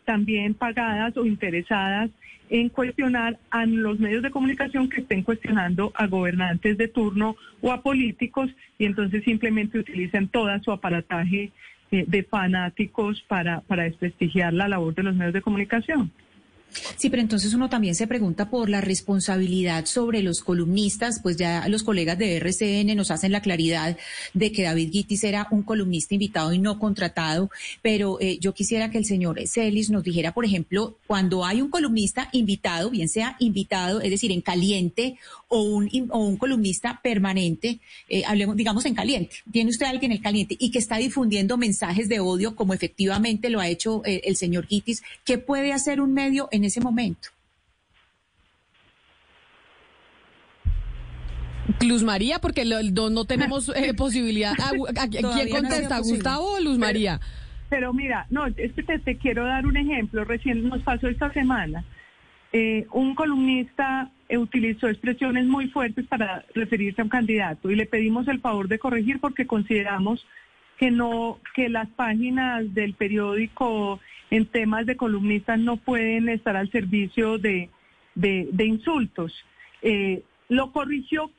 también pagadas o interesadas en cuestionar a los medios de comunicación que estén cuestionando a gobernantes de turno o a políticos, y entonces simplemente utilizan todo su aparataje eh, de fanáticos para, para desprestigiar la labor de los medios de comunicación. Sí, pero entonces uno también se pregunta por la responsabilidad sobre los columnistas, pues ya los colegas de R C N nos hacen la claridad de que David Guitis era un columnista invitado y no contratado, pero eh, yo quisiera que el señor Celis nos dijera, por ejemplo, cuando hay un columnista invitado, bien sea invitado, es decir, en caliente, o un, o un columnista permanente, eh, hablemos, digamos, en caliente, tiene usted a alguien en caliente y que está difundiendo mensajes de odio, como efectivamente lo ha hecho eh, el señor Guitis, ¿qué puede hacer un medio en ese momento? Luz María, porque lo, no, no tenemos eh, posibilidad. ¿A, a, a quién contesta, no Gustavo o Luz María? Pero, pero mira, no, es que te, te quiero dar un ejemplo. Recién nos pasó esta semana. Eh, un columnista eh, utilizó expresiones muy fuertes para referirse a un candidato y le pedimos el favor de corregir porque consideramos que no, que las páginas del periódico en temas de columnistas no pueden estar al servicio de, de, de insultos. Eh, lo corrigió,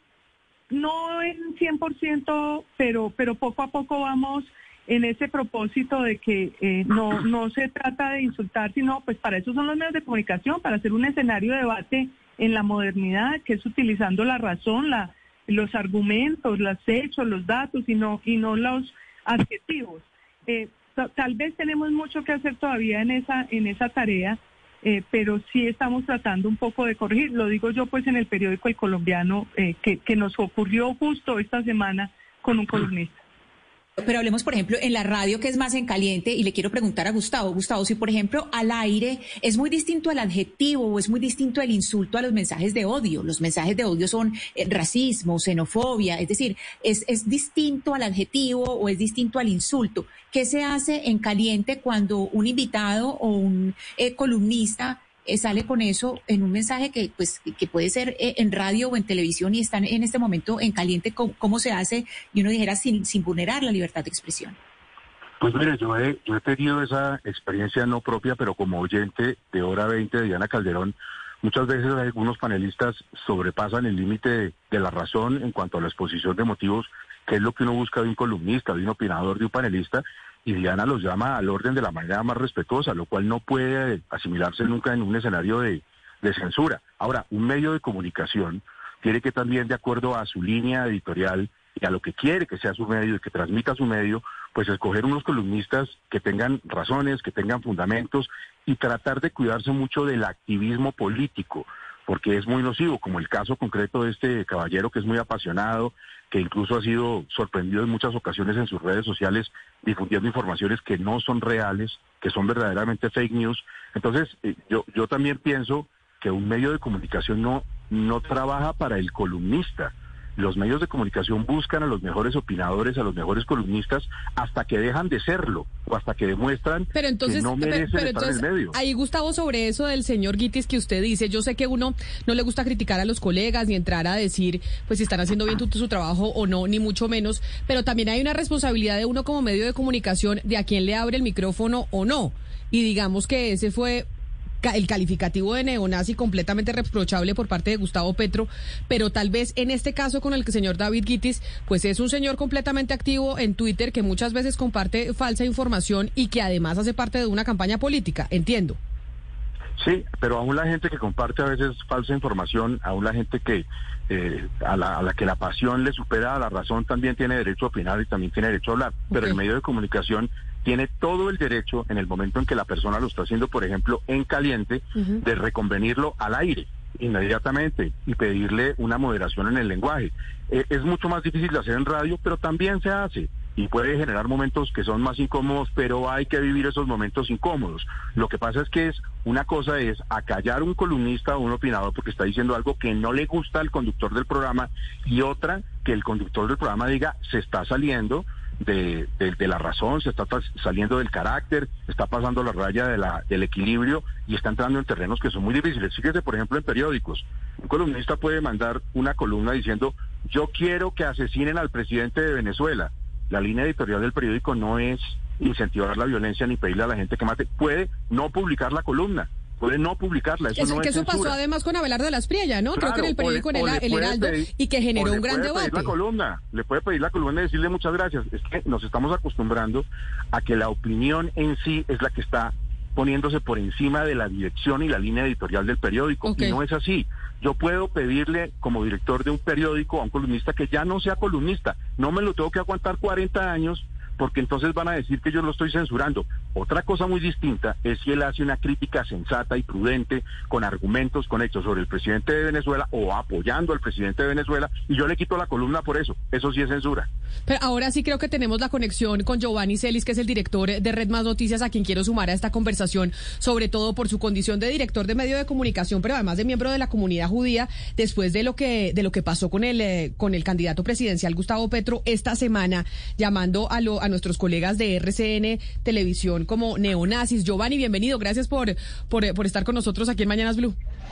no en cien por ciento, pero, pero poco a poco vamos en ese propósito de que eh, no, no se trata de insultar, sino pues para eso son los medios de comunicación, para hacer un escenario de debate en la modernidad, que es utilizando la razón, la, los argumentos, los hechos, los datos y no, y no los adjetivos. Eh, Tal vez tenemos mucho que hacer todavía en esa en esa tarea, eh, pero sí estamos tratando un poco de corregir. Lo digo yo pues en el periódico El Colombiano, eh, que, que nos ocurrió justo esta semana con un columnista. Pero hablemos, por ejemplo, en la radio, que es más en caliente, y le quiero preguntar a Gustavo. Gustavo, si por ejemplo al aire es muy distinto al adjetivo o es muy distinto el insulto a los mensajes de odio. Los mensajes de odio son eh, racismo, xenofobia, es decir, es, es distinto al adjetivo o es distinto al insulto. ¿Qué se hace en caliente cuando un invitado o un eh, columnista eh, sale con eso en un mensaje que pues que puede ser eh, en radio o en televisión y están en este momento en caliente? ¿Cómo, cómo se hace? Y uno dijera sin, sin vulnerar la libertad de expresión. Pues mire, yo he, yo he tenido esa experiencia no propia, pero como oyente de Hora veinte de Diana Calderón, muchas veces algunos panelistas sobrepasan el límite de, de la razón en cuanto a la exposición de motivos, que es lo que uno busca de un columnista, de un opinador, de un panelista, y Diana los llama al orden de la manera más respetuosa, lo cual no puede asimilarse nunca en un escenario de, de censura. Ahora, un medio de comunicación tiene que también, de acuerdo a su línea editorial y a lo que quiere que sea su medio y que transmita su medio, pues escoger unos columnistas que tengan razones, que tengan fundamentos y tratar de cuidarse mucho del activismo político, porque es muy nocivo, como el caso concreto de este caballero que es muy apasionado, que incluso ha sido sorprendido en muchas ocasiones en sus redes sociales difundiendo informaciones que no son reales, que son verdaderamente fake news. Entonces, eh, yo, yo también pienso que un medio de comunicación no, no trabaja para el columnista. Los medios de comunicación buscan a los mejores opinadores, a los mejores columnistas, hasta que dejan de serlo o hasta que demuestran pero entonces, que no merecen pero, pero estar entonces, en el medio. Ahí, Gustavo, sobre eso del señor Guitis que usted dice, yo sé que uno no le gusta criticar a los colegas ni entrar a decir pues si están haciendo bien su, su trabajo o no, ni mucho menos, pero también hay una responsabilidad de uno como medio de comunicación de a quién le abre el micrófono o no. Y digamos que ese fue el calificativo de neonazi completamente reprochable por parte de Gustavo Petro, pero tal vez en este caso con el señor David Guitis, pues es un señor completamente activo en Twitter que muchas veces comparte falsa información y que además hace parte de una campaña política, entiendo. Sí, pero aún la gente que comparte a veces falsa información, aún la gente que eh, a, la, a la que la pasión le supera a la razón también tiene derecho a opinar y también tiene derecho a hablar, pero okay. El medio de comunicación tiene todo el derecho, en el momento en que la persona lo está haciendo, por ejemplo, en caliente, uh-huh. de reconvenirlo al aire inmediatamente y pedirle una moderación en el lenguaje. Eh, es mucho más difícil de hacer en radio, pero también se hace y puede generar momentos que son más incómodos, pero hay que vivir esos momentos incómodos. Lo que pasa es que es una cosa es acallar a un columnista o un opinador porque está diciendo algo que no le gusta al conductor del programa, y otra que el conductor del programa diga se está saliendo De, de, de la razón, se está saliendo del carácter, está pasando la raya de la, del equilibrio y está entrando en terrenos que son muy difíciles. Fíjese, por ejemplo, en periódicos. Un columnista puede mandar una columna diciendo yo quiero que asesinen al presidente de Venezuela. La línea editorial del periódico no es incentivar la violencia ni pedirle a la gente que mate. Puede no publicar la columna, puede no publicarla, eso, eso no que es eso censura. pasó además con Abelardo de la Espriella, ¿no? Claro, creo que en el periódico le, El, el Heraldo, pedir, y que generó un gran le puede debate. Pedir la columna, le puede pedir la columna y decirle muchas gracias. Es que nos estamos acostumbrando a que la opinión en sí es la que está poniéndose por encima de la dirección y la línea editorial del periódico, okay. Y no es así. Yo puedo pedirle como director de un periódico a un columnista que ya no sea columnista, no me lo tengo que aguantar cuarenta años, porque entonces van a decir que yo lo estoy censurando. Otra cosa muy distinta es si él hace una crítica sensata y prudente, con argumentos, con hechos sobre el presidente de Venezuela o apoyando al presidente de Venezuela, y yo le quito la columna por eso. Eso sí es censura. Pero ahora sí creo que tenemos la conexión con Giovanni Celis, que es el director de Red Más Noticias, a quien quiero sumar a esta conversación, sobre todo por su condición de director de medio de comunicación, pero además de miembro de la comunidad judía, después de lo que de lo que pasó con el eh, con el candidato presidencial Gustavo Petro esta semana, llamando a lo a nuestros colegas de R C N Televisión como neonazis. Giovanni, bienvenido, gracias por, por, por estar con nosotros aquí en Mañanas Blue.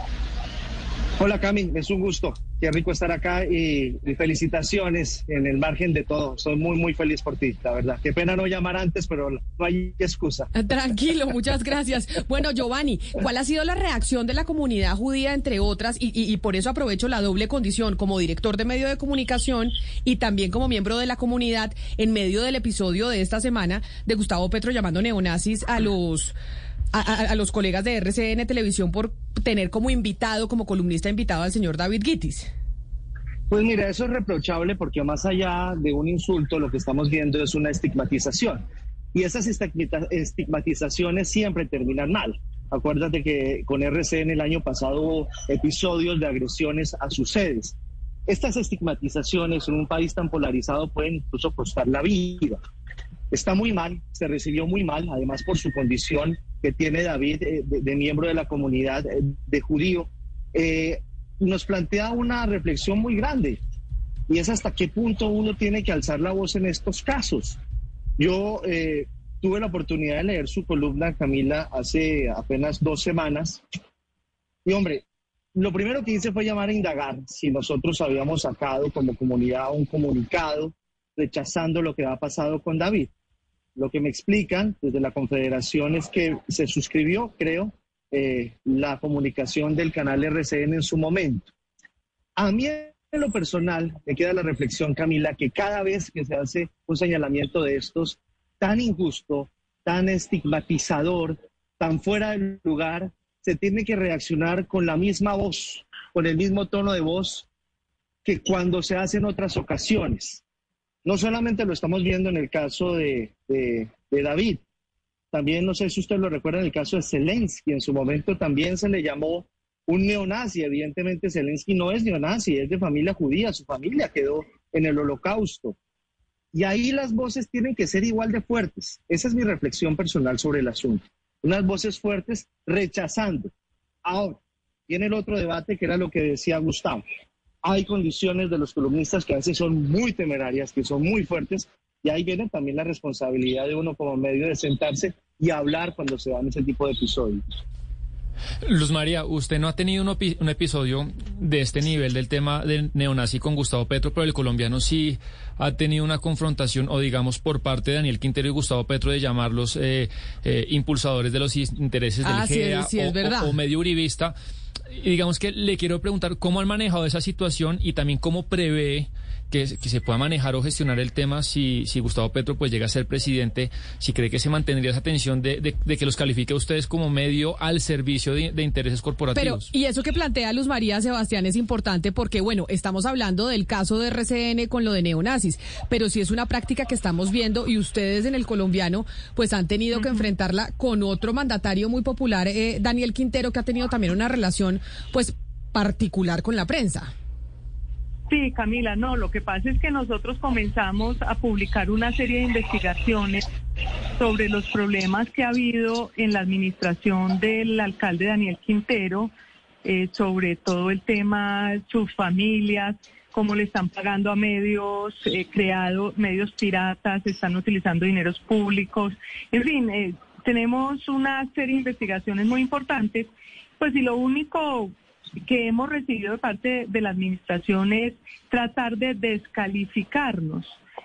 Hola Cami, es un gusto, qué rico estar acá y, y felicitaciones en el margen de todo, soy muy muy feliz por ti, la verdad, qué pena no llamar antes, pero no hay excusa. Tranquilo, muchas gracias. Bueno, Giovanni, ¿cuál ha sido la reacción de la comunidad judía, entre otras, y, y, y por eso aprovecho la doble condición como director de medio de comunicación y también como miembro de la comunidad en medio del episodio de esta semana de Gustavo Petro llamando neonazis a los... A, a, a los colegas de R C N Televisión por tener como invitado, como columnista invitado al señor David Guitis? Pues mira, eso es reprochable porque más allá de un insulto lo que estamos viendo es una estigmatización. Y esas estigmatizaciones siempre terminan mal. Acuérdate que con R C N el año pasado hubo episodios de agresiones a sus sedes. Estas estigmatizaciones en un país tan polarizado pueden incluso costar la vida. Está muy mal, se recibió muy mal, además por su condición que tiene David eh, de, de miembro de la comunidad eh, de judío. Eh, nos plantea una reflexión muy grande y es hasta qué punto uno tiene que alzar la voz en estos casos. Yo eh, tuve la oportunidad de leer su columna, Camila, hace apenas dos semanas y hombre, lo primero que hice fue llamar a indagar si nosotros habíamos sacado como comunidad un comunicado rechazando lo que ha pasado con David. Lo que me explican desde la Confederación es que se suscribió, creo, eh, la comunicación del canal R C N en su momento. A mí, en lo personal, me queda la reflexión, Camila, que cada vez que se hace un señalamiento de estos tan injusto, tan estigmatizador, tan fuera del lugar, se tiene que reaccionar con la misma voz, con el mismo tono de voz que cuando se hace en otras ocasiones. No solamente lo estamos viendo en el caso de, de, de David, también no sé si usted lo recuerda en el caso de Zelensky, en su momento también se le llamó un neonazi. Evidentemente Zelensky no es neonazi, es de familia judía, su familia quedó en el Holocausto. Y ahí las voces tienen que ser igual de fuertes. Esa es mi reflexión personal sobre el asunto. Unas voces fuertes rechazando. Ahora, viene el otro debate que era lo que decía Gustavo. Hay condiciones de los columnistas que a veces son muy temerarias, que son muy fuertes, y ahí viene también la responsabilidad de uno como medio de sentarse y hablar cuando se dan ese tipo de episodios. Luz María, usted no ha tenido un, un episodio de este nivel del tema del neonazi con Gustavo Petro, pero el colombiano sí ha tenido una confrontación, o digamos por parte de Daniel Quintero y Gustavo Petro, de llamarlos eh, eh, impulsadores de los intereses del ah, G E A sí, sí, es o, o, o medio uribista. Y digamos que le quiero preguntar cómo han manejado esa situación y también cómo prevé que, que se pueda manejar o gestionar el tema si, si Gustavo Petro pues llega a ser presidente, si cree que se mantendría esa tensión de, de, de que los califique a ustedes como medio al servicio de, de intereses corporativos. Pero, y eso que plantea Luz María Sebastián es importante porque, bueno, estamos hablando del caso de R C N con lo de neonazis, pero si es una práctica que estamos viendo y ustedes en el colombiano pues han tenido uh-huh. que enfrentarla con otro mandatario muy popular, eh, Daniel Quintero, que ha tenido también una relación pues particular con la prensa. Sí, Camila, no, lo que pasa es que nosotros comenzamos a publicar una serie de investigaciones sobre los problemas que ha habido en la administración del alcalde Daniel Quintero, eh, sobre todo el tema, sus familias, cómo le están pagando a medios eh, creados, medios piratas, están utilizando dineros públicos, en fin, eh, tenemos una serie de investigaciones muy importantes, pues y lo único que hemos recibido de parte de la administración es tratar de descalificarnos.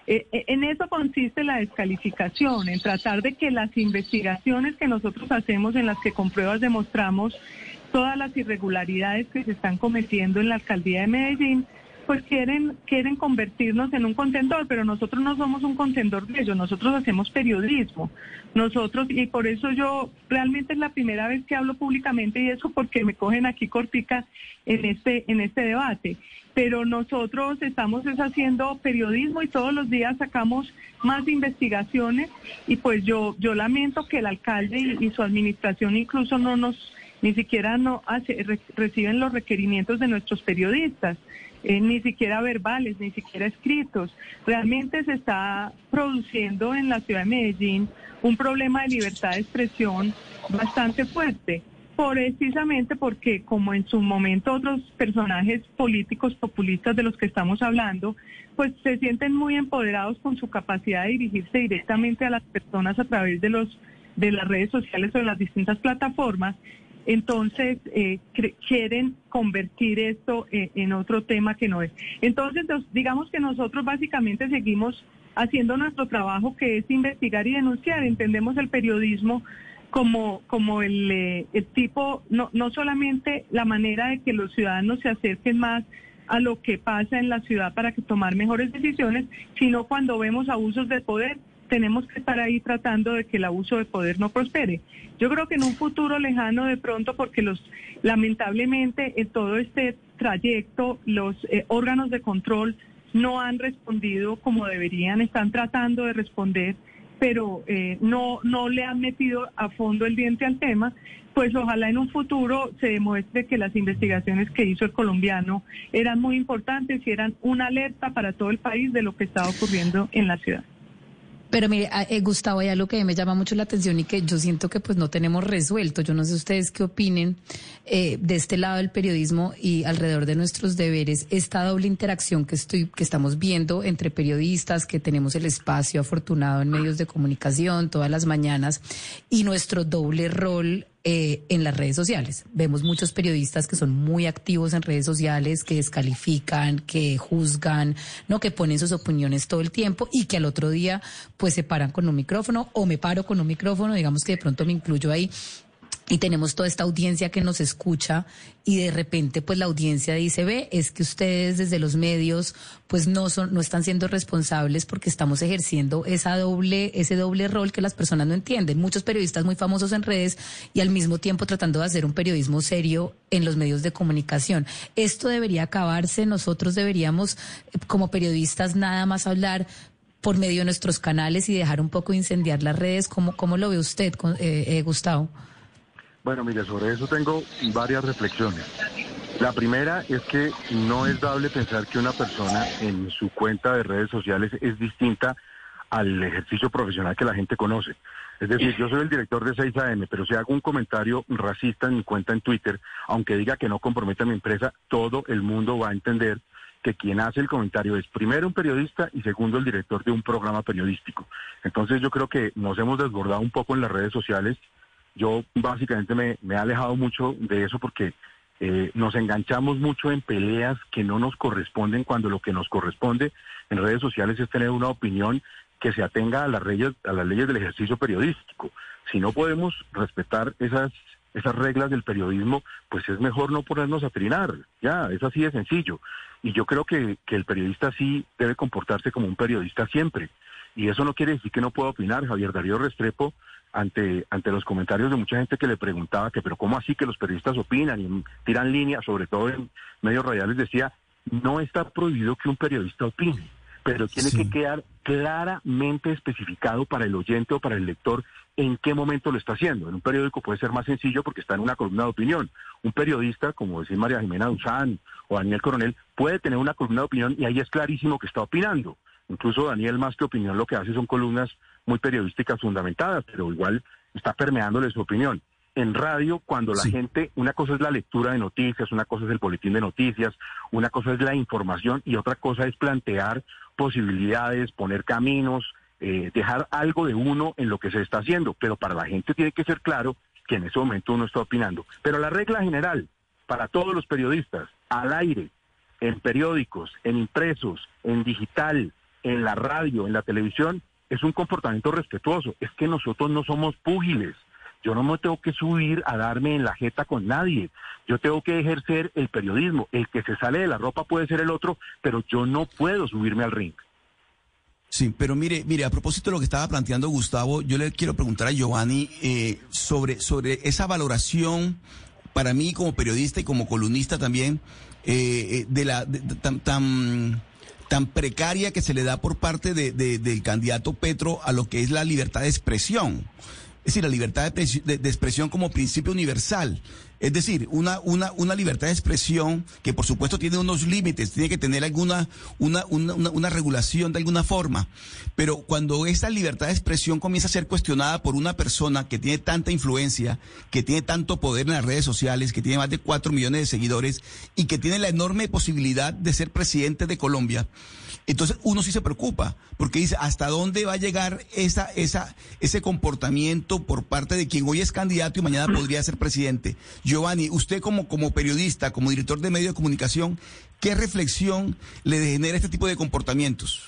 Eh, en eso consiste la descalificación, en tratar de que las investigaciones que nosotros hacemos, en las que con pruebas demostramos todas las irregularidades que se están cometiendo en la alcaldía de Medellín, pues quieren quieren convertirnos en un contendor, pero nosotros no somos un contendor de ellos, nosotros hacemos periodismo, nosotros, y por eso yo realmente es la primera vez que hablo públicamente, y eso porque me cogen aquí cortica en este en este debate, pero nosotros estamos es haciendo periodismo y todos los días sacamos más investigaciones, y pues yo yo lamento que el alcalde y, y su administración incluso no nos ni siquiera no hace, re, reciben los requerimientos de nuestros periodistas. Eh, ni siquiera verbales, ni siquiera escritos. Realmente se está produciendo en la ciudad de Medellín un problema de libertad de expresión bastante fuerte, precisamente porque, como en su momento otros personajes políticos populistas de los que estamos hablando, pues se sienten muy empoderados con su capacidad de dirigirse directamente a las personas a través de los de las redes sociales o de las distintas plataformas. Entonces, eh, quieren convertir esto eh, en otro tema que no es. Entonces, los, digamos que nosotros básicamente seguimos haciendo nuestro trabajo, que es investigar y denunciar. Entendemos el periodismo como como el, eh, el tipo, no, no solamente la manera de que los ciudadanos se acerquen más a lo que pasa en la ciudad para que tomar mejores decisiones, sino cuando vemos abusos de poder, tenemos que estar ahí tratando de que el abuso de poder no prospere. Yo creo que en un futuro lejano de pronto, porque los lamentablemente en todo este trayecto los eh, órganos de control no han respondido como deberían, están tratando de responder, pero eh, no no le han metido a fondo el diente al tema. Pues ojalá en un futuro se demuestre que las investigaciones que hizo el colombiano eran muy importantes y eran una alerta para todo el país de lo que estaba ocurriendo en la ciudad. Pero mire, eh, Gustavo, hay algo que me llama mucho la atención y que yo siento que pues no tenemos resuelto. Yo no sé ustedes qué opinen eh, de este lado del periodismo y alrededor de nuestros deberes, esta doble interacción que estoy, que estamos viendo entre periodistas, que tenemos el espacio afortunado en medios de comunicación todas las mañanas, y nuestro doble rol Eh, en las redes sociales. Vemos muchos periodistas que son muy activos en redes sociales, que descalifican, que juzgan, no, que ponen sus opiniones todo el tiempo y que al otro día pues se paran con un micrófono, o me paro con un micrófono, digamos que de pronto me incluyo ahí. Y tenemos toda esta audiencia que nos escucha y de repente pues la audiencia dice, ve, es que ustedes desde los medios pues no son, no están siendo responsables porque estamos ejerciendo esa doble, ese doble rol que las personas no entienden. Muchos periodistas muy famosos en redes y al mismo tiempo tratando de hacer un periodismo serio en los medios de comunicación. Esto debería acabarse. Nosotros deberíamos como periodistas nada más hablar por medio de nuestros canales y dejar un poco incendiar las redes. ¿Cómo, cómo lo ve usted, eh, eh, Gustavo? Bueno, mire, sobre eso tengo varias reflexiones. La primera es que no es dable pensar que una persona en su cuenta de redes sociales es distinta al ejercicio profesional que la gente conoce. Es decir, yo soy el director de seis A M, pero si hago un comentario racista en mi cuenta en Twitter, aunque diga que no compromete a mi empresa, todo el mundo va a entender que quien hace el comentario es primero un periodista y segundo el director de un programa periodístico. Entonces yo creo que nos hemos desbordado un poco en las redes sociales. Yo básicamente me, me he alejado mucho de eso porque eh, nos enganchamos mucho en peleas que no nos corresponden, cuando lo que nos corresponde en redes sociales es tener una opinión que se atenga a las leyes, a las leyes del ejercicio periodístico. Si no podemos respetar esas esas reglas del periodismo, pues es mejor no ponernos a trinar. Ya, es así de sencillo. Y yo creo que, que el periodista sí debe comportarse como un periodista siempre. Y eso no quiere decir que no pueda opinar. Javier Darío Restrepo, ante ante los comentarios de mucha gente que le preguntaba que pero cómo así que los periodistas opinan y tiran líneas, sobre todo en medios radiales, decía, no está prohibido que un periodista opine, pero tiene sí. que quedar claramente especificado para el oyente o para el lector en qué momento lo está haciendo. En un periódico puede ser más sencillo porque está en una columna de opinión. Un periodista, como decía María Jimena Duzán o Daniel Coronel, puede tener una columna de opinión y ahí es clarísimo que está opinando. Incluso Daniel, más que opinión, lo que hace son columnas muy periodísticas fundamentadas, pero igual está permeándole su opinión. En radio, cuando la sí. gente, una cosa es la lectura de noticias, una cosa es el boletín de noticias, una cosa es la información y otra cosa es plantear posibilidades, poner caminos, eh, dejar algo de uno en lo que se está haciendo. Pero para la gente tiene que ser claro que en ese momento uno está opinando. Pero la regla general, para todos los periodistas, al aire, en periódicos, en impresos, en digital, en la radio, en la televisión, es un comportamiento respetuoso. Es que nosotros no somos púgiles. Yo no me tengo que subir a darme en la jeta con nadie. Yo tengo que ejercer el periodismo. El que se sale de la ropa puede ser el otro, pero yo no puedo subirme al ring. Sí, pero mire, mire, a propósito de lo que estaba planteando Gustavo, yo le quiero preguntar a Giovanni eh, sobre, sobre esa valoración, para mí como periodista y como columnista también, eh, de la de, de, tan, tan, tan precaria que se le da por parte de, de, del candidato Petro a lo que es la libertad de expresión. Es decir, la libertad de, de, de expresión como principio universal. Es decir, una, una, una libertad de expresión que por supuesto tiene unos límites, tiene que tener alguna, una, una, una, una regulación de alguna forma. Pero cuando esa libertad de expresión comienza a ser cuestionada por una persona que tiene tanta influencia, que tiene tanto poder en las redes sociales, que tiene más de cuatro millones de seguidores y que tiene la enorme posibilidad de ser presidente de Colombia, entonces uno sí se preocupa, porque dice, ¿hasta dónde va a llegar esa, esa, ese comportamiento por parte de quien hoy es candidato y mañana podría ser presidente? Giovanni, usted como, como periodista, como director de medios de comunicación, ¿qué reflexión le genera este tipo de comportamientos?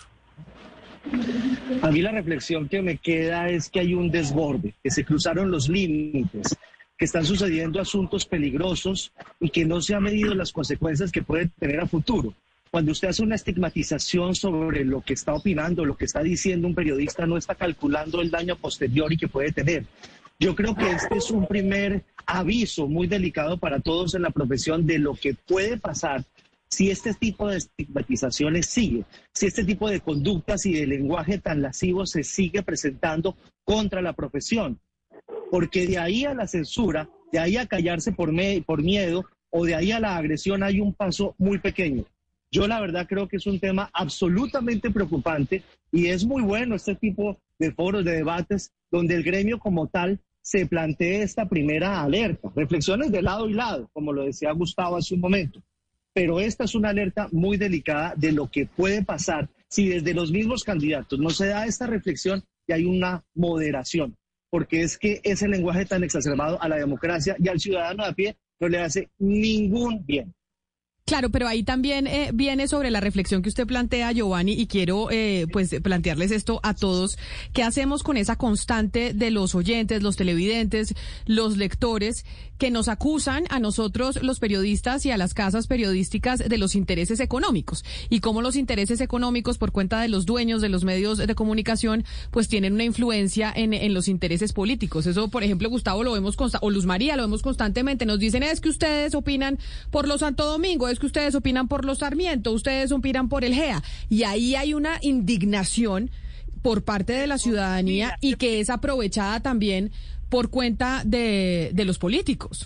A mí la reflexión que me queda es que hay un desborde, que se cruzaron los límites, que están sucediendo asuntos peligrosos y que no se han medido las consecuencias que puede tener a futuro. Cuando usted hace una estigmatización sobre lo que está opinando, lo que está diciendo un periodista, no está calculando el daño posterior y que puede tener. Yo creo que este es un primer aviso muy delicado para todos en la profesión de lo que puede pasar si este tipo de estigmatizaciones sigue, si este tipo de conductas y de lenguaje tan lascivo se sigue presentando contra la profesión. Porque de ahí a la censura, de ahí a callarse por, me- por miedo o de ahí a la agresión hay un paso muy pequeño. Yo la verdad creo que es un tema absolutamente preocupante y es muy bueno este tipo de foros, de debates, donde el gremio como tal se plantee esta primera alerta. Reflexiones de lado y lado, como lo decía Gustavo hace un momento. Pero esta es una alerta muy delicada de lo que puede pasar si desde los mismos candidatos no se da esta reflexión y hay una moderación. Porque es que ese lenguaje tan exacerbado a la democracia y al ciudadano de a pie no le hace ningún bien. Claro, pero ahí también eh, viene sobre la reflexión que usted plantea, Giovanni, y quiero eh, pues plantearles esto a todos. ¿Qué hacemos con esa constante de los oyentes, los televidentes, los lectores que nos acusan a nosotros, los periodistas, y a las casas periodísticas de los intereses económicos? Y cómo los intereses económicos, por cuenta de los dueños de los medios de comunicación, pues tienen una influencia en, en los intereses políticos. Eso, por ejemplo, Gustavo, lo vemos consta- o Luz María, lo vemos constantemente. Nos dicen, es que ustedes opinan por los Santo Domingo, es que ustedes opinan por los Sarmiento, ustedes opinan por el G E A. Y ahí hay una indignación por parte de la ciudadanía y que es aprovechada también por cuenta de, de los políticos.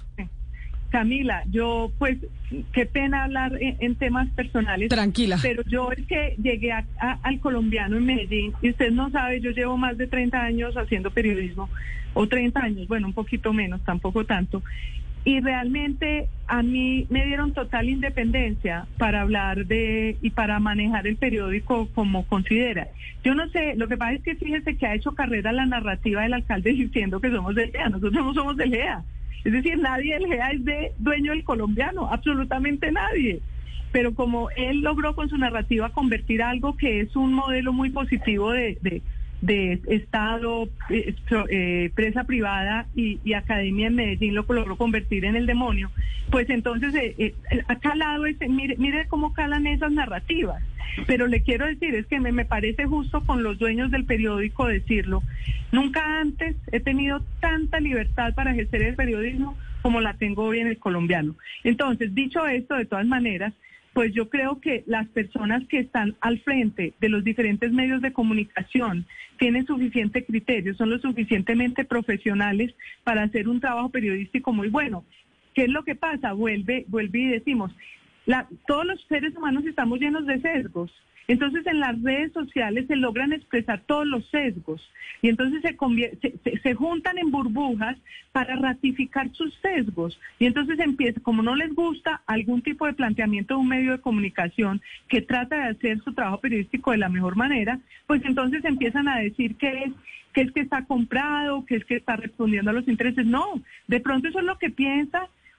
Camila, yo pues, qué pena hablar en, en temas personales. Tranquila. Pero yo es que llegué a, a, al Colombiano en Medellín, y usted no sabe, yo llevo más de treinta años haciendo periodismo, o treinta años, bueno, un poquito menos, tampoco tanto. Y realmente a mí me dieron total independencia para hablar de y para manejar el periódico como considera. Yo no sé, lo que pasa es que fíjese que ha hecho carrera la narrativa del alcalde diciendo que somos del G E A. Nosotros no somos del G E A. Es decir, nadie del G E A es de dueño del colombiano, absolutamente nadie. Pero como él logró con su narrativa convertir algo que es un modelo muy positivo de... de de Estado, eh, eh, empresa privada y, y academia en Medellín, lo logró convertir en el demonio, pues entonces eh, eh, ha calado ese, mire, mire cómo calan esas narrativas. Pero le quiero decir, es que me, me parece justo con los dueños del periódico decirlo, nunca antes he tenido tanta libertad para ejercer el periodismo como la tengo hoy en el Colombiano. Entonces, dicho esto, de todas maneras, pues yo creo que las personas que están al frente de los diferentes medios de comunicación tienen suficiente criterio, son lo suficientemente profesionales para hacer un trabajo periodístico muy bueno. ¿Qué es lo que pasa? Vuelve, vuelve y decimos, la, todos los seres humanos estamos llenos de sesgos. Entonces en las redes sociales se logran expresar todos los sesgos y entonces se, se, se, se juntan en burbujas para ratificar sus sesgos y entonces empieza, como no les gusta algún tipo de planteamiento de un medio de comunicación que trata de hacer su trabajo periodístico de la mejor manera, pues entonces empiezan a decir que es que es que está comprado, que es que está respondiendo a los intereses. No, de pronto eso es lo que piensa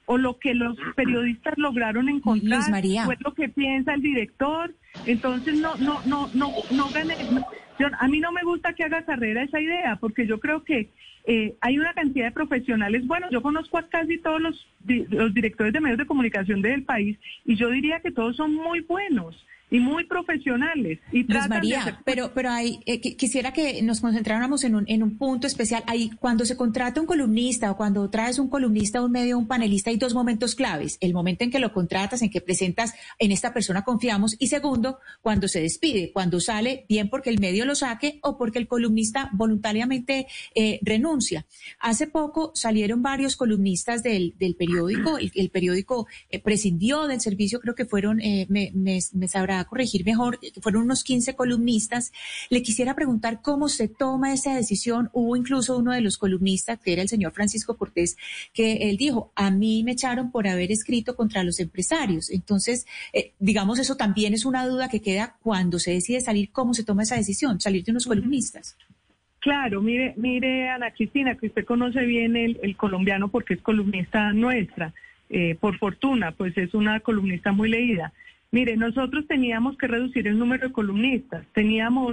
o lo que los periodistas lograron encontrar, o es lo que piensa el director. Entonces no, no, no, no, no gane. No, yo, a mí no me gusta que haga carrera esa idea, porque yo creo que eh, hay una cantidad de profesionales. Bueno, yo conozco a casi todos los, los directores de medios de comunicación del país, y yo diría que todos son muy buenos y muy profesionales. Y Luz María, hacer... pero pero hay, eh, quisiera que nos concentráramos en un, en un punto especial. Ahí, cuando se contrata un columnista o cuando traes un columnista a un medio, un panelista, hay dos momentos claves. El momento en que lo contratas, en que presentas, en esta persona confiamos, y segundo, cuando se despide, cuando sale, bien porque el medio lo saque o porque el columnista voluntariamente eh, renuncia. Hace poco salieron varios columnistas del, del periódico, el, el periódico eh, prescindió del servicio, creo que fueron, eh, me, me, me sabrá a corregir mejor, fueron unos quince columnistas. Le quisiera preguntar cómo se toma esa decisión. Hubo incluso uno de los columnistas, que era el señor Francisco Cortés, que él dijo, a mí me echaron por haber escrito contra los empresarios. Entonces, eh, digamos, eso también es una duda que queda cuando se decide salir. ¿Cómo se toma esa decisión? Salir de unos columnistas. Claro, mire, mire, Ana Cristina, que usted conoce bien el, el colombiano porque es columnista nuestra. Eh, por fortuna, pues es una columnista muy leída. Mire, nosotros teníamos que reducir el número de columnistas, teníamos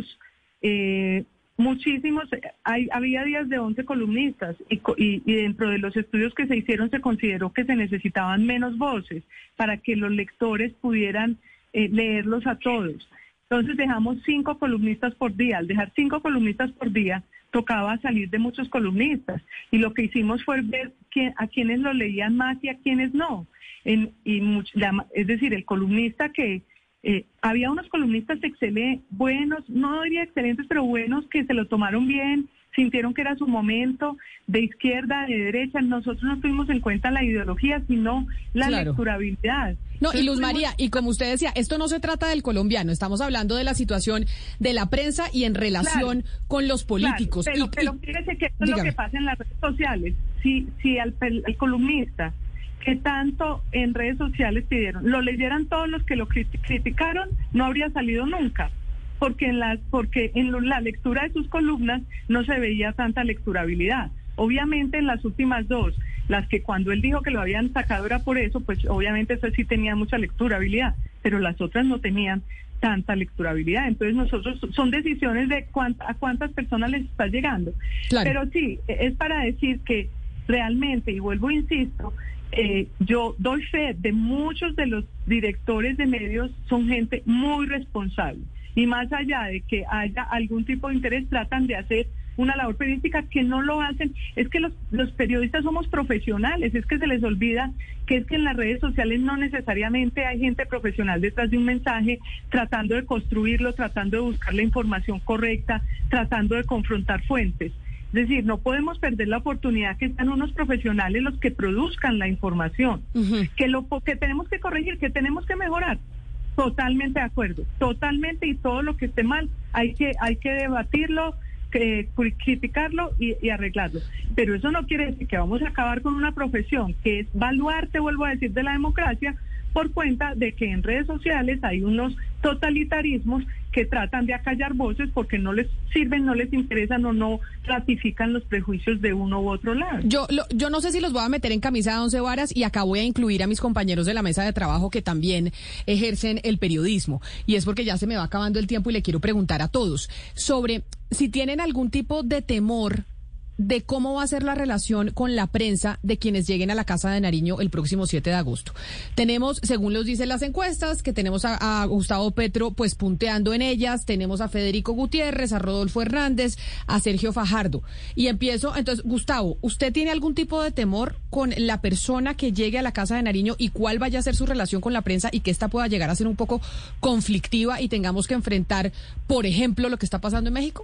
eh, muchísimos, hay, había días de once columnistas y, y, y dentro de los estudios que se hicieron se consideró que se necesitaban menos voces para que los lectores pudieran eh, leerlos a todos. Entonces dejamos cinco columnistas por día. Al dejar cinco columnistas por día, tocaba salir de muchos columnistas y lo que hicimos fue ver quién, a quienes lo leían más y a quienes no. En, y much, la, es decir, el columnista que eh, había unos columnistas excelentes, buenos, no diría excelentes, pero buenos, que se lo tomaron bien, sintieron que era su momento, de izquierda, de derecha. Nosotros no tuvimos en cuenta la ideología, sino la claro. lecturabilidad. No, y Luz María, y como usted decía, esto no se trata del colombiano, estamos hablando de la situación de la prensa y en relación claro, con los políticos. Claro, pero, y, pero fíjese que esto es lo que pasa en las redes sociales. Si, si al, el columnista que tanto en redes sociales pidieron, lo leyeran todos los que lo criticaron, no habría salido nunca, porque en las, porque en la lectura de sus columnas no se veía tanta lecturabilidad. Obviamente en las últimas dos, las que cuando él dijo que lo habían sacado era por eso, pues obviamente eso sí tenía mucha lecturabilidad, pero las otras no tenían tanta lecturabilidad. Entonces nosotros, son decisiones de cuánta, a cuántas personas les está llegando. Claro. Pero sí, es para decir que realmente, y vuelvo, insisto, eh, yo doy fe de muchos de los directores de medios, son gente muy responsable. Y más allá de que haya algún tipo de interés, tratan de hacer una labor periodística que no lo hacen. Es que los, los periodistas somos profesionales, es que se les olvida que es que en las redes sociales no necesariamente hay gente profesional detrás de un mensaje, tratando de construirlo, tratando de buscar la información correcta, tratando de confrontar fuentes. Es decir, no podemos perder la oportunidad que están unos profesionales los que produzcan la información, uh-huh. que lo que tenemos que corregir, que tenemos que mejorar. Totalmente de acuerdo, totalmente, y todo lo que esté mal hay que hay que debatirlo, que, criticarlo y, y arreglarlo. Pero eso no quiere decir que vamos a acabar con una profesión que es baluarte, vuelvo a decir, de la democracia, por cuenta de que en redes sociales hay unos totalitarismos que tratan de acallar voces porque no les sirven, no les interesan o no ratifican los prejuicios de uno u otro lado. Yo, lo, yo no sé si los voy a meter en camisa de once varas, y acá voy a incluir a mis compañeros de la mesa de trabajo que también ejercen el periodismo, y es porque ya se me va acabando el tiempo y le quiero preguntar a todos sobre si tienen algún tipo de temor de cómo va a ser la relación con la prensa de quienes lleguen a la Casa de Nariño el próximo siete de agosto. Tenemos, según los dicen las encuestas, que tenemos a, a Gustavo Petro pues punteando en ellas, tenemos a Federico Gutiérrez, a Rodolfo Hernández, a Sergio Fajardo. Y empiezo, entonces, Gustavo, ¿usted tiene algún tipo de temor con la persona que llegue a la Casa de Nariño y cuál vaya a ser su relación con la prensa y que esta pueda llegar a ser un poco conflictiva y tengamos que enfrentar, por ejemplo, lo que está pasando en México?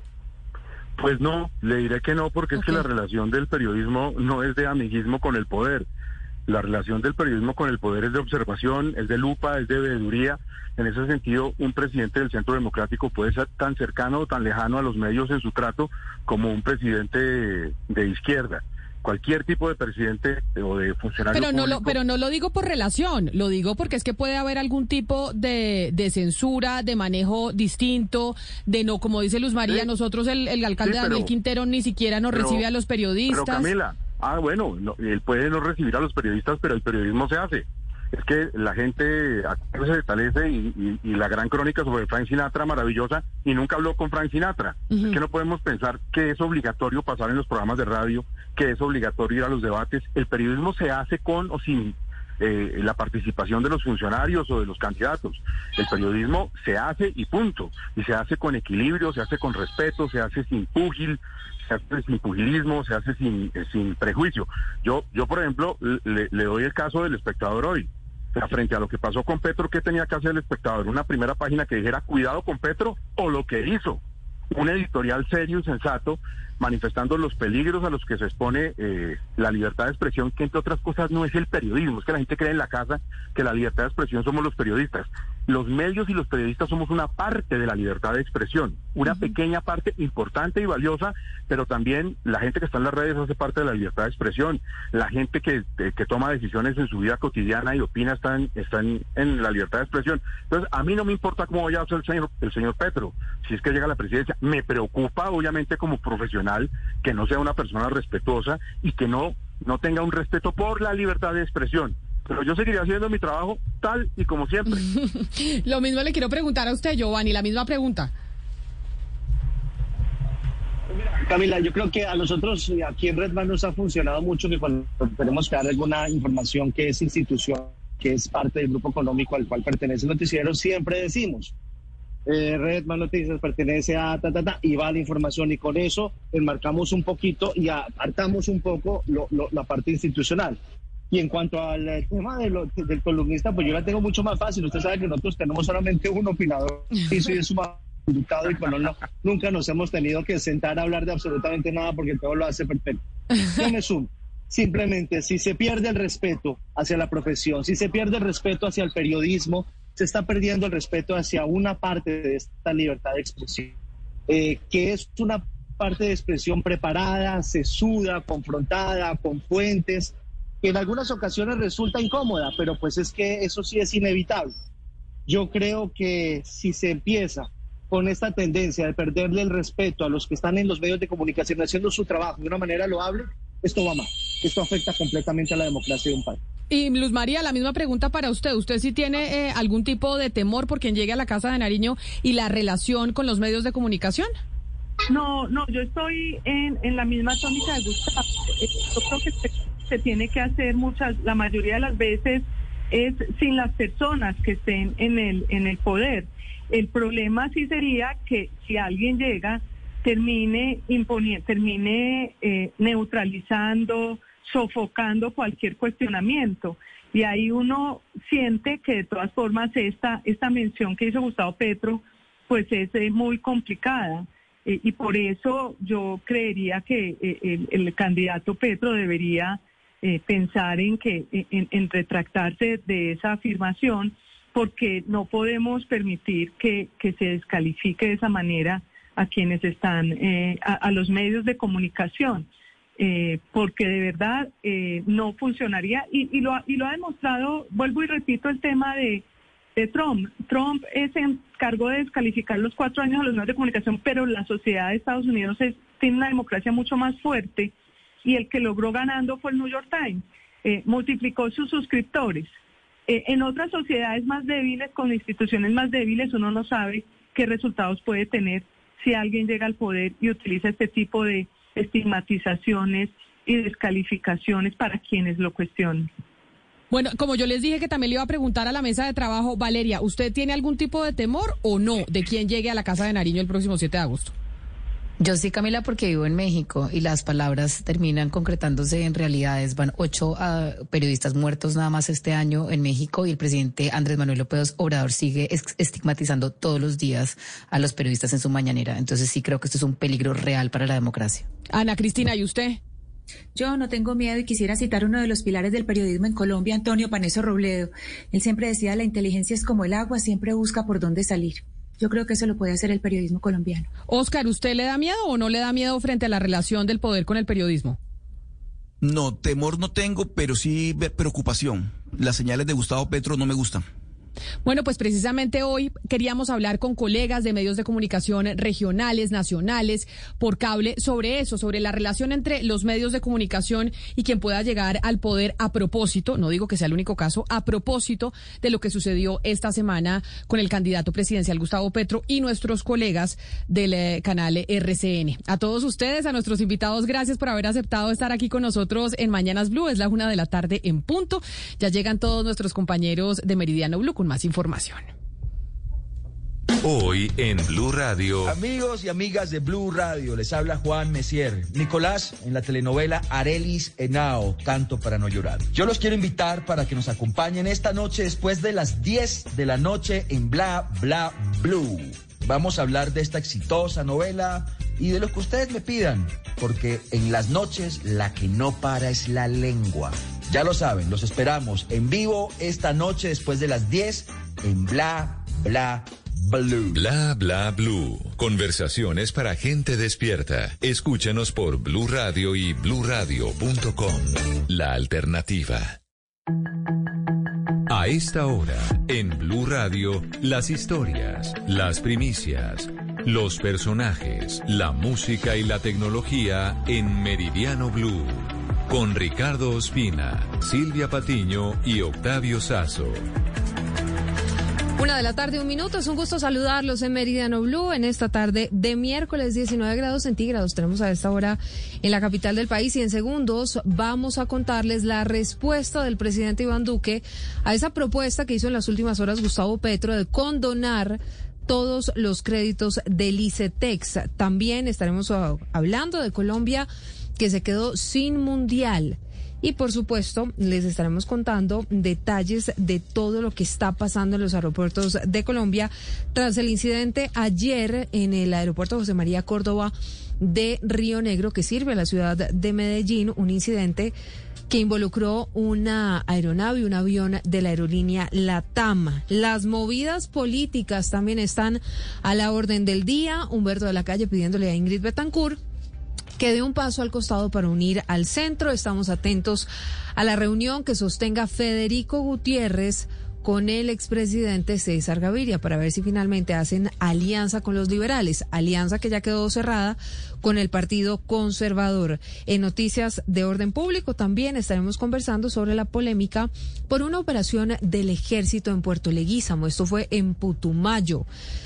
Pues no, le diré que no, porque okay. es que la relación del periodismo no es de amiguismo con el poder. La relación del periodismo con el poder es de observación, es de lupa, es de veeduría. En ese sentido, un presidente del Centro Democrático puede ser tan cercano o tan lejano a los medios en su trato como un presidente de, de izquierda. Cualquier tipo de presidente o de funcionario pero no público. Lo, pero no lo digo por relación, lo digo porque es que puede haber algún tipo de, de censura, de manejo distinto, de no, como dice Luz María, sí. nosotros el, el alcalde sí, pero, Daniel Quintero ni siquiera nos pero, recibe a los periodistas. Pero Camila, ah, bueno, no, él puede no recibir a los periodistas, pero el periodismo se hace. Es que la gente se detalece y, y, y la gran crónica sobre Frank Sinatra, maravillosa, y nunca habló con Frank Sinatra. Uh-huh. Es que no podemos pensar que es obligatorio pasar en los programas de radio, que es obligatorio ir a los debates. El periodismo se hace con o sin eh, la participación de los funcionarios o de los candidatos. El periodismo se hace y punto. Y se hace con equilibrio, se hace con respeto, se hace sin púgil, se hace sin pugilismo, se hace sin, eh, sin prejuicio. Yo, yo por ejemplo, le, le doy el caso del Espectador hoy. O sea, frente a lo que pasó con Petro, ¿qué tenía que hacer el Espectador? Una primera página que dijera cuidado con Petro o lo que hizo. Un editorial serio y sensato manifestando los peligros a los que se expone eh, la libertad de expresión, que entre otras cosas no es el periodismo. Es que la gente cree en la casa que la libertad de expresión somos los periodistas. Los medios y los periodistas somos una parte de la libertad de expresión, una uh-huh. pequeña parte importante y valiosa, pero también la gente que está en las redes hace parte de la libertad de expresión. La gente que, que, que toma decisiones en su vida cotidiana y opina está, en, está en, en la libertad de expresión. Entonces, a mí no me importa cómo vaya a ser el señor, el señor Petro, si es que llega a la presidencia. Me preocupa, obviamente, como profesional, que no sea una persona respetuosa y que no, no tenga un respeto por la libertad de expresión. Pero yo seguiría haciendo mi trabajo tal y como siempre. Lo mismo le quiero preguntar a usted, Giovanni, la misma pregunta. Camila, yo creo que a nosotros aquí en Redman nos ha funcionado mucho que cuando tenemos que dar alguna información que es institución, que es parte del grupo económico al cual pertenece el noticiero, siempre decimos, eh, Redman Noticias pertenece a ta, ta, ta, y va la información, y con eso enmarcamos un poquito y apartamos un poco lo, lo, la parte institucional. Y en cuanto al tema de lo, del columnista, pues yo la tengo mucho más fácil. Usted sabe que nosotros tenemos solamente un opinador y soy su diputado y con no, nunca nos hemos tenido que sentar a hablar de absolutamente nada porque todo lo hace perfecto. Yo me sumo. Simplemente, si se pierde el respeto hacia la profesión, si se pierde el respeto hacia el periodismo, se está perdiendo el respeto hacia una parte de esta libertad de expresión, eh, que es una parte de expresión preparada, sesuda, confrontada, con fuentes, que en algunas ocasiones resulta incómoda, pero pues es que eso sí es inevitable. Yo creo que si se empieza con esta tendencia de perderle el respeto a los que están en los medios de comunicación haciendo su trabajo de una manera loable, esto va mal. Esto afecta completamente a la democracia de un país. Y Luz María, la misma pregunta para usted. ¿Usted sí tiene eh, algún tipo de temor por quien llegue a la Casa de Nariño y la relación con los medios de comunicación? No, no, yo estoy en, en la misma tónica de Gustavo. Yo creo que se, se tiene que hacer muchas, la mayoría de las veces es sin las personas que estén en el, en el poder. El problema sí sería que si alguien llega, termine imponiendo, termine eh, neutralizando, sofocando cualquier cuestionamiento. Y ahí uno siente que de todas formas esta, esta mención que hizo Gustavo Petro, pues es eh, muy complicada. Eh, y por eso yo creería que eh, el, el candidato Petro debería eh, pensar en que en, en retractarse de esa afirmación, porque no podemos permitir que, que se descalifique de esa manera a quienes están, eh, a, a los medios de comunicación, eh, porque de verdad eh, no funcionaría y, y, lo, y lo ha demostrado. Vuelvo y repito el tema de, de Trump. Trump se encargó de descalificar los cuatro años a los medios de comunicación, pero la sociedad de Estados Unidos es, tiene una democracia mucho más fuerte y el que logró ganando fue el New York Times. Eh, multiplicó sus suscriptores. Eh, en otras sociedades más débiles, con instituciones más débiles, uno no sabe qué resultados puede tener si alguien llega al poder y utiliza este tipo de estigmatizaciones y descalificaciones para quienes lo cuestionan. Bueno, como yo les dije que también le iba a preguntar a la mesa de trabajo, Valeria, ¿usted tiene algún tipo de temor o no de quién llegue a la Casa de Nariño el próximo siete de agosto? Yo sí, Camila, porque vivo en México y las palabras terminan concretándose en realidades. Van ocho uh, periodistas muertos nada más este año en México y el presidente Andrés Manuel López Obrador sigue estigmatizando todos los días a los periodistas en su mañanera. Entonces sí creo que esto es un peligro real para la democracia. Ana Cristina, ¿y usted? Yo no tengo miedo y quisiera citar uno de los pilares del periodismo en Colombia, Antonio Paneso Robledo. Él siempre decía, la inteligencia es como el agua, siempre busca por dónde salir. Yo creo que eso lo puede hacer el periodismo colombiano. Oscar, ¿usted le da miedo o no le da miedo frente a la relación del poder con el periodismo? No, temor no tengo, pero sí preocupación. Las señales de Gustavo Petro no me gustan. Bueno, pues precisamente hoy queríamos hablar con colegas de medios de comunicación regionales, nacionales, por cable, sobre eso, sobre la relación entre los medios de comunicación y quien pueda llegar al poder a propósito, no digo que sea el único caso, a propósito de lo que sucedió esta semana con el candidato presidencial Gustavo Petro y nuestros colegas del eh, canal R C N. A todos ustedes, a nuestros invitados, gracias por haber aceptado estar aquí con nosotros en Mañanas Blue. Es la una de la tarde en punto. Ya llegan todos nuestros compañeros de Meridiano Blue con más información. Hoy en Blue Radio. Amigos y amigas de Blue Radio, les habla Juan Messier. Nicolás en la telenovela Arelis Henao, Canto para no llorar. Yo los quiero invitar para que nos acompañen esta noche después de las diez de la noche en Bla Bla Blue. Vamos a hablar de esta exitosa novela y de lo que ustedes me pidan, porque en las noches la que no para es la lengua. Ya lo saben, los esperamos en vivo esta noche después de las diez en Bla Bla Blue. Bla Bla Blue. Conversaciones para gente despierta. Escúchanos por Blue Radio y blue radio punto com. La alternativa. A esta hora, en Blue Radio, las historias, las primicias, los personajes, la música y la tecnología en Meridiano Blue. Con Ricardo Ospina, Silvia Patiño y Octavio Sazo. Una de la tarde, un minuto. Es un gusto saludarlos en Meridiano Blue en esta tarde de miércoles, diecinueve grados centígrados. Tenemos a esta hora en la capital del país y en segundos vamos a contarles la respuesta del presidente Iván Duque a esa propuesta que hizo en las últimas horas Gustavo Petro de condonar todos los créditos del ICETEX. También estaremos hablando de Colombia, que se quedó sin mundial. Y por supuesto, les estaremos contando detalles de todo lo que está pasando en los aeropuertos de Colombia tras el incidente ayer en el aeropuerto José María Córdoba de Río Negro, que sirve a la ciudad de Medellín, un incidente que involucró una aeronave y un avión de la aerolínea LATAM. Las movidas políticas también están a la orden del día. Humberto de la Calle pidiéndole a Ingrid Betancourt que dé un paso al costado para unir al centro. Estamos atentos a la reunión que sostenga Federico Gutiérrez con el expresidente César Gaviria para ver si finalmente hacen alianza con los liberales, alianza que ya quedó cerrada con el Partido Conservador. En noticias de orden público también estaremos conversando sobre la polémica por una operación del ejército en Puerto Leguízamo. Esto fue en Putumayo.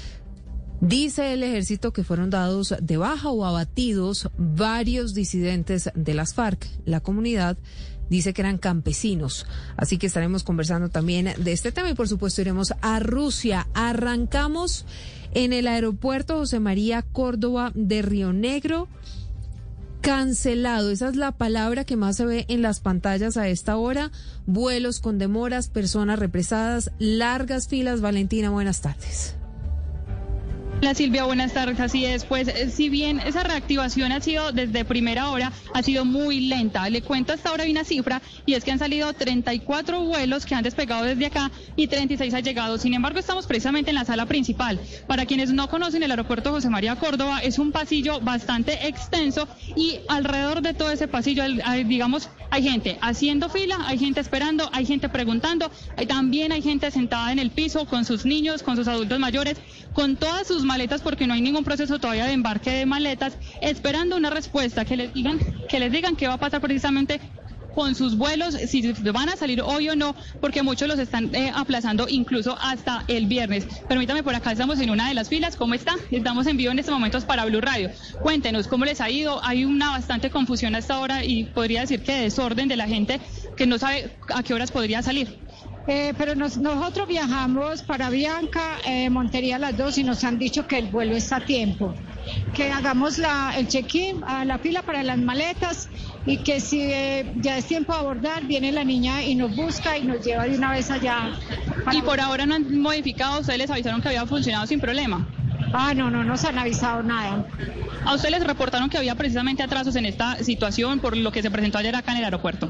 Dice el ejército que fueron dados de baja o abatidos varios disidentes de las FARC. La comunidad dice que eran campesinos. Así que estaremos conversando también de este tema y por supuesto iremos a Rusia. Arrancamos en el aeropuerto José María Córdoba de Río Negro. Cancelado, esa es la palabra que más se ve en las pantallas a esta hora. Vuelos con demoras, personas represadas, largas filas. Valentina, buenas tardes. Hola Silvia, buenas tardes. Así es, pues si bien esa reactivación ha sido desde primera hora, ha sido muy lenta. Le cuento hasta ahora hay una cifra y es que han salido treinta y cuatro vuelos que han despegado desde acá y treinta y seis han llegado. Sin embargo, estamos precisamente en la sala principal. Para quienes no conocen el aeropuerto José María Córdoba, es un pasillo bastante extenso y alrededor de todo ese pasillo, hay, digamos, hay gente haciendo fila, hay gente esperando, hay gente preguntando, hay, también hay gente sentada en el piso con sus niños, con sus adultos mayores, con todas sus maletas porque no hay ningún proceso todavía de embarque de maletas, esperando una respuesta que les digan, que les digan qué va a pasar precisamente con sus vuelos, si van a salir hoy o no, porque muchos los están eh, aplazando incluso hasta el viernes. Permítame, por acá estamos en una de las filas. ¿Cómo está? Estamos en vivo en estos momentos para Blue Radio. Cuéntenos cómo les ha ido. Hay una bastante confusión hasta ahora y podría decir que desorden de la gente que no sabe a qué horas podría salir. Eh, pero nos, nosotros viajamos para Bianca, eh, Montería a las dos y nos han dicho que el vuelo está a tiempo, que hagamos la, el check-in, a la fila para las maletas y que si eh, ya es tiempo de abordar, viene la niña y nos busca y nos lleva de una vez allá. Y por ahora no han modificado, ustedes les avisaron que había funcionado sin problema. Ah, no, no nos han avisado nada. ¿A ustedes les reportaron que había precisamente atrasos en esta situación por lo que se presentó ayer acá en el aeropuerto?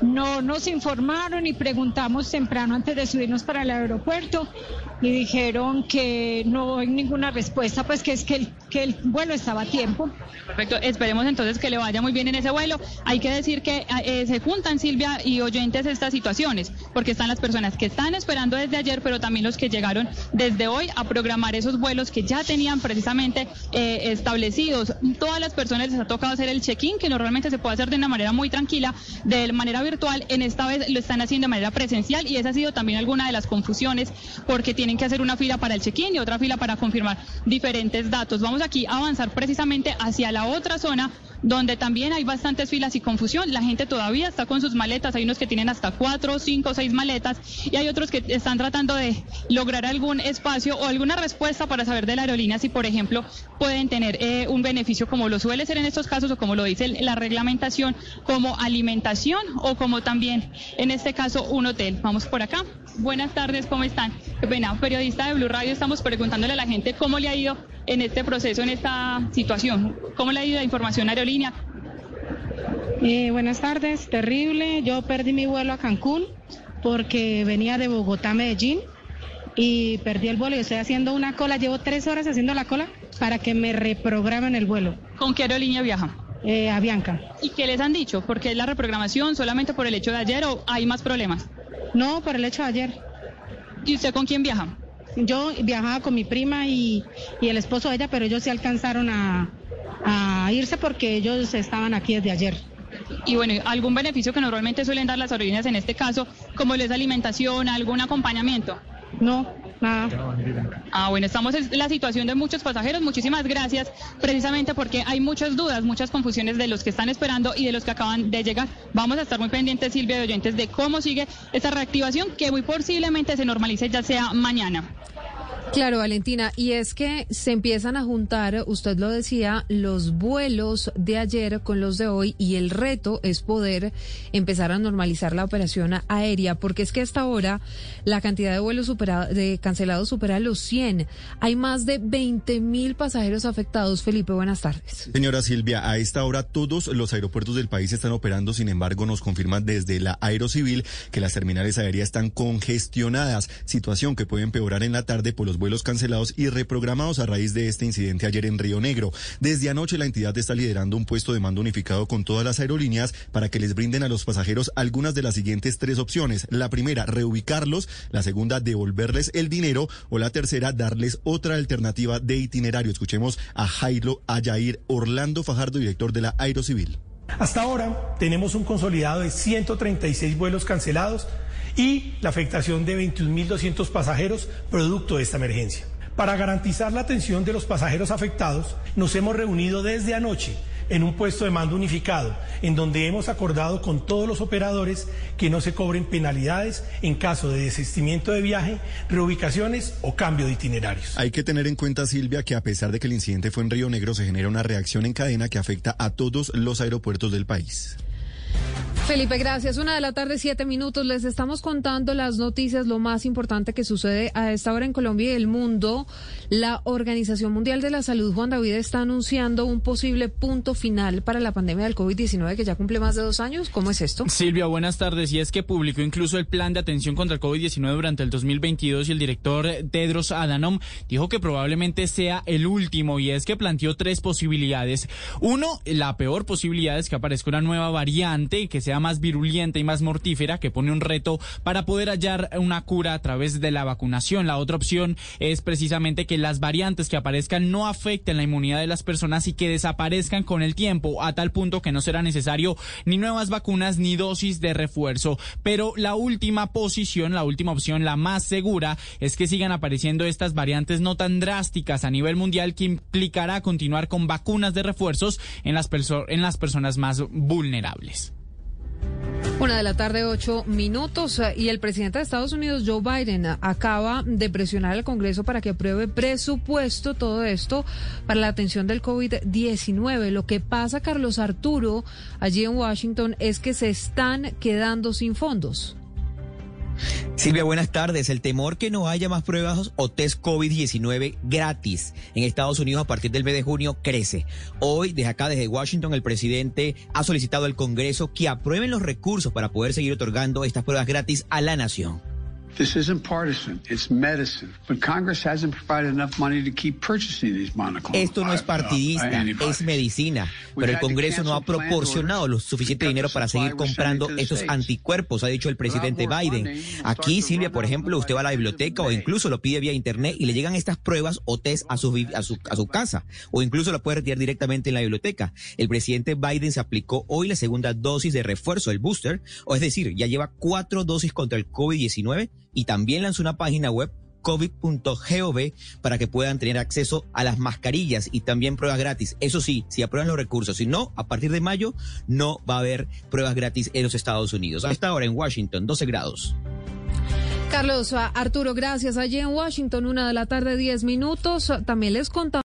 No nos informaron y preguntamos temprano antes de subirnos para el aeropuerto y dijeron que no hay ninguna respuesta, pues que es que el, que el vuelo estaba a tiempo. Perfecto, esperemos entonces que le vaya muy bien en ese vuelo. Hay que decir que eh, se juntan, Silvia y oyentes, estas situaciones, porque están las personas que están esperando desde ayer, pero también los que llegaron desde hoy a programar esos vuelos que ya tenían precisamente eh, establecidos. Todas las personas les ha tocado hacer el check-in, que normalmente se puede hacer de una manera muy tranquila, de manera virtual. En esta vez lo están haciendo de manera presencial y esa ha sido también alguna de las confusiones, porque tienen que hacer una fila para el check-in y otra fila para confirmar diferentes datos. Vamos aquí a avanzar precisamente hacia la otra zona, donde también hay bastantes filas y confusión. La gente todavía está con sus maletas, hay unos que tienen hasta cuatro, cinco, seis maletas y hay otros que están tratando de lograr algún espacio o alguna respuesta para saber de la aerolínea si, por ejemplo, pueden tener eh, un beneficio, como lo suele ser en estos casos o como lo dice la reglamentación, como alimentación o como también en este caso un hotel. Vamos por acá. Buenas tardes, ¿cómo están? Qué pena, periodista de Blue Radio, estamos preguntándole a la gente cómo le ha ido en este proceso, en esta situación. ¿Cómo le ha ido la información aerolínea? Eh, buenas tardes, terrible. Yo perdí mi vuelo a Cancún porque venía de Bogotá a Medellín y perdí el vuelo y estoy haciendo una cola. Llevo tres horas haciendo la cola para que me reprogramen el vuelo. ¿Con qué aerolínea viaja? Eh, Avianca. ¿Y qué les han dicho? ¿Por qué es la reprogramación? ¿Solamente por el hecho de ayer o hay más problemas? No, por el hecho de ayer. ¿Y usted con quién viaja? Yo viajaba con mi prima y, y el esposo de ella, pero ellos sí alcanzaron a, a irse porque ellos estaban aquí desde ayer. Y bueno, ¿algún beneficio que normalmente suelen dar las aerolíneas en este caso, como les alimentación, algún acompañamiento? No, nada. Ah, bueno, estamos en la situación de muchos pasajeros. Muchísimas gracias, precisamente porque hay muchas dudas, muchas confusiones de los que están esperando y de los que acaban de llegar. Vamos a estar muy pendientes, Silvia, de oyentes, de cómo sigue esta reactivación, que muy posiblemente se normalice ya sea mañana. Claro, Valentina, y es que se empiezan a juntar, usted lo decía, los vuelos de ayer con los de hoy y el reto es poder empezar a normalizar la operación aérea, porque es que hasta ahora la cantidad de vuelos supera, de cancelados supera los cien. Hay más de veinte mil pasajeros afectados. Felipe, buenas tardes. Señora Silvia, a esta hora todos los aeropuertos del país están operando, sin embargo nos confirman desde la Aerocivil que las terminales aéreas están congestionadas, situación que puede empeorar en la tarde por los vuelos cancelados y reprogramados a raíz de este incidente ayer en Río Negro. Desde anoche la entidad está liderando un puesto de mando unificado con todas las aerolíneas para que les brinden a los pasajeros algunas de las siguientes tres opciones. La primera, reubicarlos; la segunda, devolverles el dinero; o la tercera, darles otra alternativa de itinerario. Escuchemos a Jairo Ayair Orlando Fajardo, director de la Aerocivil. Hasta ahora tenemos un consolidado de ciento treinta y seis vuelos cancelados y la afectación de veintiún mil doscientos pasajeros producto de esta emergencia. Para garantizar la atención de los pasajeros afectados, nos hemos reunido desde anoche en un puesto de mando unificado, en donde hemos acordado con todos los operadores que no se cobren penalidades en caso de desistimiento de viaje, reubicaciones o cambio de itinerarios. Hay que tener en cuenta, Silvia, que a pesar de que el incidente fue en Río Negro, se genera una reacción en cadena que afecta a todos los aeropuertos del país. Felipe, gracias. Una de la tarde, siete minutos. Les estamos contando las noticias, lo más importante que sucede a esta hora en Colombia y el mundo. La Organización Mundial de la Salud, Juan David, está anunciando un posible punto final para la pandemia del COVID diecinueve que ya cumple más de dos años. ¿Cómo es esto? Silvia, buenas tardes. Y es que publicó incluso el plan de atención contra el COVID diecinueve durante el dos mil veintidós y el director Tedros Adhanom dijo que probablemente sea el último, y es que planteó tres posibilidades. Uno, la peor posibilidad es que aparezca una nueva variante que sea más virulenta y más mortífera, que pone un reto para poder hallar una cura a través de la vacunación. La otra opción es precisamente que las variantes que aparezcan no afecten la inmunidad de las personas y que desaparezcan con el tiempo, a tal punto que no será necesario ni nuevas vacunas ni dosis de refuerzo. Pero la última posición, la última opción, la más segura, es que sigan apareciendo estas variantes no tan drásticas a nivel mundial, que implicará continuar con vacunas de refuerzos en las, perso- en las personas más vulnerables. Una de la tarde, ocho minutos, y el presidente de Estados Unidos, Joe Biden, acaba de presionar al Congreso para que apruebe presupuesto, todo esto para la atención del COVID diecinueve. Lo que pasa, Carlos Arturo, allí en Washington, es que se están quedando sin fondos. Silvia, buenas tardes. El temor que no haya más pruebas o test COVID diecinueve gratis en Estados Unidos a partir del mes de junio crece. Hoy, desde acá, desde Washington, el presidente ha solicitado al Congreso que aprueben los recursos para poder seguir otorgando estas pruebas gratis a la nación. This isn't partisan, it's medicine. But Congress hasn't provided enough money to keep purchasing these monoclonal. Esto no es partidista, es medicina, pero el Congreso no ha proporcionado lo suficiente dinero para seguir comprando estos anticuerpos, ha dicho el presidente Biden. Aquí, Silvia, por ejemplo, usted va a la biblioteca o incluso lo pide vía internet y le llegan estas pruebas o test a su, a su, a su casa, o incluso lo puede retirar directamente en la biblioteca. El presidente Biden se aplicó hoy la segunda dosis de refuerzo, el booster, o es decir, ya lleva cuatro dosis contra el COVID diecinueve, y también lanzó una página web covid punto gov para que puedan tener acceso a las mascarillas y también pruebas gratis. Eso sí, si aprueban los recursos. Si no, a partir de mayo no va a haber pruebas gratis en los Estados Unidos. A esta hora en Washington, doce grados. Carlos, Arturo, gracias. Allí en Washington, una de la tarde, diez minutos. También les contamos